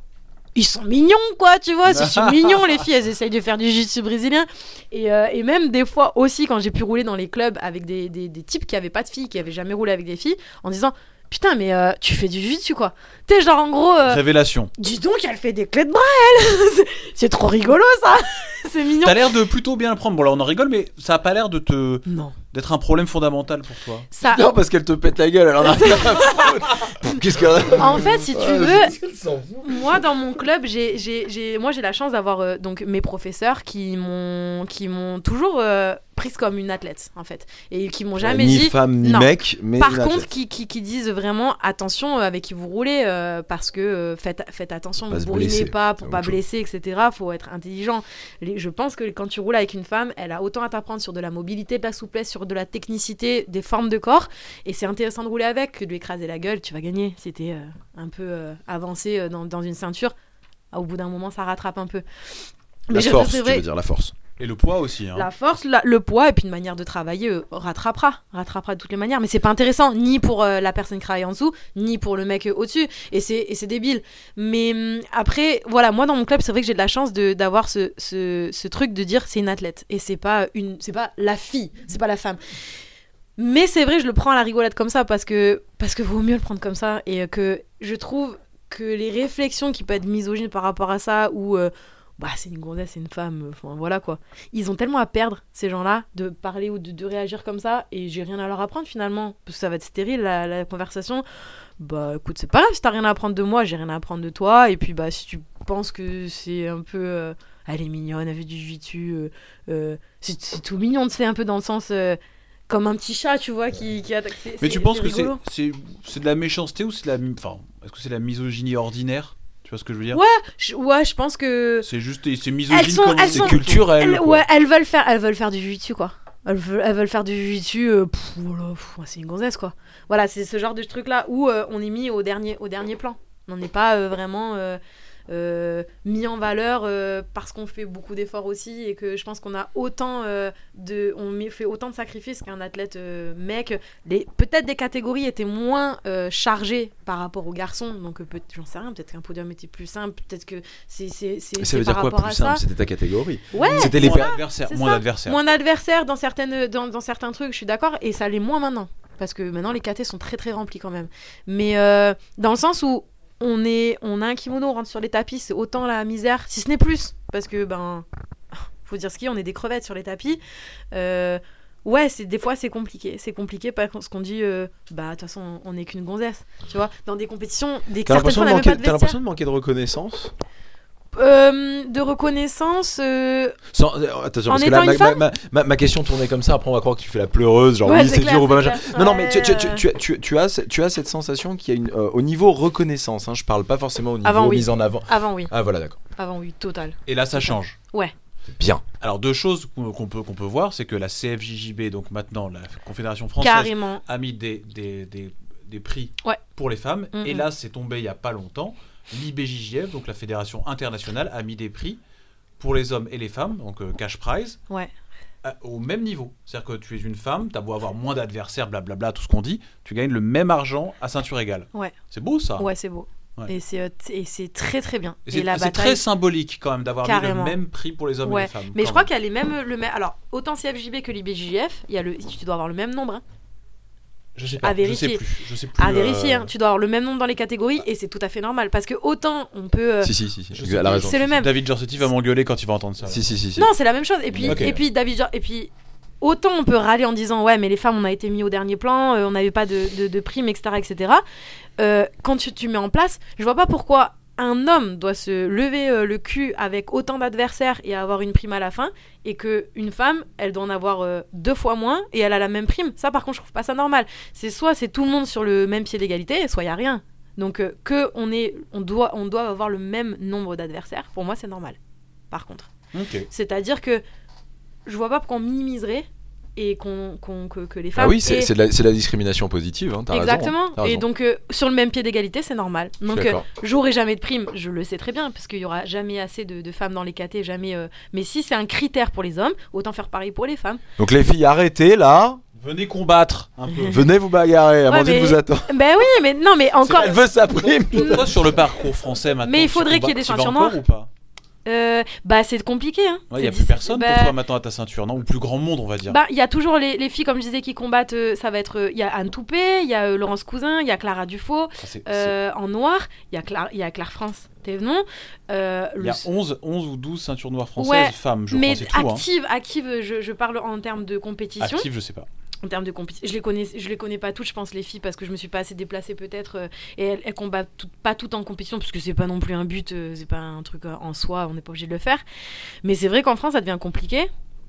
ils sont mignons, quoi, tu vois. C'est c'est mignon, les filles, elles essayent de faire du jiu-jitsu brésilien. Et, euh, et même des fois aussi, quand j'ai pu rouler dans les clubs avec des, des, des types qui avaient pas de filles, qui avaient jamais roulé avec des filles, en disant putain, mais euh, tu fais du jiu-jitsu, quoi. T'es genre, en gros, euh, Révélation. dis donc, elle fait des clés de bras, elle. C'est- C'est trop rigolo, ça. C'est mignon. T'as l'air de plutôt bien le prendre. Bon là on en rigole, mais ça a pas l'air de te Non. d'être un problème fondamental pour toi. Ça, Non, parce qu'elle te pète la gueule, elle en a rien à foutre. Qu'est-ce qu'elle en fait, si tu Ouais, veux, qu'est-ce qu'elle s'en fout moi dans mon club, j'ai, j'ai, j'ai, moi j'ai la chance d'avoir euh, donc mes professeurs qui m'ont, qui m'ont toujours euh, prise comme une athlète en fait, et qui m'ont jamais Ni dit. femme, ni Non. mec, mais. Par une contre, athlète. qui, qui, qui disent vraiment attention euh, avec qui vous roulez euh, parce que euh, faites, faites attention, Pas ne se bourrinez blesser, pas pour c'est pas autre chose. blesser, et cetera. Faut être intelligent. Les- je pense que quand tu roules avec une femme, elle a autant à t'apprendre sur de la mobilité, de la souplesse, sur de la technicité, des formes de corps. Et c'est intéressant de rouler avec que de lui écraser la gueule. Tu vas gagner si t'es euh, un peu euh, avancé euh, dans, dans une ceinture. Ah, au bout d'un moment, ça rattrape un peu. La je- force, c'est tu vrai, veux dire, la force. Et le poids aussi. Hein. la force, la- le poids et puis une manière de travailler euh, rattrapera, rattrapera de toutes les manières. Mais c'est pas intéressant ni pour euh, la personne qui travaille en dessous, ni pour le mec euh, au-dessus. Et c'est, et c'est débile. Mais hum, après, voilà, moi dans mon club, c'est vrai que j'ai de la chance de, d'avoir ce, ce, ce truc de dire c'est une athlète et c'est pas une, c'est pas la fille, c'est pas la femme. Mais c'est vrai, je le prends à la rigolade comme ça parce que parce que vaut mieux le prendre comme ça et euh, que je trouve que les réflexions qui peuvent être misogynes par rapport à ça ou euh, bah c'est une gonzesse, c'est une femme, enfin voilà quoi. Ils ont tellement à perdre ces gens-là de parler ou de, de réagir comme ça et j'ai rien à leur apprendre finalement parce que ça va être stérile la, la conversation. Bah écoute, c'est pas grave si t'as rien à apprendre de moi, j'ai rien à apprendre de toi et puis bah si tu penses que c'est un peu euh, elle est mignonne, elle fait du jiu-jitsu, euh, euh, c'est, c'est tout mignon de se faire un peu dans le sens euh, comme un petit chat, tu vois, qui, qui attaque. C'est- Mais c'est- tu penses c'est que c'est, rigolo. c'est, c'est de la méchanceté ou c'est de la. Enfin, est-ce que c'est de la misogynie ordinaire? Tu vois ce que je veux dire? Ouais, je, ouais, je pense que C'est juste. C'est misogyne Elles sont- comme elles c'est sont- culturel. elles, quoi. ouais, elles veulent faire, elles veulent faire du jiu-jitsu quoi. Elles veulent, elles veulent faire du jiu-jitsu. euh, pff, voilà, pff, c'est une gonzesse quoi. Voilà, c'est ce genre de truc là où euh, on est mis au dernier, au dernier plan. On n'est pas euh, vraiment euh, euh, mis en valeur euh, parce qu'on fait beaucoup d'efforts aussi et que je pense qu'on a autant euh, de, on met- fait autant de sacrifices qu'un athlète euh, mec. Les, peut-être des catégories étaient moins euh, chargées par rapport aux garçons, donc euh, peut, j'en sais rien. Peut-être qu'un podium était plus simple. Peut-être que c'est c'est c'est, Ça c'est veut par dire quoi rapport plus à ça. simple? C'était ta catégorie. Ouais, C'était les Moins per- d'adversaires. c'est Moins ça. d'adversaires. moins d'adversaires dans certaines dans, dans certains trucs, je suis d'accord, et ça l'est moins maintenant parce que maintenant les K T sont très très remplis quand même. Mais euh, dans le sens où on est on a un kimono, on rentre sur les tapis, c'est autant la misère, si ce n'est plus, parce que ben faut dire ce qu'il y a, on est des crevettes sur les tapis. Euh, ouais, c'est des fois c'est compliqué, c'est compliqué parce qu'on dit euh, bah de toute façon on n'est qu'une gonzesse, tu vois, dans des compétitions, des T'as certaines l'impression, fois on de n'a même manquer, pas de t'as l'impression vestiaire. de manquer de reconnaissance? Euh, de reconnaissance. Euh... Sans, euh, attention, En parce que étant là, ma, une femme ma, ma, ma question tournait comme ça. Après, on va croire que tu fais la pleureuse, genre Ouais, oui, c'est c'est clair, dur ou pas c'est machin. clair. Non, non, mais tu, tu, tu, Ouais. tu, tu, tu as, tu as cette sensation qu'il y a une, euh, au niveau reconnaissance. Hein, je parle pas forcément au niveau Avant, oui. mise en avant. Avant, oui. Ah voilà, d'accord. Avant, oui, total. Et là, ça change. Ouais. Bien. Alors, deux choses qu'on qu'on peut, qu'on peut voir, c'est que la C F J J B, donc maintenant la Confédération française, Carrément. a mis des, des, des, des prix Ouais. pour les femmes. Mm-hmm. Et là, c'est tombé il n'y a pas longtemps. L'I B J J F, donc la Fédération internationale, a mis des prix pour les hommes et les femmes, donc euh, cash prize, Ouais. à- au même niveau. C'est-à-dire que tu es une femme, tu as beau avoir moins d'adversaires, blablabla, tout ce qu'on dit, tu gagnes le même argent à ceinture égale. Ouais. C'est beau ça. Ouais, c'est beau. Ouais. Et c'est euh, t- et c'est très très bien. Et c'est la c'est bataille. très symbolique quand même d'avoir mis le Carrément. même prix pour les hommes Ouais. et les femmes. Mais quand je crois même. qu'il y a les mêmes le même. Alors autant C F J B que l'I B J J F, il y a le. Tu dois avoir le même nombre. Hein. Je sais pas, à je sais vérifier. plus. Je sais plus À euh, vérifier. Hein. Tu dois avoir le même nombre dans les catégories et c'est tout à fait normal parce que autant on peut. euh, Si, si, si. si. Je Elle sais a pas. raison. C'est le même. David Giorgetti va m'engueuler quand il va entendre ça. Si, si, si. si. Non, c'est la même chose. Et puis Ok. et puis David Jor- et puis autant on peut râler en disant ouais mais les femmes on a été mis au dernier plan, euh, on n'avait pas de, de, de primes et cetera et cetera. Euh, quand tu, tu mets en place, je vois pas pourquoi un homme doit se lever euh, le cul avec autant d'adversaires et avoir une prime à la fin, et que une femme, elle doit en avoir euh, deux fois moins et elle a la même prime. Ça, par contre, je trouve pas ça normal. C'est soit c'est tout le monde sur le même pied d'égalité, soit il y a rien. Donc euh, que on est, on doit, on doit avoir le même nombre d'adversaires. Pour moi, c'est normal. Par contre, Ok. c'est-à-dire que je vois pas pourquoi on minimiserait et qu'on, qu'on- que, que les femmes. Ah oui, c'est aient- c'est de, la- c'est de la discrimination positive. Hein, t'as raison, Exactement. hein, t'as Et raison. donc euh, sur le même pied d'égalité, c'est normal. Je suis Donc euh, d'accord. j'aurai jamais de prime, je le sais très bien, parce qu'il y aura jamais assez de, de femmes dans les catés, jamais. euh, Mais si c'est un critère pour les hommes, autant faire pareil pour les femmes. Donc les filles, arrêtez là. Venez combattre un peu. Venez vous bagarrer. Amandine mais- vous attend. Ben oui, mais non, mais encore. Elle veut sa prime. Toi, sur le parcours français maintenant. Mais il tu faudrait combats- qu'il y ait des tu vas ceintures encore noires. ou pas? Euh, bah c'est compliqué. Hein. Il C'est n'y a plus difficile. personne Bah, pour toi maintenant à ta ceinture, non? Ou plus grand monde, on va dire. Bah, il y a toujours les, les filles, comme je disais, qui combattent. euh, ça va être. euh, Il y a Anne Toupé, il y a euh, Laurence Cousin, il y a Clara Dufaux. Ça, c'est- euh, en noir, il y a Claire, il y a Claire France Thévenon. Euh, c'est- Il le y a onze, onze ou douze ceintures noires françaises, Ouais, femmes, je mais crois, c'est tout. Hein. active, active, je, je parle en termes de compétition. Active, je sais pas. En termes de compétition, je les connais, je les connais pas toutes, je pense les filles, parce que je me suis pas assez déplacée peut-être, euh, et elles, elles combattent toutes- pas toutes en compétition, parce que c'est pas non plus un but, euh, c'est pas un truc euh, en soi, on n'est pas obligé de le faire. Mais c'est vrai qu'en France, ça devient compliqué.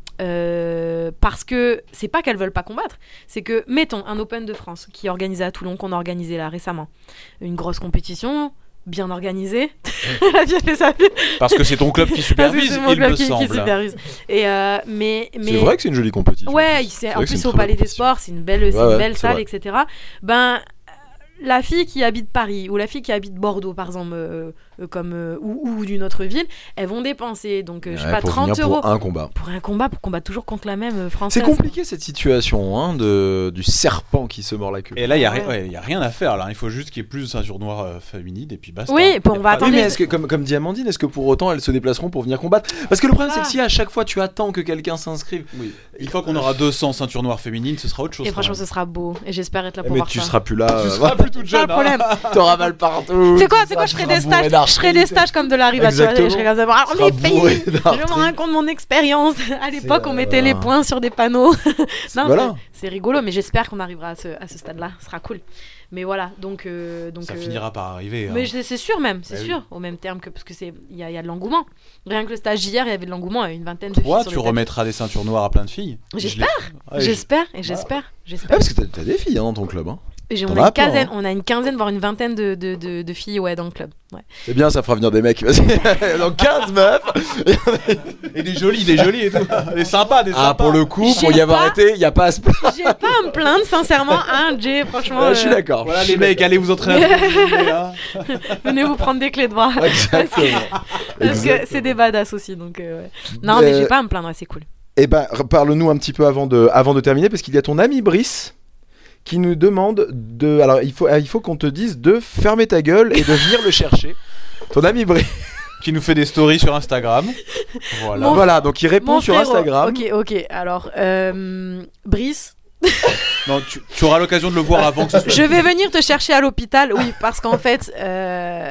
euh, parce que c'est pas qu'elles veulent pas combattre, c'est que mettons un Open de France qui est organisé à Toulon, qu'on a organisé là récemment, une grosse compétition bien organisée. La vie a fait sa vie. Parce que c'est ton club qui Parce que supervise, c'est mon il club me qui, qui semble. supervise. Et euh, mais mais C'est vrai que c'est une jolie compétition. ouais, c'est, vrai en que c'est plus une au très Palais belle des compétition. Sports, c'est une belle, c'est Ouais, une ouais, belle c'est salle, vrai. et cetera. Ben, la fille qui habite Paris ou la fille qui habite Bordeaux, par exemple, euh, euh, comme euh, ou, ou d'une autre ville, elles vont dépenser donc euh, je sais Ouais, pas pour trente venir euros pour un combat. pour un combat pour combattre toujours contre la même euh, française. C'est compliqué cette situation hein, de, du serpent qui se mord la queue. Et là, il n'y a, Ouais. rien- ouais, y a rien à faire. Là. Il faut juste qu'il y ait plus de ceintures noires euh, féminines et puis basta. Oui, bon, Y a on pas va de- attendre. Oui, mais les- est-ce que, comme, comme dit Amandine, est-ce que pour autant elles se déplaceront pour venir combattre? Parce que le problème, c'est que Ah. si à chaque fois tu attends que quelqu'un s'inscrive, Oui. Une fois qu'on aura deux cents ceintures noires féminines, ce sera autre chose. Et quand franchement, même. ce sera beau. Et j'espère être là eh, pour mais voir tu ça. seras plus là. Tu euh, seras plus toute C'est ça jeune. le problème. hein. T'auras mal partout. C'est quoi, tu c'est quoi, seras- je ferai tu des seras bourré stages, je ferai des d'arthrite. stages comme de la riva, tu vois, Exactement. je serai comme ça, alors Tu les seras bourré filles, je d'arthrite. me rends compte de mon expérience. À l'époque, C'est, on mettait les euh, points sur des panneaux. Non, Voilà. c'est, c'est rigolo, mais j'espère qu'on arrivera à ce, à ce stade-là, ce sera cool. Mais voilà, donc... euh, donc Ça euh, finira par arriver. hein. Mais je- c'est sûr même, c'est Bah oui. sûr, au même terme que... Parce que c'est il y, a- il y a de l'engouement. Rien que le stage d'hier, il y avait de l'engouement, il y a une vingtaine de filles Toi, sur tu le tapis. remettras des ceintures noires à plein de filles. J'espère. Je l'ai- Ouais, je- J'espère, et j'espère, Ah, j'espère. parce que t'as, t'as des filles hein, dans ton club. Hein. Et j'ai- t'en on, a as une plein, quinzaine, hein. on a une quinzaine, voire une vingtaine de, de, de, de filles ouais, dans le club. Ouais. C'est bien, ça fera venir des mecs. Vas-y. Donc quinze meufs. Et des jolies, des jolies et tout. Des sympas, des sympas. Ah, pour le coup, J'ai pour y avoir pas- été, il n'y a pas à se plaindre. J'ai pas à me plaindre, sincèrement, hein, Jay, franchement. Ouais, je suis euh, d'accord. Voilà Je suis les mecs, allez vous entraîner. hein. Venez vous prendre des clés de bras. d'accord. Exactement. Parce que Exactement. c'est des badass aussi, donc euh, ouais. Non, mais Euh, j'ai pas à me plaindre, ouais, c'est cool. Eh ben, parle-nous un petit peu avant de, avant de terminer, parce qu'il y a ton ami Brice qui nous demande de. Alors, il faut, il faut qu'on te dise de fermer ta gueule et de venir le chercher. Ton ami Brice. Qui nous fait des stories sur Instagram. Voilà. Mon- Voilà, donc il répond Mon sur frérot. Instagram. Ok, ok. Alors, euh, Brice, Non, tu, tu auras l'occasion de le voir avant que ce soit. je vais venir te chercher à l'hôpital. Oui, parce qu'en fait. Euh...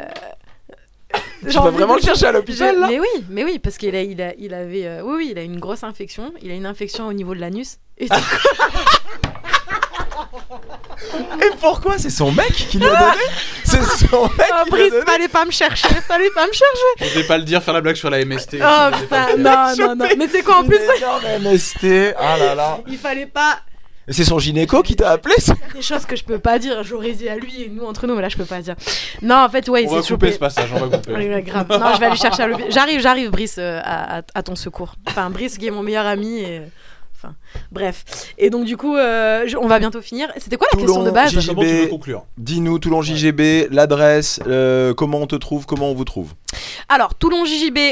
Tu j'ai vas envie vraiment de- le chercher à l'hôpital Je- là Mais oui, mais oui, parce qu'il a, il a, il avait, euh, oui, oui, il a une grosse infection. Il a une infection au niveau de l'anus. Et du coup- Et pourquoi? C'est son mec qui lui a donné. C'est son mec Oh, qui lui a Brice, donné. fallait pas me chercher, fallait pas me chercher. Je vais pas le dire, faire la blague sur la M S T. Oh Je vais putain, pas le non, faire. non, non. Mais c'est quoi en plus? Une énorme M S T. Ah là là. Il fallait pas. Et c'est son gynéco qui t'a appelé? Il y a des choses que je peux pas dire. J'aurais dit à lui et nous entre nous, mais là je peux pas dire. Non, en fait, ouais, il On s'est va couper chopé. ce passage, on va couper. Oui, ouais, grave. Non, je vais aller chercher à l'hôpital. J'arrive, j'arrive, Brice, euh, à, à- à ton secours. Enfin, Brice qui est mon meilleur ami. Et... Enfin, bref. Et donc, du coup, euh, je- on va bientôt finir. C'était quoi la Toulon, question de base? J J B. Comment tu veux conclure? Dis-nous, Toulon J G B, l'adresse, euh, comment on te trouve, comment on vous trouve. Alors, Toulon J J B,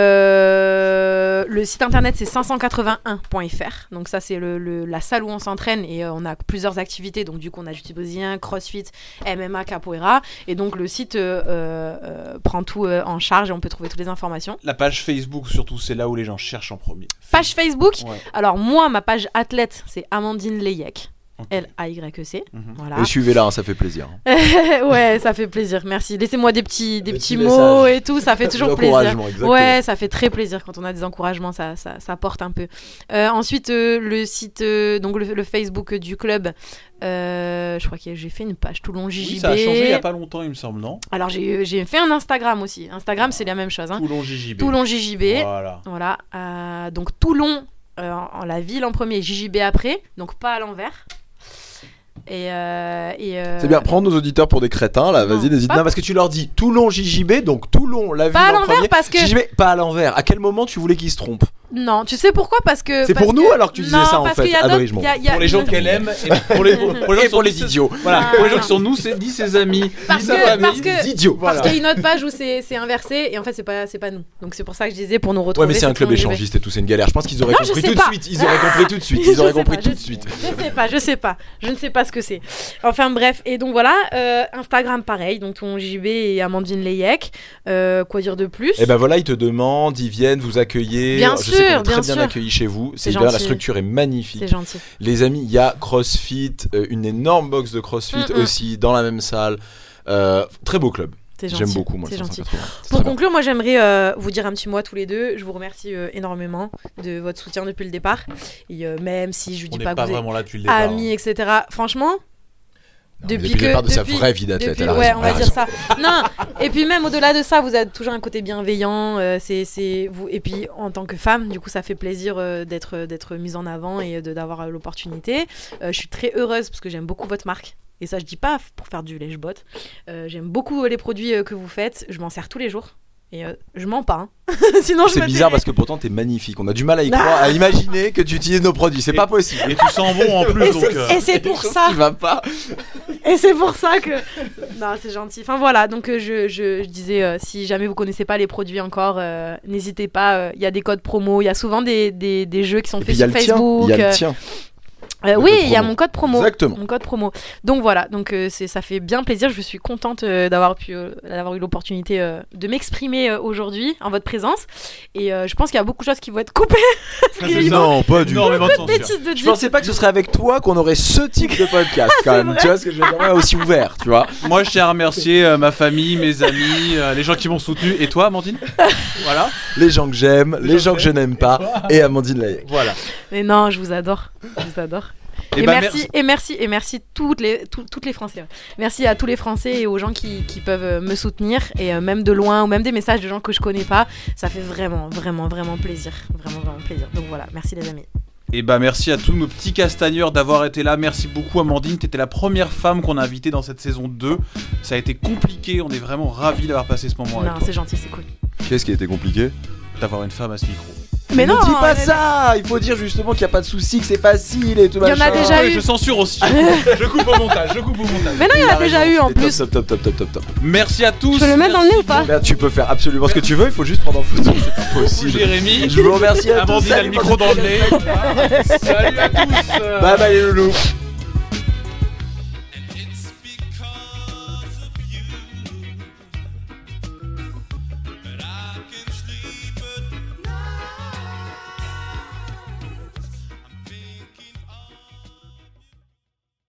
euh, le site internet c'est cinq cent quatre-vingt-un point f r. Donc, ça, c'est le, le- la salle où on s'entraîne et euh, on a plusieurs activités. Donc, du coup, on a jiu-jitsu brésilien, crossfit, M M A, capoeira. Et donc, le site euh, euh, prend tout euh, en charge et on peut trouver toutes les informations. La page Facebook, surtout, c'est là où les gens cherchent en premier. Page Facebook. Ouais. Alors, moi, ma page athlète, c'est Amandine Leyek. Ok. L A Y E C. Mhm. Voilà. Et suivez-la, hein, ça fait plaisir. Ouais, ça fait plaisir. Merci. Laissez-moi des petits, des Des petits petits mots messages. et tout. Ça fait toujours plaisir. L'encouragement, exactement. Ouais, ça fait très plaisir quand on a des encouragements. Ça, ça, ça porte un peu. Euh, ensuite, euh, le site, euh, donc le, le Facebook du club. euh, je crois que j'ai fait une page Toulon J J B. Oui, ça a changé il y a pas longtemps, il me semble, non? Alors j'ai, j'ai fait un Instagram aussi. Instagram, c'est la même chose. Hein. Toulon J J B. Toulon J J B. Voilà. Voilà. Euh, donc Toulon, euh, en, en la ville en premier, J J B après. Donc pas à l'envers. Et, euh, et euh, C'est bien, prends nos auditeurs pour des crétins là, Non, vas-y, n'hésite pas- pas. Parce que tu leur dis Toulon J J B, donc Toulon, la ville Pas à en l'envers premier. parce que- J J B, pas à l'envers. À quel moment tu voulais qu'ils se trompent? Non, tu sais pourquoi? Parce que C'est parce pour nous que- alors que tu disais Non, ça en parce fait, qu'il y a Adrien, d'autres- je m'en il y a- il y a Pour les gens une- qu'elle aime et pour les, pour les, gens Et qui pour sont les ni ses- idiots. Voilà, Ah, pour les gens non. qui sont nous, c'est ni ses amis, Parce ni sa que- famille. parce que- Des idiots. Parce Voilà. qu'il y a une autre page où c'est, c'est inversé et en fait c'est pas, c'est pas nous. Donc c'est pour ça que je disais pour nous retrouver. Ouais, mais c'est un c'est club Toulon J J B. échangiste et tout, c'est une galère. Je pense qu'ils auraient Non, je compris sais tout de pas. suite. Ils auraient compris tout de suite. Je Ils auraient sais compris pas, tout je- de suite. Je sais pas, je sais pas. Je ne sais pas ce que c'est. Enfin bref, et donc voilà, euh, Instagram pareil, donc ton J B et Amandine Leyek. Euh, quoi dire de plus? Et ben voilà, ils te demandent, ils viennent vous accueillir. Bien Je sûr, sais qu'on est bien très bien sûr. accueillis chez vous. C'est C'est bien, la gentil. structure est magnifique. C'est gentil. Les amis, il y a CrossFit, euh, une énorme box de CrossFit Mm, mm. aussi dans la même salle. Euh, très beau club. C'est gentil. J'aime beaucoup moi. C'est le gentil. cinq cent quatre-vingts. C'est Pour très bien. conclure, moi j'aimerais euh, vous dire un petit mot à tous les deux. Je vous remercie euh, énormément de votre soutien depuis le départ. Et euh, même si je vous On dis n'est pas, pas que vous êtes vraiment là depuis le départ. amis, hein. et cetera. Franchement, Non, mais depuis depuis que le départ de sa depuis- vraie vie d'athlète, depuis- elle a ouais, raison, on elle a va dire raison. ça. Non, et puis même au-delà de ça, vous avez toujours un côté bienveillant. euh, c'est, c'est vous. Et puis en tant que femme, du coup, ça fait plaisir euh, d'être d'être mise en avant et de d'avoir euh, l'opportunité. Euh, je suis très heureuse parce que j'aime beaucoup votre marque. Et ça, je dis pas pour faire du lèche-bot. Euh, j'aime beaucoup euh, les produits euh, que vous faites. Je m'en sers tous les jours. Et euh, je mens pas. Hein. Sinon, je C'est me bizarre tairais. parce que pourtant t'es magnifique. On a du mal à y croire, à imaginer que tu utilises nos produits. C'est Et- pas possible. Et tu sens bon en plus, Et donc. c'est, euh, et c'est pour ça. Tu vas pas. Et c'est pour ça que. Non, c'est gentil. Enfin voilà, donc euh, je, je, je disais, euh, si jamais vous connaissez pas les produits encore, euh, n'hésitez pas. Il y a des codes promo. Il y a souvent des, des, des jeux qui sont Et puis faits il y a sur le tien. Facebook. Il y a euh, le tien. euh, le oui, code il y a promo. mon code promo. Exactement. Mon code promo. Donc voilà, donc euh, c'est, ça fait bien plaisir. Je suis contente euh, d'avoir pu, euh, d'avoir eu l'opportunité euh, de m'exprimer euh, aujourd'hui en votre présence. Et euh, je pense qu'il y a beaucoup de choses qui vont être coupées. Parce qu'il y a eu Non, pas du tout. énormément de de censure. bêtises de Je dire. pensais pas que ce serait avec toi qu'on aurait ce type de podcast quand c'est même. vrai. Tu vois ce que je veux dire? Ouais, aussi ouvert, tu vois. Moi, je tiens à remercier euh, ma famille, mes amis, euh, les gens qui m'ont soutenu. Et toi, Amandine? Voilà. Les gens que j'aime, les, Les gens gens que je que n'aime pas, et Amandine Layek. Voilà. Mais non, je vous adore. Je vous adore. Eh Et, ben, merci, merci. et merci et merci toutes les tout- toutes les Français. ouais. Merci à tous les Français et aux gens qui, qui peuvent euh, me soutenir et euh, même de loin ou même des messages de gens que je connais pas, ça fait vraiment vraiment vraiment plaisir, vraiment vraiment plaisir. Donc voilà, merci les amis. Et bah merci à tous nos petits castagneurs d'avoir été là. Merci beaucoup Amandine, t'étais la première femme qu'on a invitée dans cette saison deux. Ça a été compliqué, on est vraiment ravis d'avoir passé ce moment Non, avec toi. c'est gentil, c'est cool. Qu'est-ce qui a été compliqué? D'avoir une femme à ce micro. Mais non, ne dis pas mais- ça. Il faut dire justement qu'il n'y a pas de souci, que c'est facile et tout. Il y en a machin. déjà Ouais, eu. Je censure aussi. je coupe au montage, je coupe au montage. Mais non, il y en a déjà eu en Et top, plus. Top, top, top, top, top, top. Merci à tous. Je peux le mettre dans le nez ou pas? Merde, tu peux faire absolument ce que tu veux, il faut juste prendre en photo. C'est pas possible. Jérémy. Je vous remercie à tous. Amandine a le Salut, micro dans le nez. Salut à tous. Bye bye les loulous.